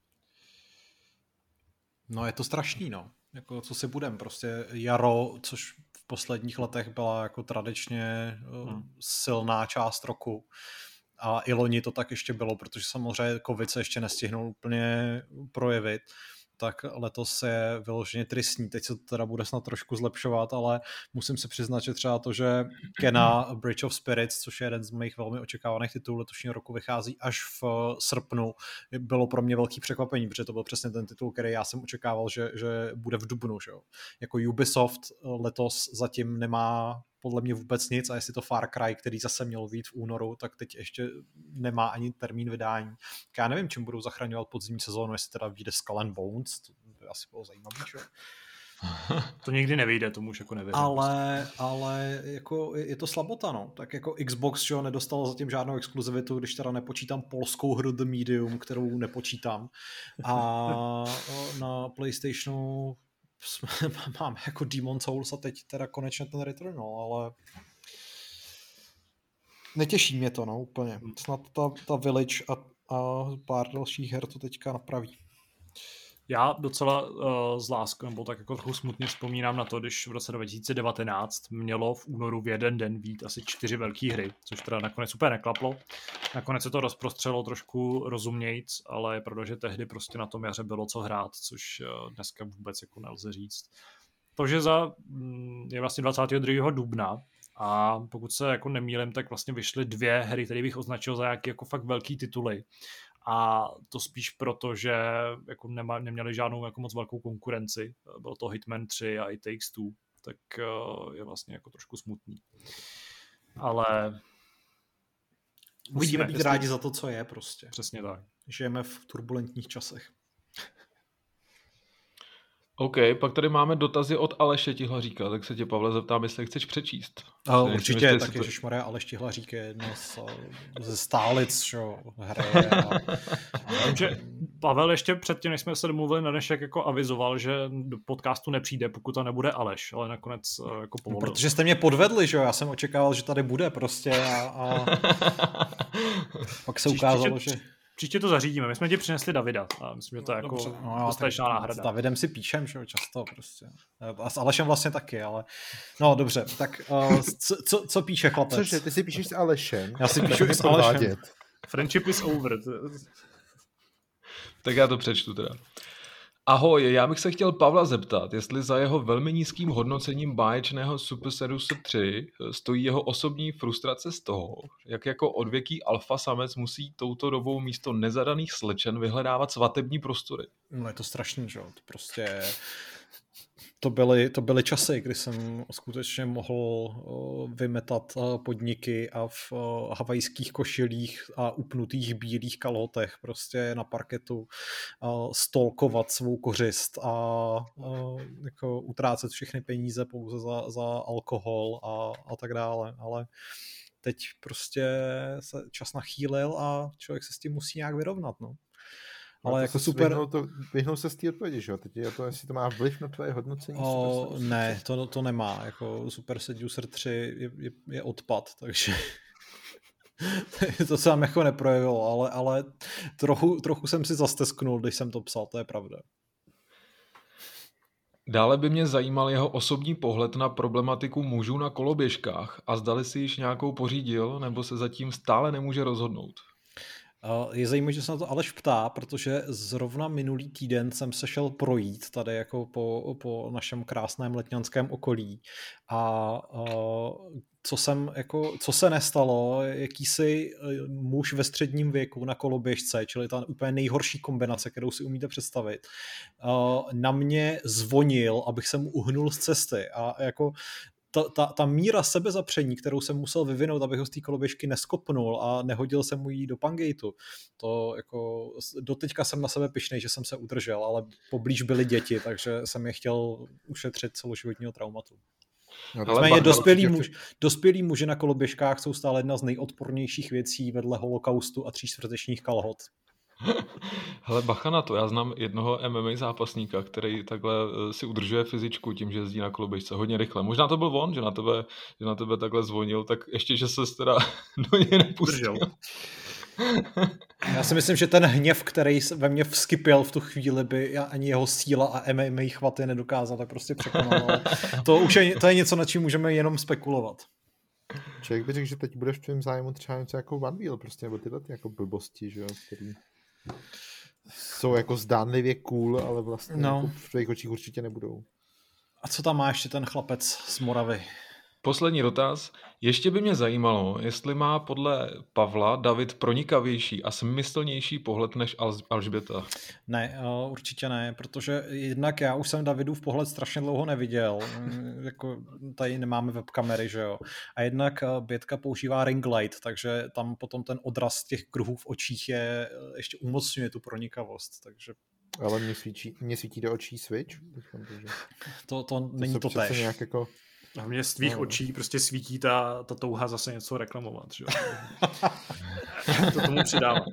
[SPEAKER 2] No je to strašný, no. Jako co si budem, prostě jaro, což v posledních letech byla jako tradičně silná část roku. A i loni to tak ještě bylo, protože samozřejmě covid se ještě nestihnul úplně projevit, tak letos je vyloženě tristní. Teď se to teda bude snad trošku zlepšovat, ale musím si přiznat, že třeba to, že Kena Bridge of Spirits, což je jeden z mých velmi očekávaných titulů letošního roku, vychází až v srpnu, bylo pro mě velký překvapení, protože to byl přesně ten titul, který já jsem očekával, že bude v dubnu. Že jo? Jako Ubisoft letos zatím nemá podle mě vůbec nic a jestli to Far Cry, který zase měl vyjít v únoru, tak teď ještě nemá ani termín vydání. Já nevím, čím budou zachraňovat podzimní sezónu, jestli teda vyjde Skull and Bones, to by asi bylo zajímavý, čo?
[SPEAKER 1] To nikdy nevyjde, tomu už jako nevěřím.
[SPEAKER 2] Ale jako je to slabota, no. Tak jako Xbox, čo, nedostal zatím žádnou exkluzivitu, když teda nepočítám polskou hru The Medium, kterou nepočítám. A na PlayStationu máme jako Demon's Souls a teď teda konečně ten Returnal, ale netěší mě to, no, úplně. Snad ta Village a pár dalších her to teďka napraví.
[SPEAKER 1] Já docela z láskou, nebo tak jako trochu smutně vzpomínám na to, když v roce 2019 mělo v únoru v jeden den být asi 4 velké hry, což teda nakonec úplně neklaplo. Nakonec se to rozprostřelo trošku rozumějc, ale je pravda, že tehdy prostě na tom jaře bylo co hrát, což dneska vůbec jako nelze říct. To, že je vlastně 22. dubna a pokud se jako nemýlím, tak vlastně vyšly 2 hry, které bych označil za nějaké jako fakt velký tituly. A to spíš proto, že jako neměli žádnou jako moc velkou konkurenci. Bylo to Hitman 3 a It Takes Two, tak je vlastně jako trošku smutný. Ale
[SPEAKER 2] musíme být rádi za to, co je prostě.
[SPEAKER 1] Přesně tak.
[SPEAKER 2] Žijeme v turbulentních časech.
[SPEAKER 4] OK, pak tady máme dotazy od Aleše Tihlaříka, tak se tě, Pavle, zeptám, jestli chceš přečíst.
[SPEAKER 2] Určitě, tak ježišmarja, Aleš Tihlařík je jedna ze stálic, čo hraje.
[SPEAKER 1] Takže Pavel ještě předtím, než jsme se domluvili na dnešek, jako avizoval, že do podcastu nepřijde, pokud to nebude Aleš, ale nakonec jako povolil.
[SPEAKER 2] Protože jste mě podvedli, že jo, já jsem očekával, že tady bude prostě a pak se ukázalo, že...
[SPEAKER 1] Příště to zařídíme. My jsme ti přinesli Davida a myslím, že to je jako dostatečná náhrada.
[SPEAKER 2] S Davidem si píšem, že jo, často prostě. A s Alešem vlastně taky, ale... No dobře, tak co píše chlapec?
[SPEAKER 3] Cože, ty si píšeš s Alešem?
[SPEAKER 2] Já si píšu i s Alešem.
[SPEAKER 1] Friendship is over.
[SPEAKER 4] Tak já to přečtu teda. Ahoj, já bych se chtěl Pavla zeptat, jestli za jeho velmi nízkým hodnocením báječného Super Seducer 3 stojí jeho osobní frustrace z toho, jak jako odvěký alfa samec musí touto dobou místo nezadaných slečen vyhledávat svatební prostory.
[SPEAKER 2] No je to strašný, že jo, to prostě... To byly časy, kdy jsem skutečně mohl vymetat podniky a v havajských košilích a upnutých bílých kalhotech prostě na parketu stalkovat svou kořist a jako utrácet všechny peníze pouze za alkohol a tak dále, ale teď prostě se čas nachýlil a člověk se s tím musí nějak vyrovnat, no. Ale jako super...
[SPEAKER 3] Vyhnout se z té odpovědi, že jo? Teď je to, jestli to má vliv na tvoje hodnocení?
[SPEAKER 2] Ne, to nemá. Jako Super Seducer 3 je odpad, takže to se vám jako neprojevilo, ale trochu jsem si zastesknul, když jsem to psal, to je pravda.
[SPEAKER 4] Dále by mě zajímal jeho osobní pohled na problematiku mužů na koloběžkách a zdali si již nějakou pořídil, nebo se zatím stále nemůže rozhodnout.
[SPEAKER 2] Je zajímavé, že se na to Aleš ptá, protože zrovna minulý týden jsem se šel projít tady jako po našem krásném letňanském okolí a co se nestalo, jakýsi muž ve středním věku na koloběžce, čili ta úplně nejhorší kombinace, kterou si umíte představit, na mě zvonil, abych se mu uhnul z cesty a jako ta míra sebezapření, kterou jsem musel vyvinout, abych ho z té koloběžky neskopnul a nehodil jsem mu jí do pangejtu, to jako doteďka jsem na sebe pyšnej, že jsem se udržel, ale poblíž byly děti, takže jsem je chtěl ušetřit celoživotního traumatu. Nicméně dospělí muži na koloběžkách jsou stále jedna z nejodpornějších věcí vedle holokaustu a 3/4 kalhot.
[SPEAKER 4] Hele, bacha na to, já znám jednoho MMA zápasníka, který takhle si udržuje fyzičku tím, že jezdí na koloběžce hodně rychle. Možná to byl on, že na tebe takhle zvonil, tak ještě, že ses teda do něj nepustil.
[SPEAKER 2] Já si myslím, že ten hněv, který ve mně vskypěl v tu chvíli, by ani jeho síla a MMA chvaty nedokázaly prostě překonat. To je něco, nad čím můžeme jenom spekulovat.
[SPEAKER 3] Člověk by řekl, že teď budeš v tvém zájmu třeba něco jako One Wheel, prostě, nebo tyhle jako blbosti, že jo, který jsou jako zdánlivě cool, ale vlastně jako v tvých očích určitě nebudou.
[SPEAKER 2] A co tam má ještě ten chlapec z Moravy?
[SPEAKER 4] Poslední dotaz. Ještě by mě zajímalo, jestli má podle Pavla David pronikavější a smyslnější pohled než Alžběta.
[SPEAKER 2] Ne, určitě ne, protože jednak já už jsem Davidův pohled strašně dlouho neviděl. Jako tady nemáme webkamery, že jo. A jednak Bětka používá ring light, takže tam potom ten odraz těch kruhů v očích ještě umocňuje tu pronikavost, takže...
[SPEAKER 3] Ale mě svítí do očí Switch?
[SPEAKER 2] To není to též.
[SPEAKER 3] Nějak jako...
[SPEAKER 1] A mě z tvých očí prostě svítí ta touha zase něco reklamovat. Že? To tomu přidává.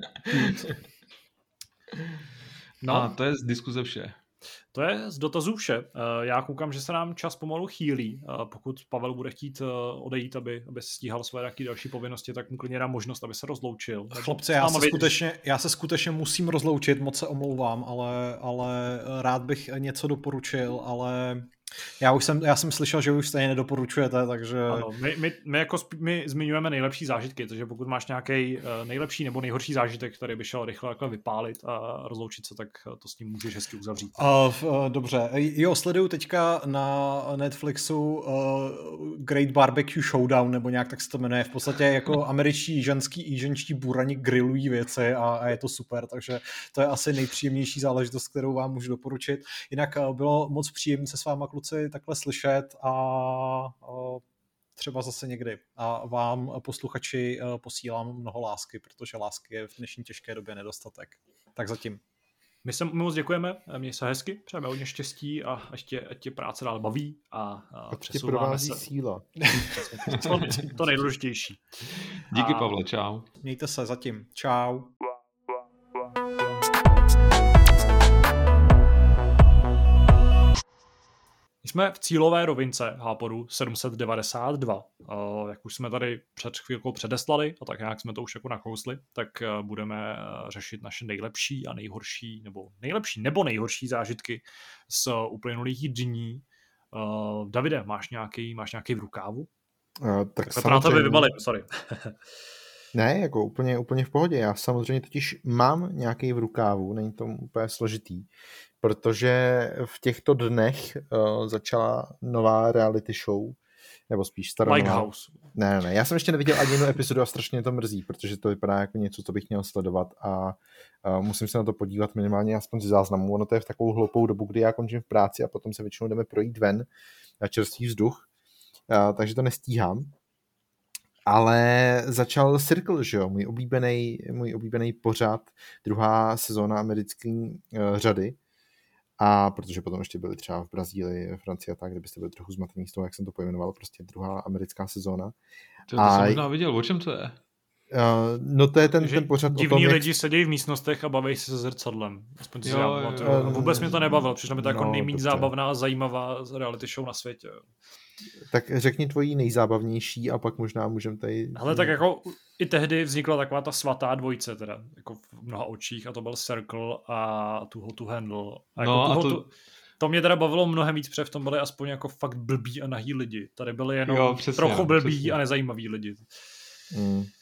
[SPEAKER 4] No. A to je z diskuze vše.
[SPEAKER 1] To je z dotazů vše. Já koukám, že se nám čas pomalu chýlí. Pokud Pavel bude chtít odejít, aby stíhal své nějaké další povinnosti, tak mu klidně dá možnost, aby se rozloučil.
[SPEAKER 2] Chlapci, já se skutečně musím rozloučit, moc se omlouvám, ale rád bych něco doporučil, ale já jsem slyšel, že už stejně nedoporučujete, takže...
[SPEAKER 1] Ano, my zmiňujeme nejlepší zážitky, takže pokud máš nějaký nejlepší nebo nejhorší zážitek, který by šel rychle jako vypálit a rozloučit se, tak to s ním můžeš hezky uzavřít.
[SPEAKER 2] Dobře, jo, sleduju teďka na Netflixu Great Barbecue Showdown, nebo nějak tak se to jmenuje, v podstatě jako američtí ženští burani grillují věci a je to super, takže to je asi nejpříjemnější záležitost, kterou vám můžu doporučit. Jinak bylo moc příjemné se s váma, kluci, takhle slyšet a třeba zase někdy. A vám, posluchači, posílám mnoho lásky, protože lásky je v dnešní těžké době nedostatek. Tak zatím.
[SPEAKER 1] My se moc děkujeme, měj se hezky, přejeme hodně štěstí a ať tě práce dál baví a přesouváme se.
[SPEAKER 3] Síla.
[SPEAKER 1] To nejdůležitější.
[SPEAKER 4] Díky, Pavle, čau.
[SPEAKER 2] Mějte se zatím. Čau.
[SPEAKER 1] Jsme v cílové rovince Hápodu 792. Jak už jsme tady před chvílkou předeslali, a tak nějak jsme to už jako nakousli, tak budeme řešit naše nejlepší a nejhorší, nebo nejhorší zážitky z uplynulých dní. Davide, máš nějaký v rukávu?
[SPEAKER 3] Tak
[SPEAKER 1] to na tebe vybalím, sorry.
[SPEAKER 3] Ne, jako úplně v pohodě. Já samozřejmě totiž mám nějaký v rukávu, není to úplně složitý, protože v těchto dnech začala nová reality show, nebo spíš stará.
[SPEAKER 1] Lighthouse.
[SPEAKER 3] Ne, já jsem ještě neviděl ani jednu epizodu a strašně to mrzí, protože to vypadá jako něco, co bych měl sledovat a musím se na to podívat minimálně aspoň z záznamu. Ono to je v takovou hloupou dobu, kdy já končím v práci a potom se většinou jdeme projít ven na čerstvý vzduch, takže to nestíhám. Ale začal Circle, že jo, můj oblíbený pořad, druhá sezóna americké řady. A protože potom ještě byly třeba v Brazílii, Francii a tak, kde byste byli trochu zmatený z toho, jak jsem to pojmenoval, prostě druhá americká sezóna.
[SPEAKER 4] To jsem možná viděl, o čem to je?
[SPEAKER 3] No to je ten pořad
[SPEAKER 1] divní o tom, lidi sedí v místnostech a baví se se zrcadlem. Aspoň si vůbec mě to nebavilo, přišlo mi to jako nejméně zábavná a zajímavá reality show na světě.
[SPEAKER 3] Tak řekni tvojí nejzábavnější a pak možná můžeme tady...
[SPEAKER 1] Ale tak jako i tehdy vznikla taková ta svatá dvojice teda, jako v mnoha očích a to byl Circle a Too Hot to Handle. A jako to mě teda bavilo mnohem víc, protože v tom byli aspoň jako fakt blbí a nahý lidi. Tady byli jenom trochu blbí a nezajímaví lidi.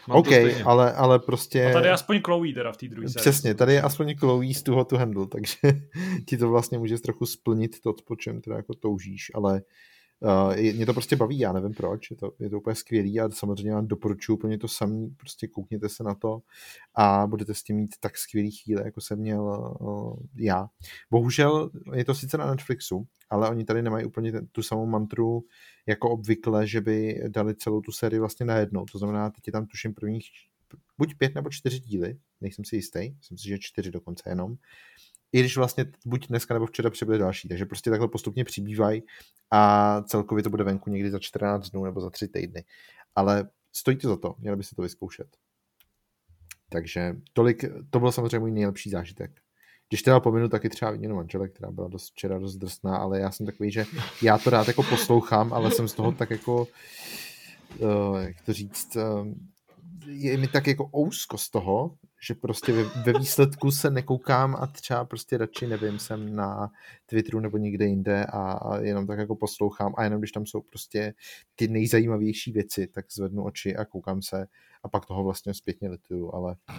[SPEAKER 4] Mám to
[SPEAKER 3] OK,
[SPEAKER 4] stejně.
[SPEAKER 3] ale prostě...
[SPEAKER 1] A tady je aspoň Chloe teda v té druhé sérii.
[SPEAKER 3] Přesně, tady je aspoň Chloe z toho to handle, takže ti to vlastně může trochu splnit to, po čem teda jako toužíš, ale mě to prostě baví, já nevím proč, je to úplně skvělý a samozřejmě vám doporučuji úplně to samý, prostě koukněte se na to a budete s tím mít tak skvělý chvíle, jako jsem měl já. Bohužel je to sice na Netflixu, ale oni tady nemají úplně tu samou mantru jako obvykle, že by dali celou tu sérii vlastně najednou, to znamená, teď je tam tuším prvních buď 5 nebo 4 díly, nejsem si jistý, myslím si, že 4 dokonce jenom, i když vlastně buď dneska nebo včera přibyly další, takže prostě takhle postupně přibývají a celkově to bude venku někdy za 14 dnů nebo za 3 týdny. Ale stojí to za to, měli by si to vyzkoušet. Takže tolik, to byl samozřejmě můj nejlepší zážitek. Když teda pominu taky třeba výměnu manželek, která byla včera dost drsná, ale já jsem takový, že já to rád jako poslouchám, ale jsem z toho tak jako, jak to říct, je mi tak jako ousko z toho, že prostě ve výsledku se nekoukám a třeba prostě radši nevím, jsem na Twitteru nebo někde jinde a jenom tak jako poslouchám a jenom když tam jsou prostě ty nejzajímavější věci, tak zvednu oči a koukám se a pak toho vlastně zpětně lituju,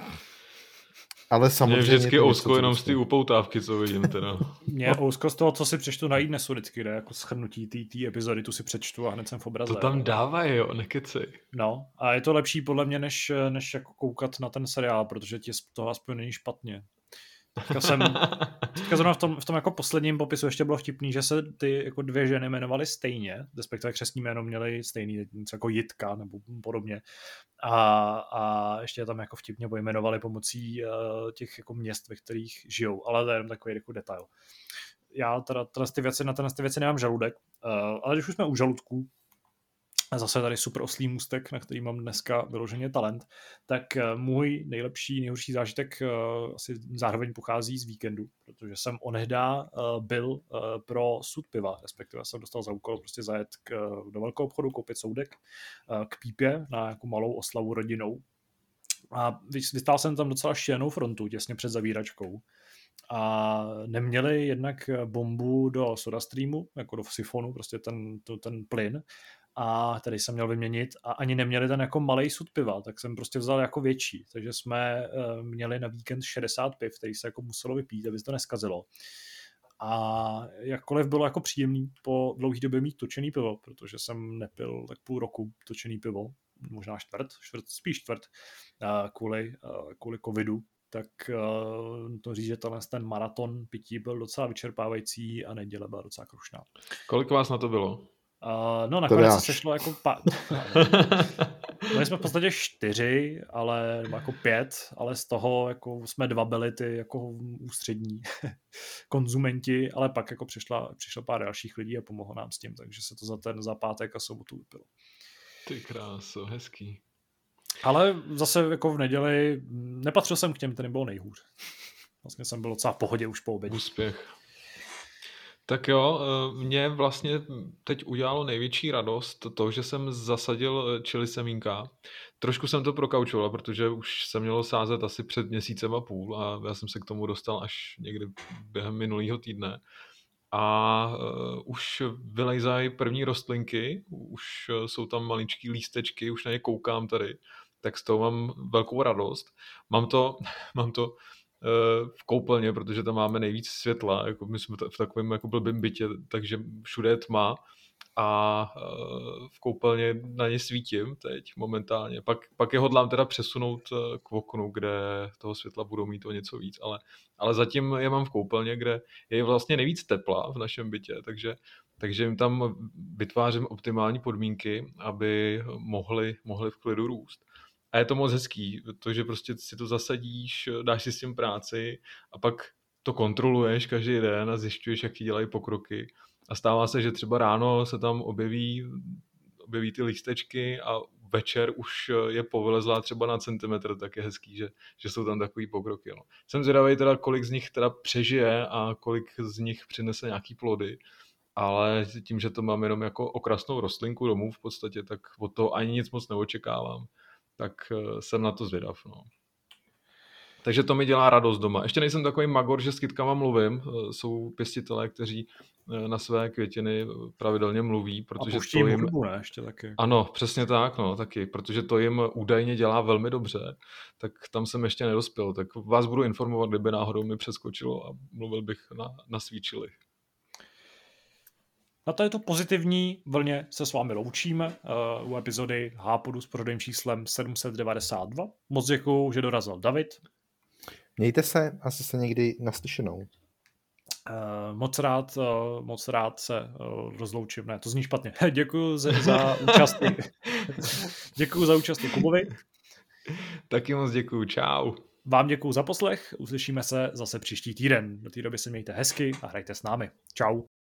[SPEAKER 3] ale samozřejmě...
[SPEAKER 4] Mě vždycky ousko jenom z té upoutávky, co vidím teda.
[SPEAKER 1] Mě ousko z toho, co si přečtu na iDnesu vždycky, kde jako shrnutí té epizody, tu si přečtu a hned jsem v obraze.
[SPEAKER 4] To tam dávají, jo, nekecej.
[SPEAKER 1] No, a je to lepší podle mě, než jako koukat na ten seriál, protože ti z toho aspoň není špatně. Teďka zrovna v tom jako posledním popisu ještě bylo vtipný, že se ty jako dvě ženy jmenovaly stejně, respektive křestní jméno měly stejný, něco jako Jitka nebo podobně. A ještě je tam jako vtipně pojmenovali pomocí těch jako měst, ve kterých žijou, ale to je jenom takový jako detail. Já teda na ty věci nemám žaludek, ale když už jsme u žaludků, a zase tady super oslý můstek, na který mám dneska vyloženě talent, tak můj nejhorší zážitek asi zároveň pochází z víkendu, protože jsem onehdá byl pro sud piva, respektive jsem dostal za úkol prostě zajet do velkého obchodu, koupit soudek k pípě na jako malou oslavu rodinou. A vystál jsem tam docela šílenou frontu těsně před zavíračkou. A neměli jednak bombu do SodaStreamu, jako do sifonu, prostě ten plyn, a tady jsem měl vyměnit a ani neměli ten jako malej sud piva, tak jsem prostě vzal jako větší, takže jsme měli na víkend 60 piv, který se jako muselo vypít, aby se to neskazilo. A jakkoliv bylo jako příjemný po dlouhý době mít točený pivo, protože jsem nepil tak půl roku točený pivo, možná spíš čtvrt, kvůli covidu, tak to říct, že ten maraton pití byl docela vyčerpávající a neděle byla docela krušná.
[SPEAKER 4] Kolik vás na to bylo?
[SPEAKER 1] No nakonec se sešlo jako byli jsme v podstatě 4, ale jako 5, ale z toho jako jsme 2 byli ty jako ústřední konzumenti, ale pak jako přišlo pár dalších lidí a pomohlo nám s tím, takže se to za pátek a sobotu vypilo.
[SPEAKER 4] Ty kráso, hezký.
[SPEAKER 1] Ale zase jako v neděli nepatřil jsem k těm, kterým bylo nejhůř. Vlastně jsem byl docela v pohodě už po obědě.
[SPEAKER 4] Úspěch. Tak jo, mě vlastně teď udělalo největší radost to, že jsem zasadil chili semínka. Trošku jsem to prokaučoval, protože už se mělo sázet asi před měsícem a půl a já jsem se k tomu dostal až někdy během minulého týdne. A už vylejzají první rostlinky, už jsou tam maličký lístečky, už na ně koukám tady, tak z toho mám velkou radost. Mám to v koupelně, protože tam máme nejvíc světla, jako my jsme v takovém jako blbým bytě, takže všude je tma a v koupelně na ně svítím teď momentálně. Pak je hodlám teda přesunout k oknu, kde toho světla budou mít o něco víc, ale zatím je mám v koupelně, kde je vlastně nejvíc tepla v našem bytě, takže jim tam vytvářím optimální podmínky, aby mohli v klidu růst. A je to moc hezký, protože prostě si to zasadíš, dáš si s tím práci a pak to kontroluješ každý den a zjišťuješ, jaký dělají pokroky. A stává se, že třeba ráno se tam objeví ty lístečky a večer už je povylezlá třeba na centimetr, tak je hezký, že jsou tam takový pokroky. No. Jsem zvědavý teda, kolik z nich teda přežije a kolik z nich přinese nějaký plody. Ale tím, že to mám jenom jako okrasnou rostlinku domů v podstatě, tak od toho ani nic moc neočekávám. Tak jsem na to zvědav. No. Takže to mi dělá radost doma. Ještě nejsem takový magor, že s kytkama mluvím. Jsou pěstitelé, kteří na své květiny pravidelně mluví, protože
[SPEAKER 1] a puští
[SPEAKER 4] to jim...
[SPEAKER 1] hudbu, ne? Ještě taky.
[SPEAKER 4] Ano, přesně tak, no, taky, protože to jim údajně dělá velmi dobře, tak tam jsem ještě nedospěl. Tak vás budu informovat, kdyby náhodou mi přeskočilo a mluvil bych na svý čili.
[SPEAKER 1] Na této pozitivní vlně se s vámi loučíme u epizody Hápodu s pořadovým číslem 792. Moc děkuju, že dorazil David.
[SPEAKER 3] Mějte se, asi se někdy naslyšenou.
[SPEAKER 1] Moc rád se rozloučím. Ne, to zní špatně. Děkuju za účast. Děkuju za účast Kubovi.
[SPEAKER 4] Taky moc děkuju, čau.
[SPEAKER 1] Vám děkuju za poslech, uslyšíme se zase příští týden. Do té doby se mějte hezky a hrajte s námi. Čau.